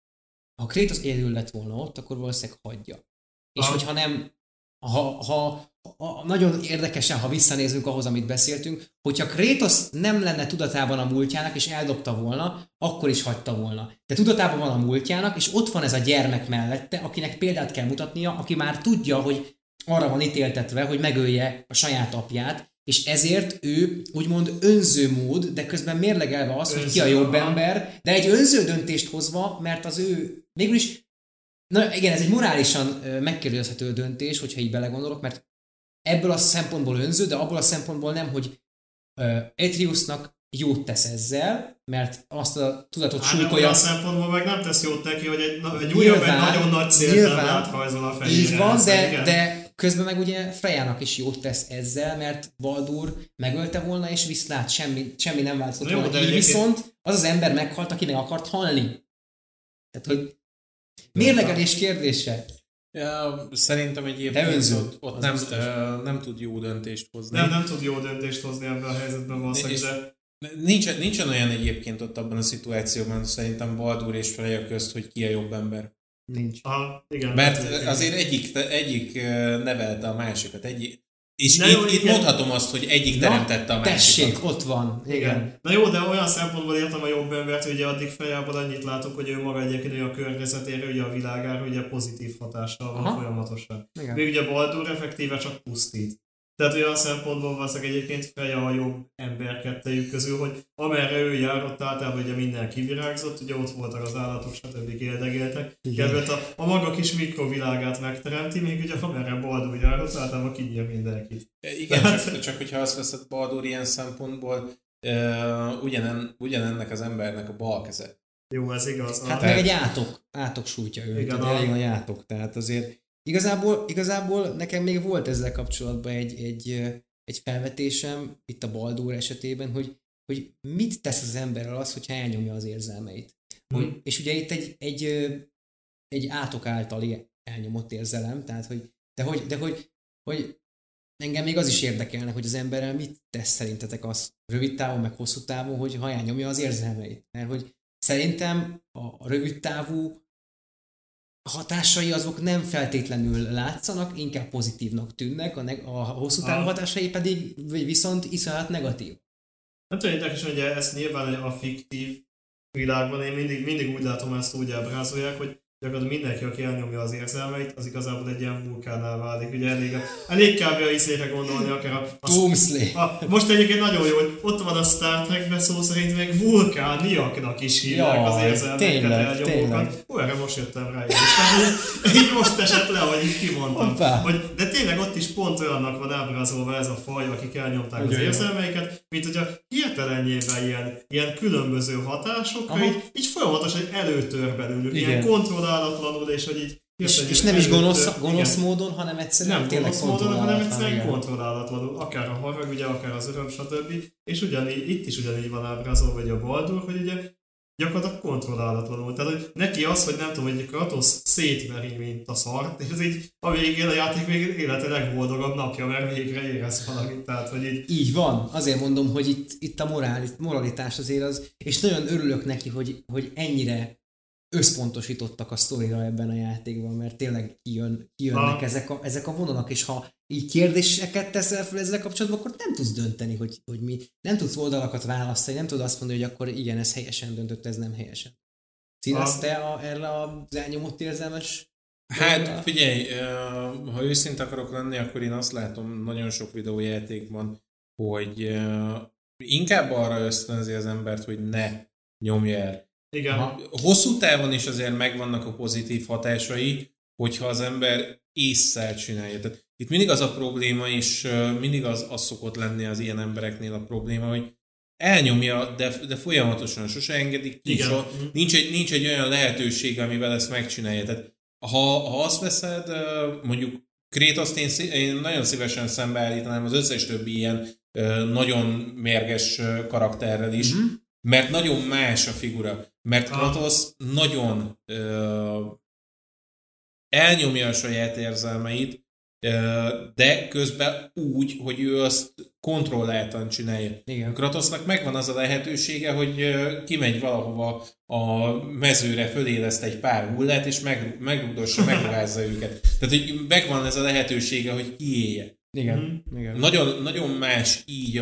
ha Kratos élő lett volna ott, akkor valószínűleg hagyja. És ah. hogyha nem, ha, ha A, nagyon érdekesen, ha visszanézünk ahhoz, amit beszéltünk, hogyha Kratos nem lenne tudatában a múltjának, és eldobta volna, akkor is hagyta volna. De tudatában van a múltjának, és ott van ez a gyermek mellette, akinek példát kell mutatnia, aki már tudja, hogy arra van ítéltetve, hogy megölje a saját apját, és ezért ő úgymond önző mód, de közben mérlegelve az, hogy ki a jobb ember, de egy önző döntést hozva, mert az ő végülis, na igen, ez egy morálisan megkérdezhető döntés, hogyha így belegondolok, mert ebből a szempontból önző, de abból a szempontból nem, hogy uh, Atreusnak jót tesz ezzel, mert azt a tudatot
hát
súlykolja.
Hát a szempontból meg nem tesz jót neki, hogy egy, egy újabb, egy nagyon nagy célt áthajzol a fejére.
Így van, de, de közben meg ugye Freyának is jót tesz ezzel, mert Baldur megölte volna, és viszlát, semmi, semmi nem változott volna. Így egyébként... viszont az az ember meghalt, aki meg akart halni. Tehát, hogy mérlegelés kérdése.
Ja, szerintem egyébként ott, ott nem, uh, nem tud jó döntést hozni.
Nem, nem tud jó döntést hozni ebben a helyzetben valószínűleg.
Nincsen, nincsen olyan egyébként ott abban a szituációban, szerintem Baldur és Freya közt, hogy ki a jobb ember.
Nincs.
Aha, igen.
Mert azért egyik, egyik nevelte a másikat. Egyik, és Na itt, jó, itt mondhatom azt, hogy egyik Na, teremtette a másikat.
Tessék, ott van. Igen.
igen. Na jó, de olyan szempontból értem a jobb embert, hogy ugye addig Freyából annyit látok, hogy ő maga egyébként a környezetére, ugye a világára, ugye pozitív hatással van Aha. folyamatosan. Igen. Még ugye Baldur effektíve csak pusztít. Tehát olyan szempontból valószínűleg egyébként Freya a jobb ember kettejük közül, hogy amerre ő jár, ott általában ugye minden kivirágzott, ugye ott voltak az állatok, stb. Érdegéltek. Kedvet a, a maga kis mikrovilágát megteremti, még ugye amerre Baldur jár, ott általában kinyír mindenkit.
Igen, Tehát... csak, csak hogyha azt veszed Baldur ilyen szempontból, uh, ugyanen, ugyanennek az embernek a bal keze.
Jó, ez igaz.
Hát meg egy átok, átok sújtja őt, igen, a... egy átok, tehát azért Igazából, igazából nekem még volt ezzel kapcsolatban egy, egy, egy felvetésem itt a Baldur esetében, hogy, hogy mit tesz az emberrel az, hogyha elnyomja az érzelmeit. Hmm. Hogy, és ugye itt egy, egy, egy átok által elnyomott érzelem, tehát hogy, de, hogy, de hogy, hogy engem még az is érdekelne, hogy az emberrel mit tesz szerintetek az rövid távon, meg hosszú távon, hogy ha elnyomja az érzelmeit. Mert hogy szerintem a rövid távú hatásai azok nem feltétlenül látszanak, inkább pozitívnak tűnnek, a, neg- a hosszú távú hatásai pedig viszont iszonyat negatív.
Nem tudom, érdekes, hogy ez nyilván a fiktív világban, én mindig, mindig úgy látom, ezt úgy ábrázolják, hogy gyakorlatilag mindenki, aki elnyomja az érzelmeit, az igazából egy ilyen vulkánnál válik. Ugye elég, elég kb. A iszére gondolni, akár a... a, a most egyébként nagyon jó, hogy ott van a Star Trekben szó szerint meg vulkániaknak is hívják ja, az érzelmeket, elnyomókat. Ó, erre most jöttem rá én is. Tehát, így most esett le, hogy így kimondtam. Hogy, de tényleg ott is pont olyannak van ábrázolva ez a faj, akik elnyomták Ugyan az érzelmeiket, mint hogy a hirtelenjében ilyen, ilyen különböző hatások, így, így folyamatosan előtör belőlük, ilyen kontroll állatlanul, és hogy így
És, és nem is gonosz, gonosz módon, hanem egyszerűen
nem
tényleg
gonosz módon, hanem egyszerűen
igen.
kontrollálatlanul, akár a harag, ugye, akár az öröm, stb. És ugyanígy, itt is ugyanígy van ábrázolva, hogy a Baldur, hogy ugye gyakorlatilag kontrollálatlanul. Tehát, hogy neki az, hogy nem tudom, hogy Kratos szétveri, mint a szart, és ez így a végén a játék végén élete legboldogabb napja, mert végre érez valamit. Tehát, hogy így...
így van. Azért mondom, hogy itt, itt a morál, moralitás azért az, és nagyon örülök neki, hogy, hogy ennyire összpontosítottak a sztorira ebben a játékban, mert tényleg kijön, kijönnek ezek a, ezek a vonalak, és ha így kérdéseket teszel fel ezzel kapcsolatban, akkor nem tudsz dönteni, hogy, hogy mi. Nem tudsz oldalakat választani, nem tudod azt mondani, hogy akkor igen, ez helyesen döntött, ez nem helyesen. Színasz te a, erre az elnyomott érzelmes?
Hát figyelj, ha őszinte akarok lenni, akkor én azt látom nagyon sok videójátékban, hogy inkább arra ösztönzi az embert, hogy ne nyomja el.
Igen.
Aha. Hosszú távon is azért megvannak a pozitív hatásai, hogyha az ember ésszel csinálja. Tehát itt mindig az a probléma, és mindig az, az szokott lenni az ilyen embereknél a probléma, hogy elnyomja, de, de folyamatosan sose engedik ki. So, nincs, egy, nincs egy olyan lehetőség, amivel ezt megcsinálja. Tehát ha, ha azt veszed, mondjuk Kratoszt én, én nagyon szívesen szembeállítanám az összes többi ilyen nagyon mérges karakterrel is, mm-hmm. mert nagyon más a figura. Mert Kratos ah. nagyon ö, elnyomja a saját érzelmeit, ö, de közben úgy, hogy ő azt kontrolláltan csinálja. Igen. Kratosnak megvan az a lehetősége, hogy ö, kimegy valahova a mezőre, föléleszt egy pár hullát, és meg, megrúdossa, megrugázza őket. Tehát, hogy megvan ez a lehetősége, hogy kiélje.
Igen. Mm. Igen.
Nagyon, nagyon más így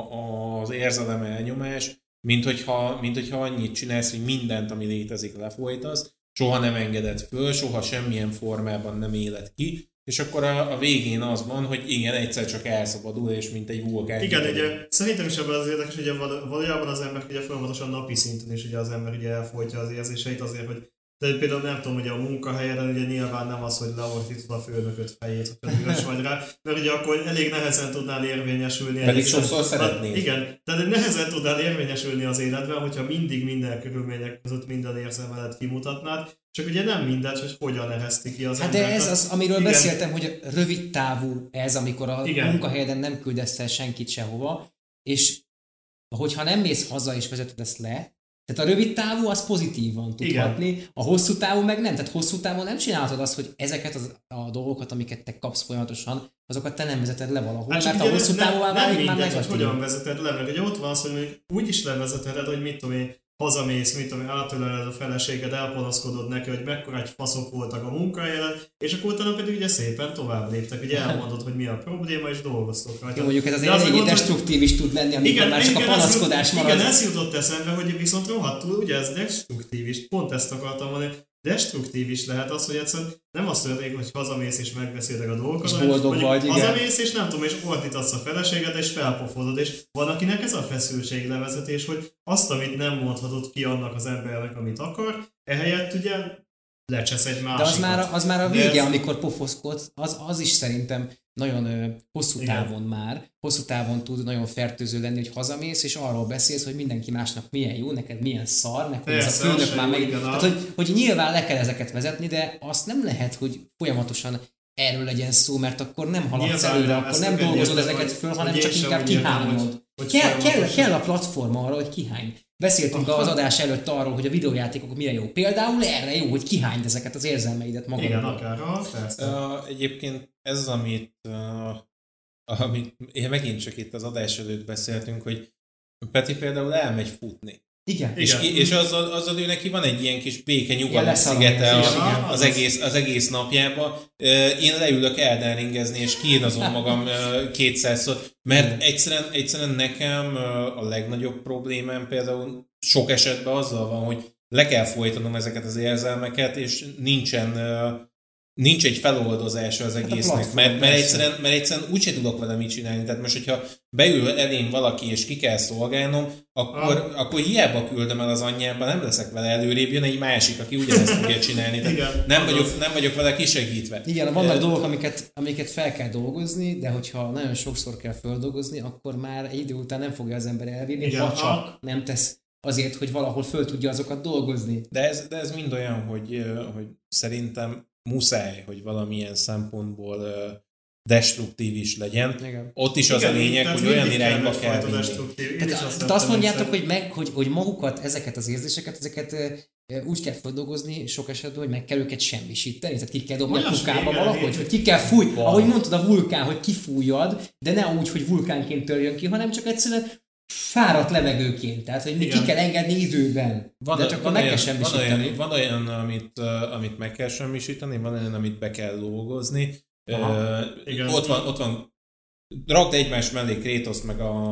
a, az érzelem elnyomás, mint hogyha, mint hogyha annyit csinálsz, hogy mindent, ami létezik, lefolytasz, soha nem engeded föl, soha semmilyen formában nem éled ki, és akkor a, a végén az van, hogy igen, egyszer csak elszabadul, és mint egy vulkán.
Igen, ugye, szerintem is ebben az érdekes, hogy valójában az ember ugye folyamatosan napi szinten is ugye az ember ugye elfolytja az érzéseit azért, hogy de például nem tudom, hogy a munkahelyen ugye nyilván nem az, hogy leordítod a főnököt fejét, hogyha dühös vagy rá, mert ugye akkor elég nehezen tudnál érvényesülni.
Pedig sokszor szeretnéd.
Igen, tehát nehezen tudnál érvényesülni az életben, hogyha mindig minden körülmények között minden érzelmelet kimutatnád, csak ugye nem mindegy, hogy hogyan ereszti ki az
hát
ember.
de ez az, amiről igen. beszéltem, hogy rövid távú ez, amikor a igen. munkahelyeden nem küldesz el senkit sehova, és hogyha nem mész haza és vezeted ezt le, tehát a rövid távú az pozitívan tud hatni, a hosszú távú meg nem. Tehát hosszú távon nem csinálhatod azt, hogy ezeket az, a dolgokat, amiket te kapsz folyamatosan, azokat te nem vezeted le valahol, hát mert a hosszú távúvá válik már negatív.
Hogy hogyan vezeted le, mert ugye ott van az, hogy mondjuk úgy is levezeted, hogy mit tudom én, hazamész, mit tudom én, átöleled a feleséged, elpanaszkodod neki, hogy mekkora egy faszok voltak a munkahelyen, és akkor utána pedig ugye szépen tovább léptek, ugye elmondod, hogy mi a probléma, és dolgoztok rajta.
Jó, mondjuk ez azért eléggé destruktív is tud lenni, amikor igen, már csak igen, a panaszkodás marad.
Igen, ez jutott eszembe, hogy viszont rohadtul, ugye ez destruktív is, pont ezt akartam mondani, destruktív is lehet az, hogy egyszerűen nem azt történik, hogy hazamész és megbeszéltek a dolgokat,
és boldog vagy, igen.
Hazamész és nem tudom, és ordítasz a feleséget, és felpofozod, és van akinek ez a feszültséglevezetés, hogy azt, amit nem mondhatod ki annak az embernek, amit akar, ehelyett ugye lecsesz egy másikat.
De az már, az már a vége, ez... amikor pofoszkodsz, az, az is szerintem nagyon ö, hosszú távon igen. már, hosszú távon tud nagyon fertőző lenni, hogy hazamész, és arról beszélsz, hogy mindenki másnak milyen jó, neked milyen szar, neked ez a főnök már meg... Tehát, hogy, hogy nyilván le kell ezeket vezetni, de azt nem lehet, hogy folyamatosan erről legyen szó, mert akkor nem haladsz nyilván előre, nem, akkor nem dolgozod ezeket föl, hanem csak inkább kihányod. Kell, kell, kell a platform arra, hogy kihány. Beszéltünk aha. az adás előtt arról, hogy a videójátékok milyen jó. Például erre jó, hogy kihányt ezeket az érzelmeidet magadból.
Igen, akár.
Uh, egyébként ez az, amit, uh, amit én megint csak itt az adás előtt beszéltünk, hogy Peti például elmegy futni.
Igen.
És, ki, és azzal, azzal ő neki van egy ilyen kis béke nyugalom szigete az, az, egész, az egész napjában. Én leülök eldenringezni, és kínozom magam kétszázszor, mert egyszerűen, egyszerűen nekem a legnagyobb problémám például sok esetben azzal van, hogy le kell folytanom ezeket az érzelmeket, és nincsen, nincs egy feloldozás az egésznek, hát mert, mert, egyszerűen, mert egyszerűen úgyse tudok vele mit csinálni. Tehát most, hogyha beül elém valaki, és ki kell szolgálnom, akkor, ah. akkor hiába küldöm el az anyjába, nem leszek vele előrébb, jön egy másik, aki ugyanezt fogja csinálni. Tehát igen, nem, vagyok, nem vagyok vele kisegítve.
Igen, vannak e... dolgok, amiket, amiket fel kell dolgozni, de hogyha nagyon sokszor kell feldolgozni, akkor már egy idő után nem fogja az ember elvinni, igen, ha csak ah. nem tesz azért, hogy valahol föl tudja azokat dolgozni.
De ez, de ez mind olyan, hogy, hogy szerintem muszáj, hogy valamilyen szempontból uh, destruktív is legyen.
Igen.
Ott is az
Igen,
a lényeg, hogy olyan irányba kell vinni.
Tehát azt, tehát azt mondjátok, hogy, meg, hogy, hogy magukat, ezeket az érzéseket, ezeket e, úgy kell feldolgozni sok esetben, hogy meg kell őket semmisíteni, tehát ki kell dobni a kukába valahogy, hogy ki kell fújni, ahogy mondtad a vulkán, hogy kifújjad, de ne úgy, hogy vulkánként törjön ki, hanem csak egyszerűen fáradt levegőként, tehát hogy ki kell engedni időben,
van,
de csak van meg olyan, kell semmisíteni.
Van olyan, van olyan amit, uh, amit meg kell semmisíteni, van olyan, amit be kell dolgozni. Uh, ott van, ott van, rakd egymás mellé Kratoszt meg a,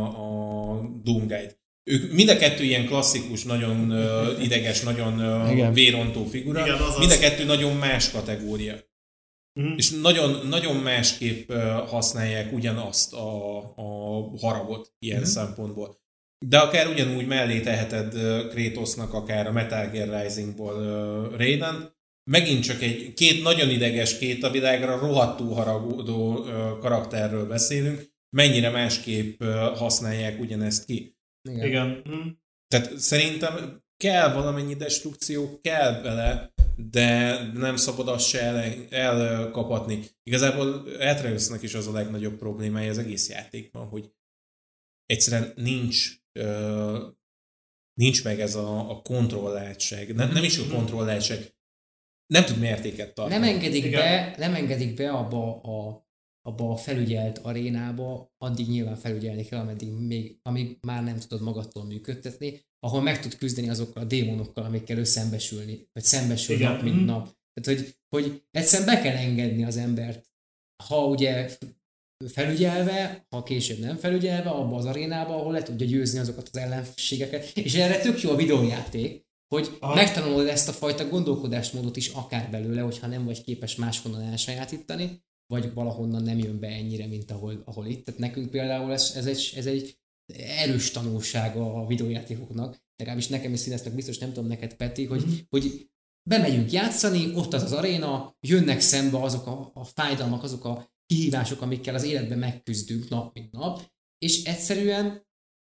a Doomguy-t. Ők mind a kettő ilyen klasszikus, nagyon uh, ideges, nagyon uh, vérontó figura, igen, mind a kettő nagyon más kategória. Uh-huh. És nagyon, nagyon másképp uh, használják ugyanazt a, a haragot ilyen uh-huh. szempontból. De akár ugyanúgy mellé teheted uh, Kratosnak, akár a Metal Gear Risingból uh, Raiden, megint csak egy két nagyon ideges, két a világra rohadtul haragudó uh, karakterről beszélünk, mennyire másképp uh, használják ugyanezt ki.
Igen. Igen. Hm.
Tehát szerintem kell valamennyi destrukció, kell vele, de nem szabad azt se el, elkapatni. Igazából Atreusnak is az a legnagyobb problémája az egész játékban, hogy egyszerűen nincs uh, nincs meg ez a, a kontrolláltság. Nem, nem is a kontrolláltság. Nem tud mértéket tartani.
Nem engedik, be, nem engedik be abba a, abba a felügyelt arénába, addig nyilván felügyelni kell, ameddig még, amíg már nem tudod magadtól működtetni, ahol meg tud küzdeni azokkal a démonokkal, amikkel ő szembesülni, vagy szembesül nap, mint nap. Tehát, hogy, hogy egyszerűen be kell engedni az embert, ha ugye felügyelve, ha később nem felügyelve, abba az arénába, ahol le tudja győzni azokat az ellenségeket. És erre tök jó a videójáték, hogy aha. megtanulod ezt a fajta gondolkodásmódot is akár belőle, hogyha nem vagy képes máshonnan elsajátítani, vagy valahonnan nem jön be ennyire, mint ahol, ahol itt. Tehát nekünk például ez, ez, egy, ez egy erős tanulsága a videójátékoknak, legalábbis nekem is színeznek, biztos nem tudom neked, Peti, hogy, mm. hogy bemegyünk játszani, ott az az aréna, jönnek szembe azok a, a fájdalmak, azok a kihívások, amikkel az életben megküzdünk nap, mint nap, és egyszerűen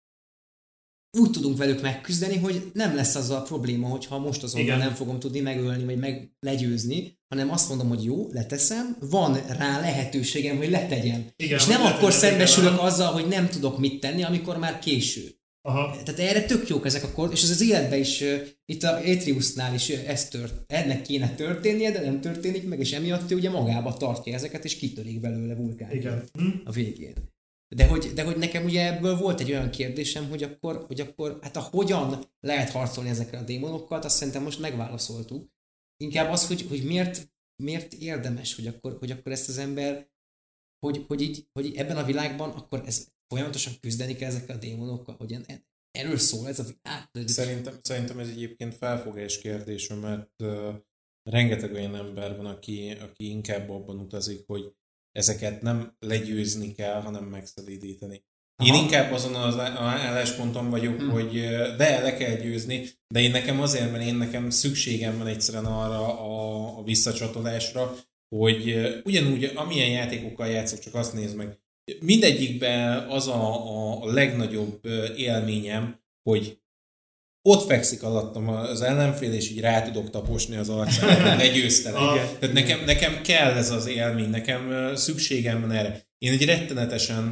úgy tudunk velük megküzdeni, hogy nem lesz az a probléma, hogyha most azonnal nem fogom tudni megölni, vagy meg legyőzni, hanem azt mondom, hogy jó, leteszem, van rá lehetőségem, hogy letegyem. Igen, és nem akkor szembesülök igen, azzal, hogy nem tudok mit tenni, amikor már késő. Aha. Tehát erre tök jók ezek a kor, és ez az életben is, itt a Atreusnál is ez tört, ennek kéne történnie, de nem történik meg, és emiatt ő ugye magába tartja ezeket, és kitörik belőle vulkánként a végén. De hogy, de hogy nekem ugye ebből volt egy olyan kérdésem, hogy akkor, hogy akkor hát a hogyan lehet harcolni ezekkel a démonokkal, azt szerintem most megválaszoltuk. Inkább az, hogy, hogy miért, miért érdemes, hogy akkor, hogy akkor ezt az ember, hogy, hogy, így, hogy ebben a világban akkor ez folyamatosan küzdeni kell ezekkel a démonokkal, hogy erről szól ez a világ.
Szerintem, szerintem ez egyébként felfogás kérdése, mert uh, rengeteg olyan ember van, aki, aki inkább abban utazik, hogy ezeket nem legyőzni kell, hanem megszelídíteni. Én aha. inkább azon az állásponton vagyok, hmm. hogy de le kell győzni, de én nekem azért, mert én nekem szükségem van egyszerűen arra a, a visszacsatolásra, hogy ugyanúgy, amilyen játékokkal játszok, csak azt nézd meg, mindegyikben az a, a legnagyobb élményem, hogy ott fekszik alattam az ellenfél, és így rá tudok taposni az arcára, legyőztelek. Tehát nekem, nekem kell ez az élmény, nekem szükségem van erre. Én egy rettenetesen,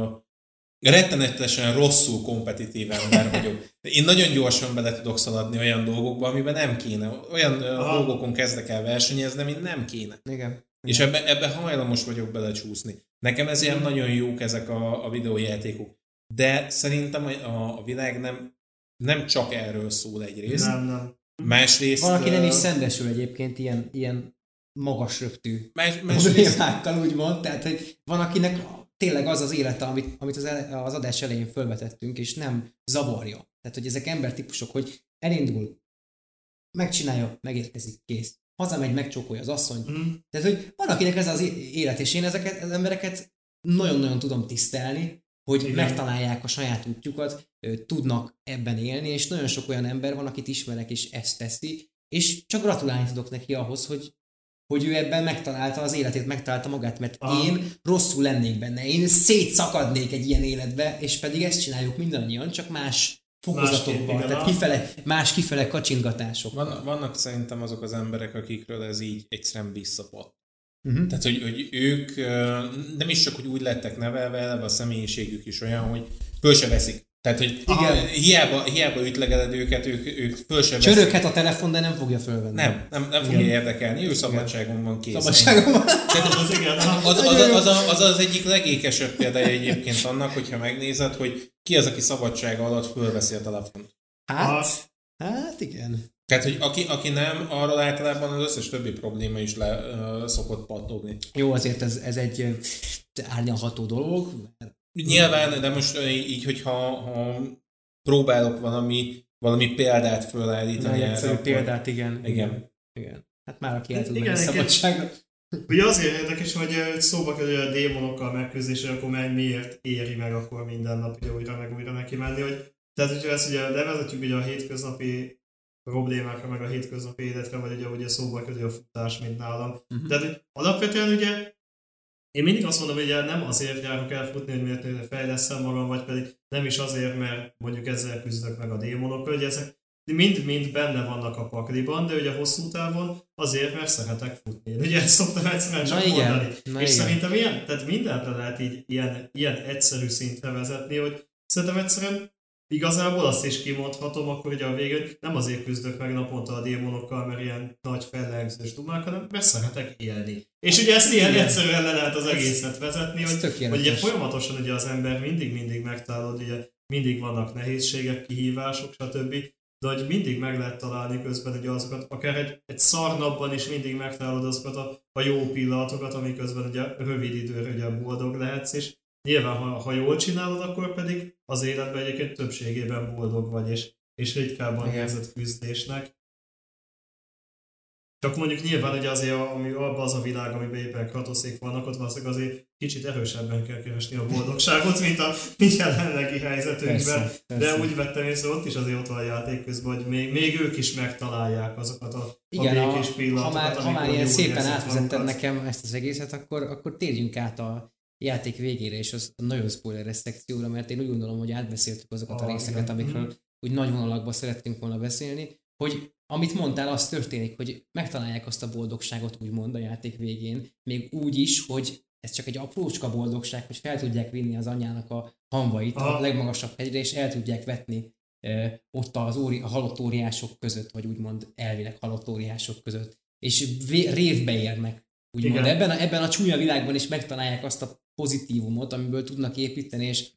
rettenetesen rosszul kompetitív ember vagyok. Én nagyon gyorsan bele tudok szaladni olyan dolgokba, amiben nem kéne. Olyan aha. dolgokon kezdek el versenyezni, mint nem kéne.
Igen.
És ebbe, ebbe hajlamos vagyok belecsúszni. Nekem ezért nagyon jók ezek a, a videójátékok. De szerintem a, a világ nem Nem csak erről szól egyrészt.
Nem, nem.
Másrészt...
Van, aki nem is szembesül egyébként ilyen, ilyen magas röptű problémákkal, úgymond. Tehát, hogy van, akinek tényleg az az élete, amit, amit az, el, az adás elején felvetettünk, és nem zavarja. Tehát, hogy ezek embertípusok, hogy elindul, megcsinálja, megérkezik, kész. Hazamegy, megcsókolja az asszonyt. Mm. Tehát, hogy van, akinek ez az élet, és én ezeket az embereket nagyon-nagyon tudom tisztelni, hogy igen. megtalálják a saját útjukat, tudnak ebben élni, és nagyon sok olyan ember van, akit ismerek, és ezt teszi, és csak gratulálni tudok neki ahhoz, hogy, hogy ő ebben megtalálta az életét, megtalálta magát, mert ah. én rosszul lennék benne, én szétszakadnék egy ilyen életbe, és pedig ezt csináljuk mindannyian, csak más fokozatokban, tehát kifele, más kifele kacsingatások.
Van, vannak szerintem azok az emberek, akikről ez így egyszerűen visszapat. Uh-huh. Tehát, hogy, hogy ők nem is csak, hogy úgy lettek nevelve, eleve a személyiségük is olyan, hogy föl se veszik. Tehát, hogy igen. hiába, hiába ütlegeled őket, ők, ők föl se veszik.
Csöröghet a telefon, de nem fogja fölvenni.
Nem, nem, nem fogja érdekelni, ő szabadságon van kész.
Szabadságon van.
Az, az, az, az, az az egyik legékesebb példája egyébként annak, hogyha megnézed, hogy ki az, aki szabadsága alatt fölveszi a telefont.
Hát, hát igen.
Tehát, hogy aki, aki nem, arról általában az összes többi probléma is le uh, szokott pattogni.
Jó, azért ez, ez egy árnyalható dolog.
Nyilván, de most így, hogyha ha próbálok valami, valami példát fölállítani.
Egyszerű példát, igen.
Igen.
igen. Hát már aki el tud menni szabadságra.
Ugye azért érdekes, hogy szóba kerül a démonokkal megküzdésre, akkor meg miért éri meg akkor minden nap ugye újra meg újra neki menni. Hogy, tehát, hogyha ezt ugye levezetjük ugye a hétköznapi problémákra, meg a hétköznapi életre, vagy ugye, ugye szóba kerül a futás, mint nálam. Uh-huh. Tehát alapvetően ugye én mindig azt mondom, hogy ugye nem azért járok el futni, hogy miért fejleszem magam, vagy pedig nem is azért, mert mondjuk ezzel küzdök meg a démonokkal, hogy ezek mind-mind benne vannak a pakliban, de ugye hosszú távon azért, mert szeretek futni. Én ugye ezt szoktam egyszerűen csak
Na
mondani.
Igen. Na
és
igen.
szerintem ilyen, tehát mindent lehet így ilyen, ilyen egyszerű szintre vezetni, hogy szerintem egyszerűen igazából azt is kimondhatom, akkor ugye a végén nem azért küzdök meg naponta a démonokkal, mert ilyen nagy fellegzős dumák, hanem mert szeretek élni. És ugye ezt ilyen egyszerűen le lehet az egészet vezetni, hogy, hogy ugye folyamatosan ugye az ember mindig-mindig megtalálod, ugye mindig vannak nehézségek, kihívások, stb. De hogy mindig meg lehet találni közben ugye azokat, akár egy, egy szarnapban is mindig megtalálod azokat a, a jó pillanatokat, amiközben ugye rövid időre ugye boldog lehetsz, és nyilván, ha, ha jól csinálod, akkor pedig az életben egyébként többségében boldog vagy, és, és ritkábban érzed küzdésnek. Csak mondjuk nyilván ugye azért, ami, abban az a világ, amiben éppen kratoszék vannak, ott valószínűleg azért kicsit erősebben kell keresni a boldogságot, mint a mi jelenlegi helyzetünkben. Persze, persze. De úgy vettem észre, ott is azért ott van a játék közben, hogy még, még ők is megtalálják azokat a,
igen,
a békés pillanatokat.
Ha már, ha már ilyen szépen átvezetted nekem ezt az egészet, akkor, akkor térjünk át a játék végére, és az nagyon spoileres szekcióra, mert én úgy gondolom, hogy átbeszéltük azokat ah, a részeket, igen. amikről mm. úgy nagy vonalakban szerettünk volna beszélni, hogy amit mondtál, az történik, hogy megtalálják azt a boldogságot, úgymond a játék végén, még úgy is, hogy ez csak egy aprócska boldogság, hogy fel tudják vinni az anyjának a hamvait ah. a legmagasabb hegyre, és el tudják vetni e, ott az óri, a halott óriások között, vagy úgymond elvileg halott óriások között, és vé, révbe érnek. Úgymond ebben a, ebben a csúnya világban is megtalálják azt a pozitívumot, amiből tudnak építeni, és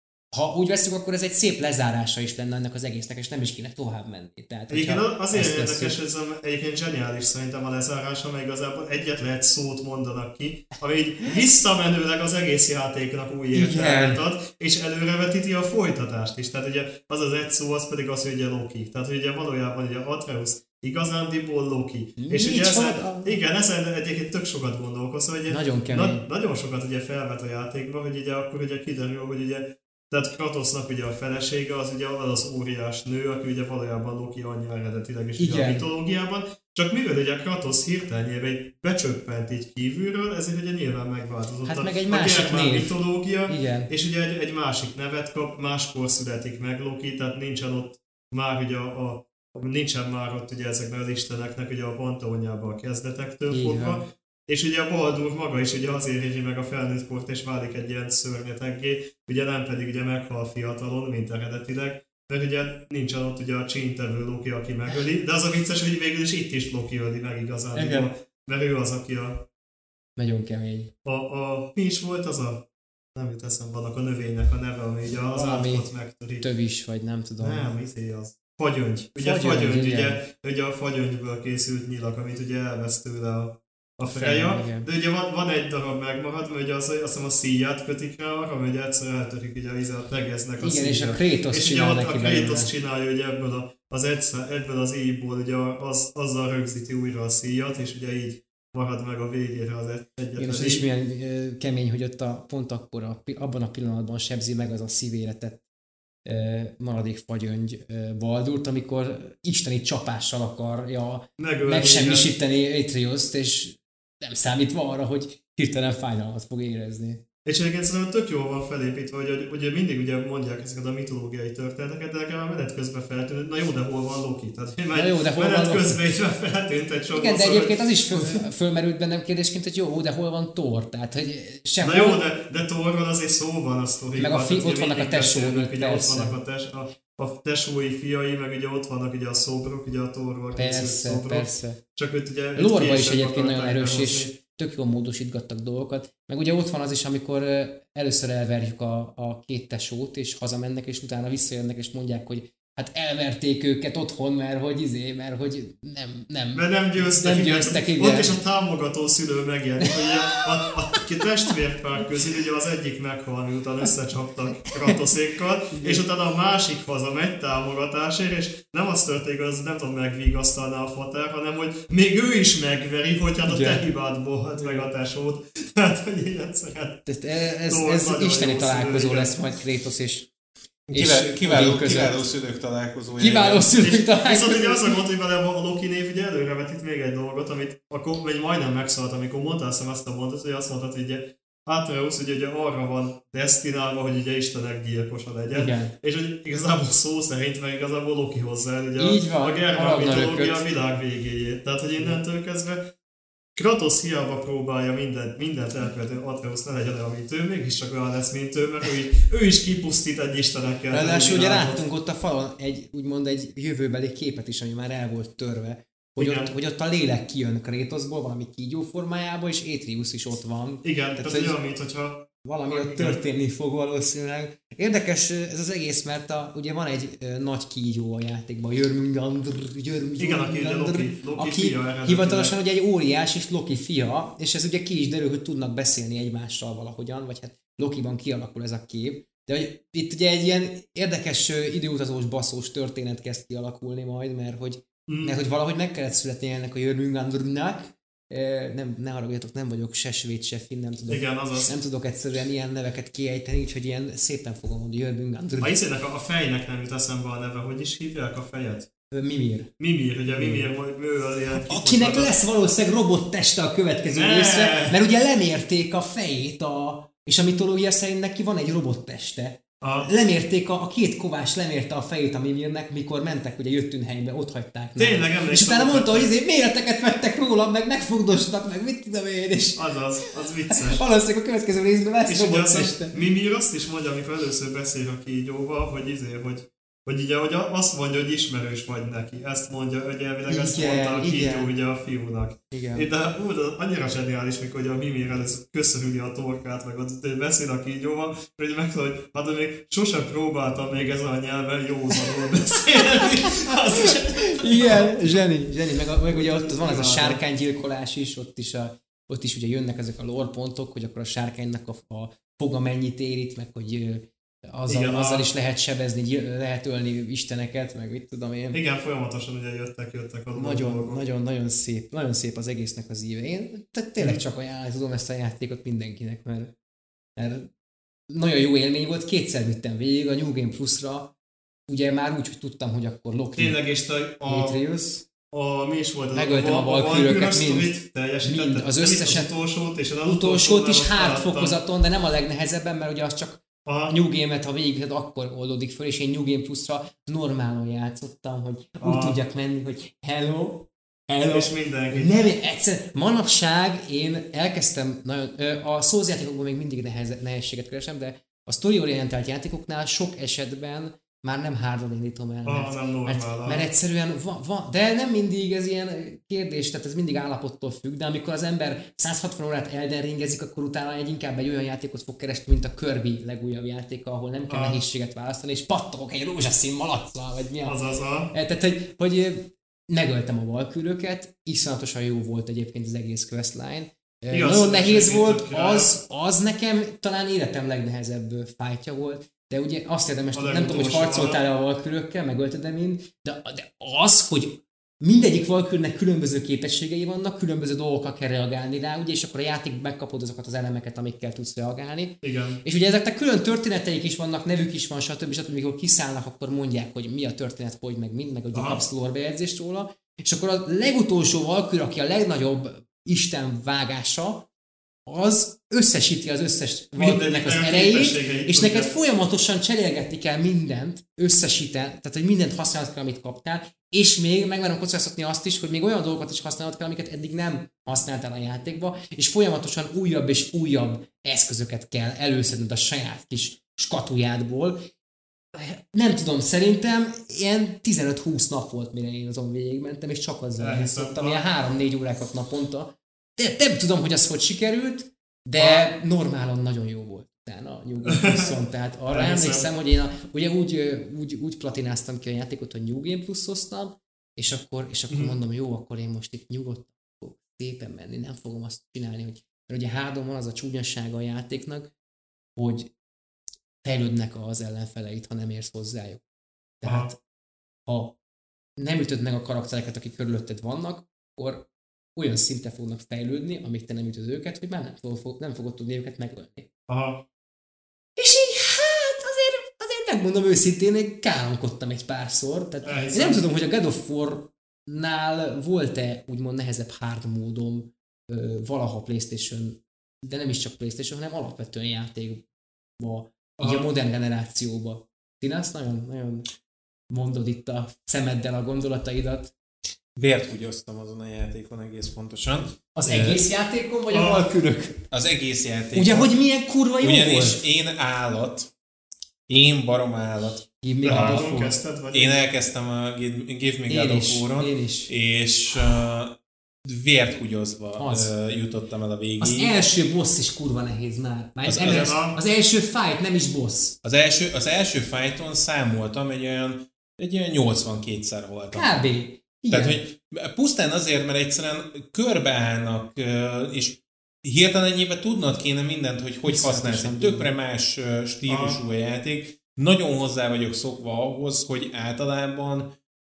ha úgy veszük, akkor ez egy szép lezárása is lenne ennek az egésznek, és nem is kéne tovább menni. Tehát,
egyébként azért érdekes, ez egyébként zseniális szerintem a lezárása, mert igazából egyetlen egy szót mondanak ki, ami így visszamenőleg az egész játéknak új értelmet ad, és előrevetíti a folytatást is. Tehát ugye az az egy szó, az pedig az, hogy ugye Loki. Tehát ugye valójában ugye Atreus igazándiból Loki.
Mi
és ugye
ezen,
igen, ezen egyébként tök sokat gondolkozom, hogy
nagyon, na,
nagyon sokat ugye felvet a játékba, hogy ugye akkor ugye kiderül, hogy ugye tehát Kratosznak ugye a felesége az ugye az az óriás nő, aki ugye valójában Loki anyja eredetileg is ugye a mitológiában. Csak mivel ugye Kratosz hirtelenjében egy becsöppent így kívülről, ezért ugye nyilván megváltozott
hát
a,
meg egy másik
a mitológia,
igen.
és ugye egy, egy másik nevet kap, máskor születik meg Loki, tehát nincsen ott már ugye a, a nincsen már ott ugye ezeknek az isteneknek ugye a panteonjában a kezdetektől igen. fogva. És ugye a Baldur maga is ugye azért éri meg a felnőtt kort, és válik egy ilyen szörnyeteggé, ugye nem pedig ugye meghal fiatalon, mint eredetileg, mert ugye nincsen ott ugye a csíntevő Loki, aki megöli, de az a vicces, hogy végül is itt is Loki öli meg igazán, mert ő az, aki a...
Nagyon kemény.
A, a, mi is volt az a... Nem jut eszembe, vannak a növénynek a neve, ami ugye az állatot megtöri.
Tövis, vagy nem tudom.
Nem, izé az. Fagyöngy. Ugye
fagyöngy,
fagyöngy ugye, ugye a fagyöngyből készült nyilak, amit ugye elvesz tőle a a Freya, de ugye van, van egy darab megmarad, mert ugye az, azt hiszem a szíját kötik rá arra, hogy egyszer eltörik ugye a tegeznek a
igen,
szíját.
és a Kratos
és
csinál
ugye
neki
a Kratos csinálja ugye ebből, a, az egyszer, ebből az íjból, ugye az, azzal rögzíti újra a szíjat, és ugye így marad meg a végére az egyetlen.
Igen, és is milyen uh, kemény, hogy ott a, pont akkor a, abban a pillanatban sebzi meg az a szívére tett uh, maradék fagyöngy uh, Baldurt, amikor isteni csapással akarja megölni, megsemmisíteni Atreust, és nem számítva arra, hogy hirtelen fájdalmat fog érezni.
És egyébként szerintem tök jól van felépítve, hogy, hogy ugye mindig ugye mondják ezeket a mitológiai történeteket, de nekem a menet közben feltűnt, na jó, de hol van Loki? Tehát
na jó, de hol
menet
van
közben is feltűnt egy sok.
Igen, de egyébként az is föl, fölmerült bennem kérdésként, hogy jó, de hol van Thor? Tehát, hogy sehol...
Na jó, de, de Thorról azért szó van a sztoriban.
Meg a fi, ott vannak a tesói,
ugye ott vannak a, tes, a, a tesói fiai, meg ugye ott vannak ugye a szobrok, ugye a Thorról készült szobrok.
Persze,
Csak őt ugye...
Lore-ba is egyébként nagyon erős, és tök jól módosítgattak dolgokat. Meg ugye ott van az is, amikor először elverjük a, a két tesót, és hazamennek, és utána visszajönnek, és mondják, hogy hát elverték őket otthon, mert hogy izé, mert hogy nem, nem,
mert nem győztek,
nem győztek igen.
Ott is a támogató szülő megjelenik, hogy a, a, a, a testvérpár közül ugye az egyik meghal, miután összecsaptak Kratoszékkal, és utána a másik haza megy támogatásért, és nem az történik, az nem tudom megvigasztalná a fater, hanem hogy még ő is megveri, hogy hát a te hibádból halt meg a tesót. Tehát, hogy ilyen szeret.
Ez, ez, ez isteni találkozó lesz majd Kratos és
Kiváló, kiváló, kiváló szülők találkozója.
Kiváló szülők találkozója.
Viszont ugye az a gond, hogy vele a Loki név ugye előrevetít még egy dolgot, amit akkor vagy majdnem megszólalt, amikor mondtál azt a mondatot, hogy azt mondtad, hogy ugye Atreus ugye, ugye arra van destinálva, hogy ugye Istenek gyilkosa legyen.
Igen.
És hogy igazából szó szerint meg igazából Loki hozzá el ugye
így van,
a germán mitológia a világ végéjét. Tehát, hogy innentől kezdve Kratos hiába próbálja mindent, mindent elkövetni, Atreus ne legyen olyan, mint ő, mégis csak olyan lesz, mint ő, mert ő, ő is kipusztít egy istenekkel.
Ráadásul ugye láttunk ott a falon egy, úgymond egy jövőbeli képet is, ami már el volt törve, hogy, ott, hogy ott a lélek kijön Kratosból valami kígyó formájába, és Atreus is ott van.
Igen, tehát, tehát olyan, mint hogyha
valami ott történni fog valószínűleg. Érdekes ez az egész, mert a, ugye van egy uh, nagy kígyó a játékban, Jörmungandr,
igen, aki, Loki, Loki
aki
fia,
hivatalosan ugye egy óriás és Loki fia, és ez ugye ki is derül, hogy tudnak beszélni egymással valahogyan, vagy hát Lokiban kialakul ez a kép. De hogy itt ugye egy ilyen érdekes uh, időutazós baszós történet kezd kialakulni majd, mert hogy, mm. mert hogy valahogy meg kellett születni ennek a Jörmungandrnak. Nem, ne haragudjatok, nem vagyok se svéd, se finn, nem tudok,
igen,
nem tudok egyszerűen ilyen neveket kiejteni, úgyhogy ilyen szépen fogom mondani, Jörmungandr.
A izének a, a fejnek nem jut eszembe a neve, hogy is hívják a fejet?
Mimir.
Mimir, ugye Mimir, ő az ilyen...
Akinek lesz valószínűleg robotteste a következő ne. részre, mert ugye lemérték a fejét, a, és a mitológia szerint neki van egy robotteste. A... Lemérték, a, a két kovás lemérte a fejét a Mimirnek, mikor mentek ugye Jöttunheimbe, ott hagyták.
Tényleg, emlékszem.
És utána mondta, hogy izé, méreteket vettek róla, meg megfogdostak, meg mit tudom én, és...
Azaz, az vicces.
Valószínűleg a következő részben lesz robotteste.
Mimir azt is mondja, amikor először beszél a kígyóval, hogy izé, hogy hogy ugye, hogy azt mondja, hogy ismerős vagy neki. Ezt mondja, hogy elvileg ezt mondta a kígyó ugye a fiúnak.
Igen.
De ú, de annyira zseniális, mikor ugye a Mimir először köszönüli a torkát, meg ott beszél a kígyóval, hogy megszól, hogy hát de még sosem próbáltam még ezen a nyelven józanul beszélni. Az...
Igen, zseni, zseni. Meg, meg ugye ott van ez a sárkánygyilkolás is, ott is, a, ott is ugye jönnek ezek a lore pontok, hogy akkor a sárkánynak a, a foga mennyit érít, meg hogy Azzal, igen, azzal a... is lehet sebezni, lehet ölni isteneket, meg mit tudom én.
Igen, folyamatosan ugye jöttek, jöttek a
nagyon, dolgok. Nagyon, nagyon szép, nagyon szép az egésznek az íve. Én tehát tényleg csak ajánlani tudom ezt a játékot mindenkinek, mert, mert nagyon jó élmény volt. Kétszer vittem végig a New Game Plus-ra, ugye már úgy, hogy tudtam, hogy akkor Loki,
tényleg, és te a...
Atreus.
A, mi is volt az
megöltem a, a valküröket, mind, mind, az összeset,
az utolsót, és az
utolsót is hard fokozaton, de nem a legnehezebben, mert ugye az csak a New Game-et, ha végig, akkor oldódik föl, és én New Game Plus-ra normálon játszottam, hogy a... úgy tudjak menni, hogy hello, hello.
És mindenki.
Nem, egyszer, manapság én elkezdtem, nagyon, a Souls játékokban még mindig nehez, nehézséget keresem, de a story-orientált játékoknál sok esetben már nem hardon indítom el, mert,
ah,
mert, mert egyszerűen van, van, de nem mindig ez ilyen kérdés, tehát ez mindig állapottól függ, de amikor az ember száz hatvan órát Elden Ringezik, akkor utána egy inkább egy olyan játékot fog keresni, mint a Kirby legújabb játéka, ahol nem kell ah. nehézséget választani, és pattogok egy rózsaszín malacccal, vagy mi a...
Az az a...
Tehát, hogy, hogy megöltem a valküröket, iszonyatosan jó volt egyébként az egész questline. Igaz, nagyon nehéz volt, az, az nekem talán életem legnehezebb fájtja volt. De ugye azt érdemes, nem tudom, hogy harcoltál-e a valkürökkel, megölted-e mind, de, de az, hogy mindegyik valkürnek különböző képességei vannak, különböző dolgokkal kell reagálni rá, ugye, és akkor a játék megkapod azokat az elemeket, amikkel tudsz reagálni.
Igen.
És ugye ezeknek külön történeteik is vannak, nevük is van, stb. stb. Amikor kiszállnak, akkor mondják, hogy mi a történet, hogy meg mind, meg hogy kapsz lore bejegyzést róla. És akkor a legutolsó valkür, aki a legnagyobb isten vágása, az összesíti az összes védőnek az erejét, és neked folyamatosan cserélgetni kell mindent, összesíten, tehát hogy mindent használod kell, amit kaptál, és még megmerom kockáztatni azt is, hogy még olyan dolgokat is használod kell, amiket eddig nem használtál a játékba, és folyamatosan újabb és újabb eszközöket kell előszedned a saját kis skatujádból. Nem tudom, szerintem ilyen tizenöt-húsz nap volt, mire én azon végigmentem, és csak azzal játszottam, ilyen három-négy órákat naponta. De nem tudom, hogy az hogy sikerült, de normálon nagyon jó volt utána a New Game Plus-on. Tehát arra emlékszem, hogy én a, ugye úgy, úgy, úgy platináztam ki a játékot, hogy New Game Plus-oztam, és akkor, és akkor mm. mondom, jó, akkor én most itt nyugodtan fogok szépen menni, nem fogom azt csinálni, hogy mert ugye hádon van az a csúnyasága a játéknak, hogy fejlődnek az ellenfeleit, ha nem érsz hozzájuk. Tehát ha nem ütöd meg a karaktereket, akik körülötted vannak, akkor olyan szinten fognak fejlődni, amíg te nem ütöd őket, hogy már nem, fog, nem fogod tudni őket megölni.
Aha.
És így hát azért, azért megmondom őszintén, én káromkodtam egy párszor. Tehát én nem tudom, hogy a God of War-nál volt-e úgymond nehezebb hard módom ö, valaha PlayStation, de nem is csak PlayStation, hanem alapvetően játékba, így a modern generációba. Tinasz, nagyon, nagyon mondod itt a szemeddel a gondolataidat.
Vért húgyoztam azon a játékon egész pontosan.
Az egész uh, játékon, vagy a valkürök?
Az egész játékon.
Ugye, hogy milyen kurva jó
ugyanis volt?
Ugyanis
én állat, én barom állat. Én elkezdtem a Give Me God of War-on, és uh, vért húgyozva uh, jutottam el a végig.
Az első boss is kurva nehéz már. már az, az, az, az első fight nem is boss.
Az első, az első fighton számoltam, egy olyan, egy olyan nyolcvankétszer voltam.
Kb. Igen.
Tehát, hogy pusztán azért, mert egyszerűen körbeállnak, és hirtelen ennyiben tudnod kéne mindent, hogy hogy használsz. Egy tökre más stílusú a játék. Nagyon hozzá vagyok szokva ahhoz, hogy általában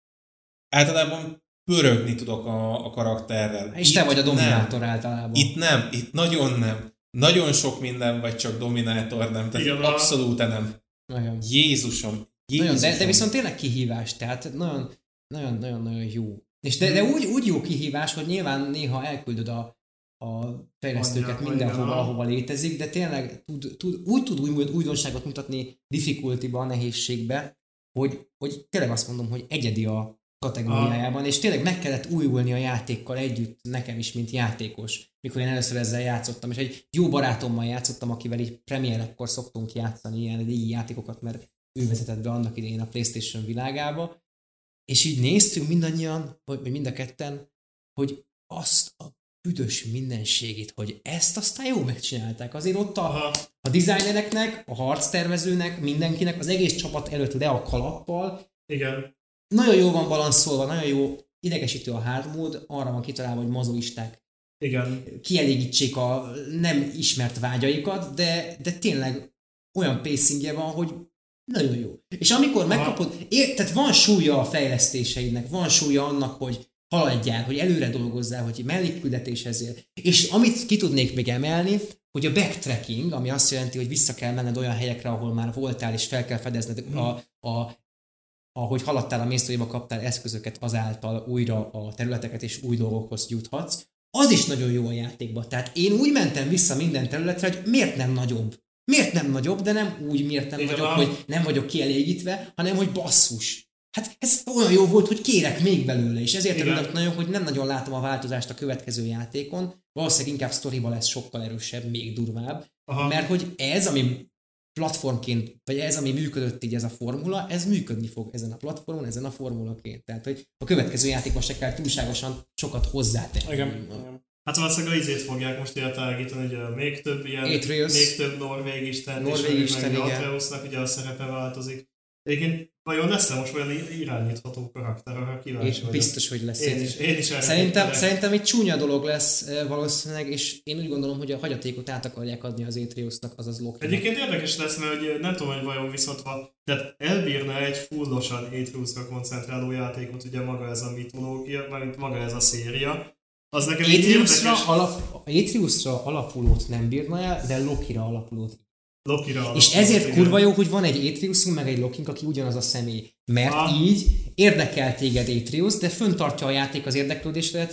általában pörögni tudok a, a karakterrel.
És te itt vagy a dominátor nem. Általában.
Itt nem, itt nagyon nem. Nagyon sok minden vagy csak dominátor nem. Tehát igen, abszolút nem.
Nagyon.
Jézusom. Jézusom.
Nagyon, de, de viszont tényleg kihívás, tehát nagyon nagyon-nagyon jó. És de, de úgy, úgy jó kihívás, hogy nyilván néha elküldöd a, a fejlesztőket mindenhova, ahova létezik, de tényleg tud, tud, úgy tud új, újdonságot mutatni difficulty-ba, a nehézségbe, hogy, hogy tényleg azt mondom, hogy egyedi a kategóriájában, ah. és tényleg meg kellett újulni a játékkal együtt nekem is, mint játékos, mikor én először ezzel játszottam, és egy jó barátommal játszottam, akivel így premierekkor szoktunk játszani ilyen régi játékokat, mert ő vezetett be annak idején a PlayStation világába, és így néztünk mindannyian, vagy mind a ketten, hogy azt a büdös mindenségét, hogy ezt aztán jó megcsinálták. Azért ott a, a designereknek, a harctervezőnek, mindenkinek, az egész csapat előtt le a kalappal.
Igen.
Nagyon jó van balanszolva, nagyon jó, idegesítő a hard mód, arra van kitalálva, hogy mazoisták
igen.
kielégítsék a nem ismert vágyaikat, de, de tényleg olyan pacingje van, hogy nagyon jó. És amikor megkapod, ér, tehát van súlya a fejlesztéseidnek, van súlya annak, hogy haladjál, hogy előre dolgozzál, hogy mellékküldetéshez ér. És amit ki tudnék még emelni, hogy a backtracking, ami azt jelenti, hogy vissza kell menned olyan helyekre, ahol már voltál, és fel kell fedezned, hmm. a, a, ahogy haladtál a mésztóiba, kaptál eszközöket, azáltal újra a területeket és új dolgokhoz juthatsz. Az is nagyon jó a játékban. Tehát én úgy mentem vissza minden területre, hogy miért nem nagyobb? Miért nem nagyobb, de nem úgy miért nem nagyobb, hogy nem vagyok kielégítve, hanem hogy basszus. Hát ez olyan jó volt, hogy kérek még belőle, és ezért örülök nagyon, hogy nem nagyon látom a változást a következő játékon. Valószínűleg inkább sztoriba lesz sokkal erősebb, még durvább. Aha. Mert hogy ez, ami platformként, vagy ez, ami működött így ez a formula, ez működni fog ezen a platformon, ezen a formulaként. Tehát, hogy a következő játékban se kell túlságosan sokat hozzátenni.
Igen. Hát valószínűleg izét fogják most eltágítani, ugye még több ilyen,
Atreus.
még több norvég isten,
Norvég
és
isten,
meg Atreusnak ugye a szerepe változik. Egyébként vajon lesz-e most olyan irányítható karakter, arra kíváncsi vagyok?
Biztos, hogy lesz.
Én is, én is
szerintem, szerintem egy csúnya dolog lesz valószínűleg, és én úgy gondolom, hogy a hagyatékot át akarják adni az Atreusnak, azaz Loki.
Egyébként érdekes lesz, mert hogy nem tudom, hogy vajon viszont van, tehát elbírna egy fullosan Atreusra koncentráló játékot, ugye maga ez a mitológia, mármint maga ez a széria. Az nekem egy érdekes...
Alap, Atreusra alapulót nem bírna el, de Lokira alapulót.
Lokira alapulót.
És ezért igen. Kurva jó, hogy van egy Atreusunk, meg egy Lokink, aki ugyanaz a személy. Mert ah. így érdekel téged Atreus, de föntartja a játék az érdeklődésedet,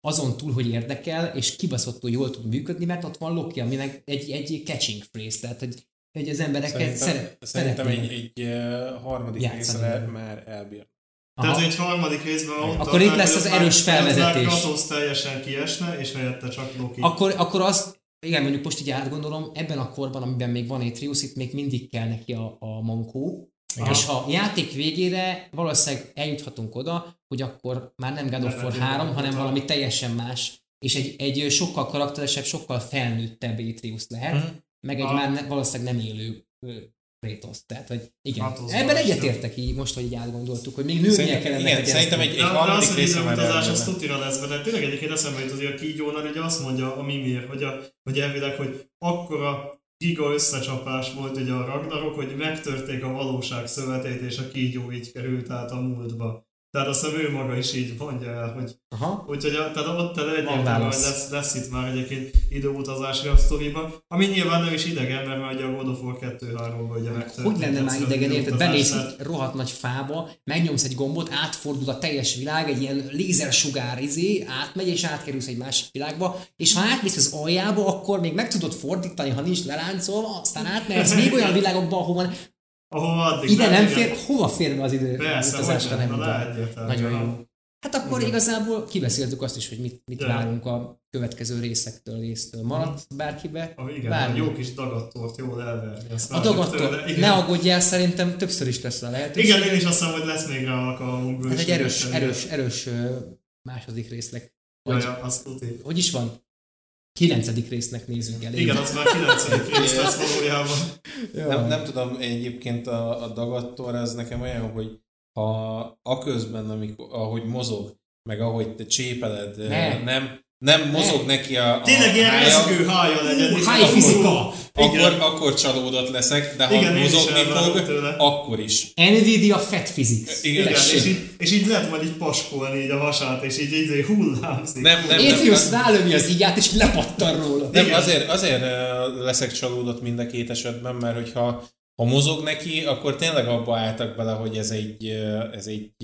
azon túl, hogy érdekel, és kibaszottul jól tud működni, mert ott van Loki, aminek egy, egy catching phrase, tehát hogy, hogy az embereket szeret,
szerintem egy, egy uh, harmadik részre már elbír.
Tehát egy harmadik részben ott
akkor itt lesz az erős felvezetés.
Kratos teljesen kiesne, és helyette csak Loki.
Akkor, akkor az, igen, mondjuk most így átgondolom, ebben a korban, amiben még van Atreus, itt még mindig kell neki a, a mankó. Igen. És ha a játék végére valószínűleg eljuthatunk oda, hogy akkor már nem God of War három, hanem valami teljesen más, és egy, egy sokkal karakteresebb, sokkal felnőttebb Atreus lehet, mm. meg egy ah. már ne, valószínűleg nem élő Kratos. Tehát, hogy igen. Hát ebben egyetértek így, most, hogy így átgondoltuk, hogy még nőnie kellene.
Igen, szerintem egy, egy harmadik része már
elmondani. Az tutira lesz, de tényleg egyébként eszembe jut, hogy a kígyónál ugye azt mondja a Mimir, hogy, a, hogy elvileg, hogy akkora giga összecsapás volt ugye a Ragnarok, hogy megtörték a valóság szövetét, és a kígyó így került át a múltba. Tehát azt hiszem ő maga is így mondja el, hogy
aha.
Úgyhogy a, tehát ott egyértelműen lesz, lesz itt már egyébként időutazásra a sztoriba, ami nyilván nem is idegen, mert már a God of War kettő háromban ugye megtörtént.
Hogy lenne már idegen, érted? Bemész egy rohadt nagy fába, megnyomsz egy gombot, átfordul a teljes világ, egy ilyen lézersugár izé, átmegy és átkerülsz egy másik világba, és ha átmész az aljába, akkor még meg tudod fordítani, ha nincs leláncolva, aztán átmehetsz még olyan világokba, ahova
Ahova
ide nem fér, igen. Hova fér be az idő?
Persze,
nem
nagyon
jó. Hát akkor igen. Igazából kibeszéltük azt is, hogy mit, mit várunk a következő részektől, résztől. Maradt bárkibe?
Ah, igen, bármi. Jó kis dagattort, jól elverni.
A dagattort, ne aggódjál, szerintem többször is lesz a lehetőség.
Igen, én is azt mondom, hogy lesz még rá alkalmunk.
Ez egy erős, erős, erős második résznek.
Hogy, ja, azt tudni.
Hogy is van? Kilencedik résznek nézünk el.
Igen, az már kilencedik rész lesz valójában.
Nem, nem tudom, egyébként a, a dagattor az nekem olyan, hogy ha aközben, amikor, ahogy mozog, meg ahogy te csépeled, ne. nem, nem mozog ne. neki a, a
tényleg ilyen rezgő hája legyen.
Háj fizika!
Akkor, akkor csalódott leszek, de ha igen, mozogni fog, akkor is.
Nvidia Fat Physics.
Igen, igen és, így, és így lehet majd így paskolni így a hasát, és így, így hullámzik.
Nem, nem,
Atreus rálövi az ígyát, és lepattan róla.
Nem, azért, azért leszek csalódott mind a két esetben, mert hogyha ha mozog neki, akkor tényleg abba álltak bele, hogy ez egy, ez egy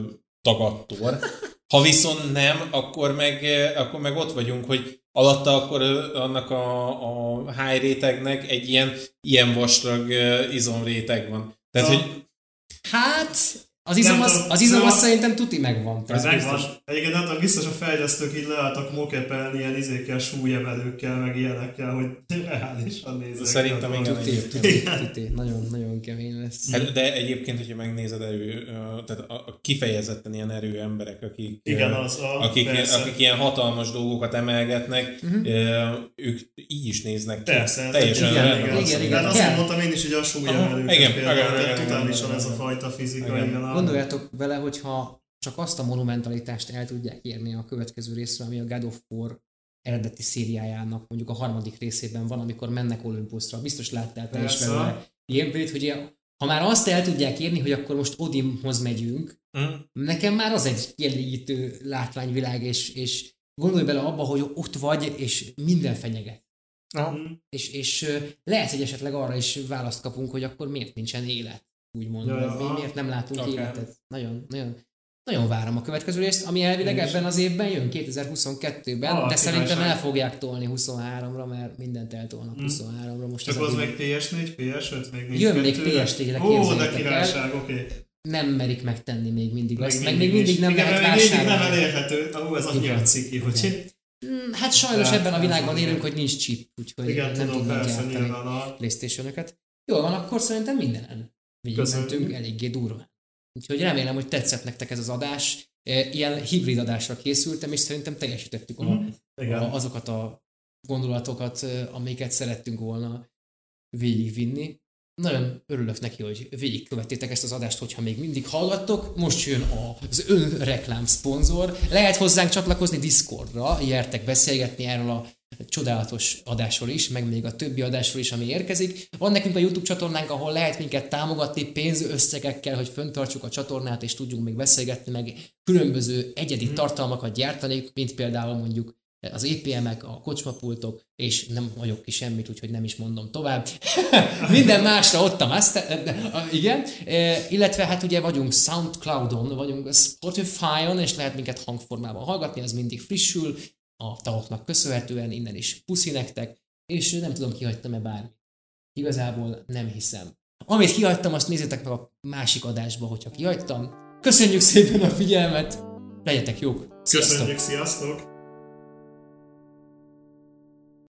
dagattor. Ha viszont nem, akkor meg, akkor meg ott vagyunk, hogy alatta akkor annak a, a high rétegnek egy ilyen, ilyen vastag izomréteg van. Tehát,
ja.
hogy...
Hát... Az izom, az, az, izom az szerintem tuti megvan.
Ez megvan. Egyébként hát biztos a fejlesztők így leálltak mokepelni ilyen izékkel, súlyemelőkkel, meg ilyenekkel, hogy reálisan nézek.
Szerintem igen.
Tuti, tuti, tuti. Nagyon, nagyon kemény lesz.
Hát, de egyébként, hogyha megnézed erő, tehát a kifejezetten ilyen erő emberek, akik,
igen, az a,
akik, akik ilyen hatalmas dolgokat emelgetnek, uh-huh. ők így is néznek ki.
Persze.
Teljesen
igen, igen, igen, igen, igen. Azt mondtam én is, hogy a súlyemelőket például, tehát totálisan ez a fajta fizika.
Gondoljátok vele, hogyha csak azt a monumentalitást el tudják érni a következő részre, ami a God of War eredeti szériájának mondjuk a harmadik részében van, amikor mennek Olympusra. Biztos láttál te is vele ilyenből, hogy ha már azt el tudják érni, hogy akkor most Odinhoz megyünk, mm. nekem már az egy kielégítő látványvilág, és, és gondolj bele abba, hogy ott vagy, és minden fenyeget. Mm. És, és lehet, hogy esetleg arra is választ kapunk, hogy akkor miért nincsen élet. Úgymond, ja, ja. miért nem látunk okay. életet. Nagyon, nagyon, nagyon várom a következő részt, ami elvileg ebben az évben jön, kétezer-huszonkettőben, ah, de szerintem el fogják tolni huszonháromra, mert mindent eltolnak hmm. huszonháromra. Most
csak az, az meg pé es négy, pé es öt még nincs.
Jön még pé es négyre,
ó, de királyság, oké. Okay.
Nem merik megtenni még mindig meg azt, meg még mindig nem lehet vásárolni.
Még mindig nem elérhető, ó, ez annyira ciki, hogy...
Hát sajnos hát, ebben a világban élünk, hogy nincs chip, úgyhogy igen, nem tudunk gyártani a PlayStation-öket. Jól van, akkor szerintem mindenen végigmentünk eléggé durván. Úgyhogy remélem, hogy tetszett nektek ez az adás. Ilyen hibrid adásra készültem, és szerintem teljesítettük a, a, azokat a gondolatokat, amiket szerettünk volna végigvinni. Nagyon örülök neki, hogy végigkövettétek ezt az adást, hogyha még mindig hallgattok. Most jön az önreklám szponzor. Lehet hozzánk csatlakozni Discordra, gyertek beszélgetni erről a csodálatos adásról is, meg még a többi adásról is, ami érkezik. Van nekünk a YouTube csatornánk, ahol lehet minket támogatni pénzösszegekkel, hogy fenntartsuk a csatornát, és tudjunk még beszélgetni, meg különböző egyedi mm. tartalmakat gyártani, mint például mondjuk az é pé emek, a kocsmapultok, és nem vagyok ki semmit, úgyhogy nem is mondom tovább. Minden másra ott a master, igen. E, illetve hát ugye vagyunk SoundCloudon, vagyunk Spotify-on, és lehet minket hangformában hallgatni, az mindig frissül, a tagoknak köszönhetően, innen is puszi nektek, és nem tudom, kihagytam-e bármit. Igazából nem hiszem. Amit kihagytam, azt nézzétek meg a másik adásba, hogyha kihagytam. Köszönjük szépen a figyelmet, legyetek jók!
Köszönjük, sziasztok!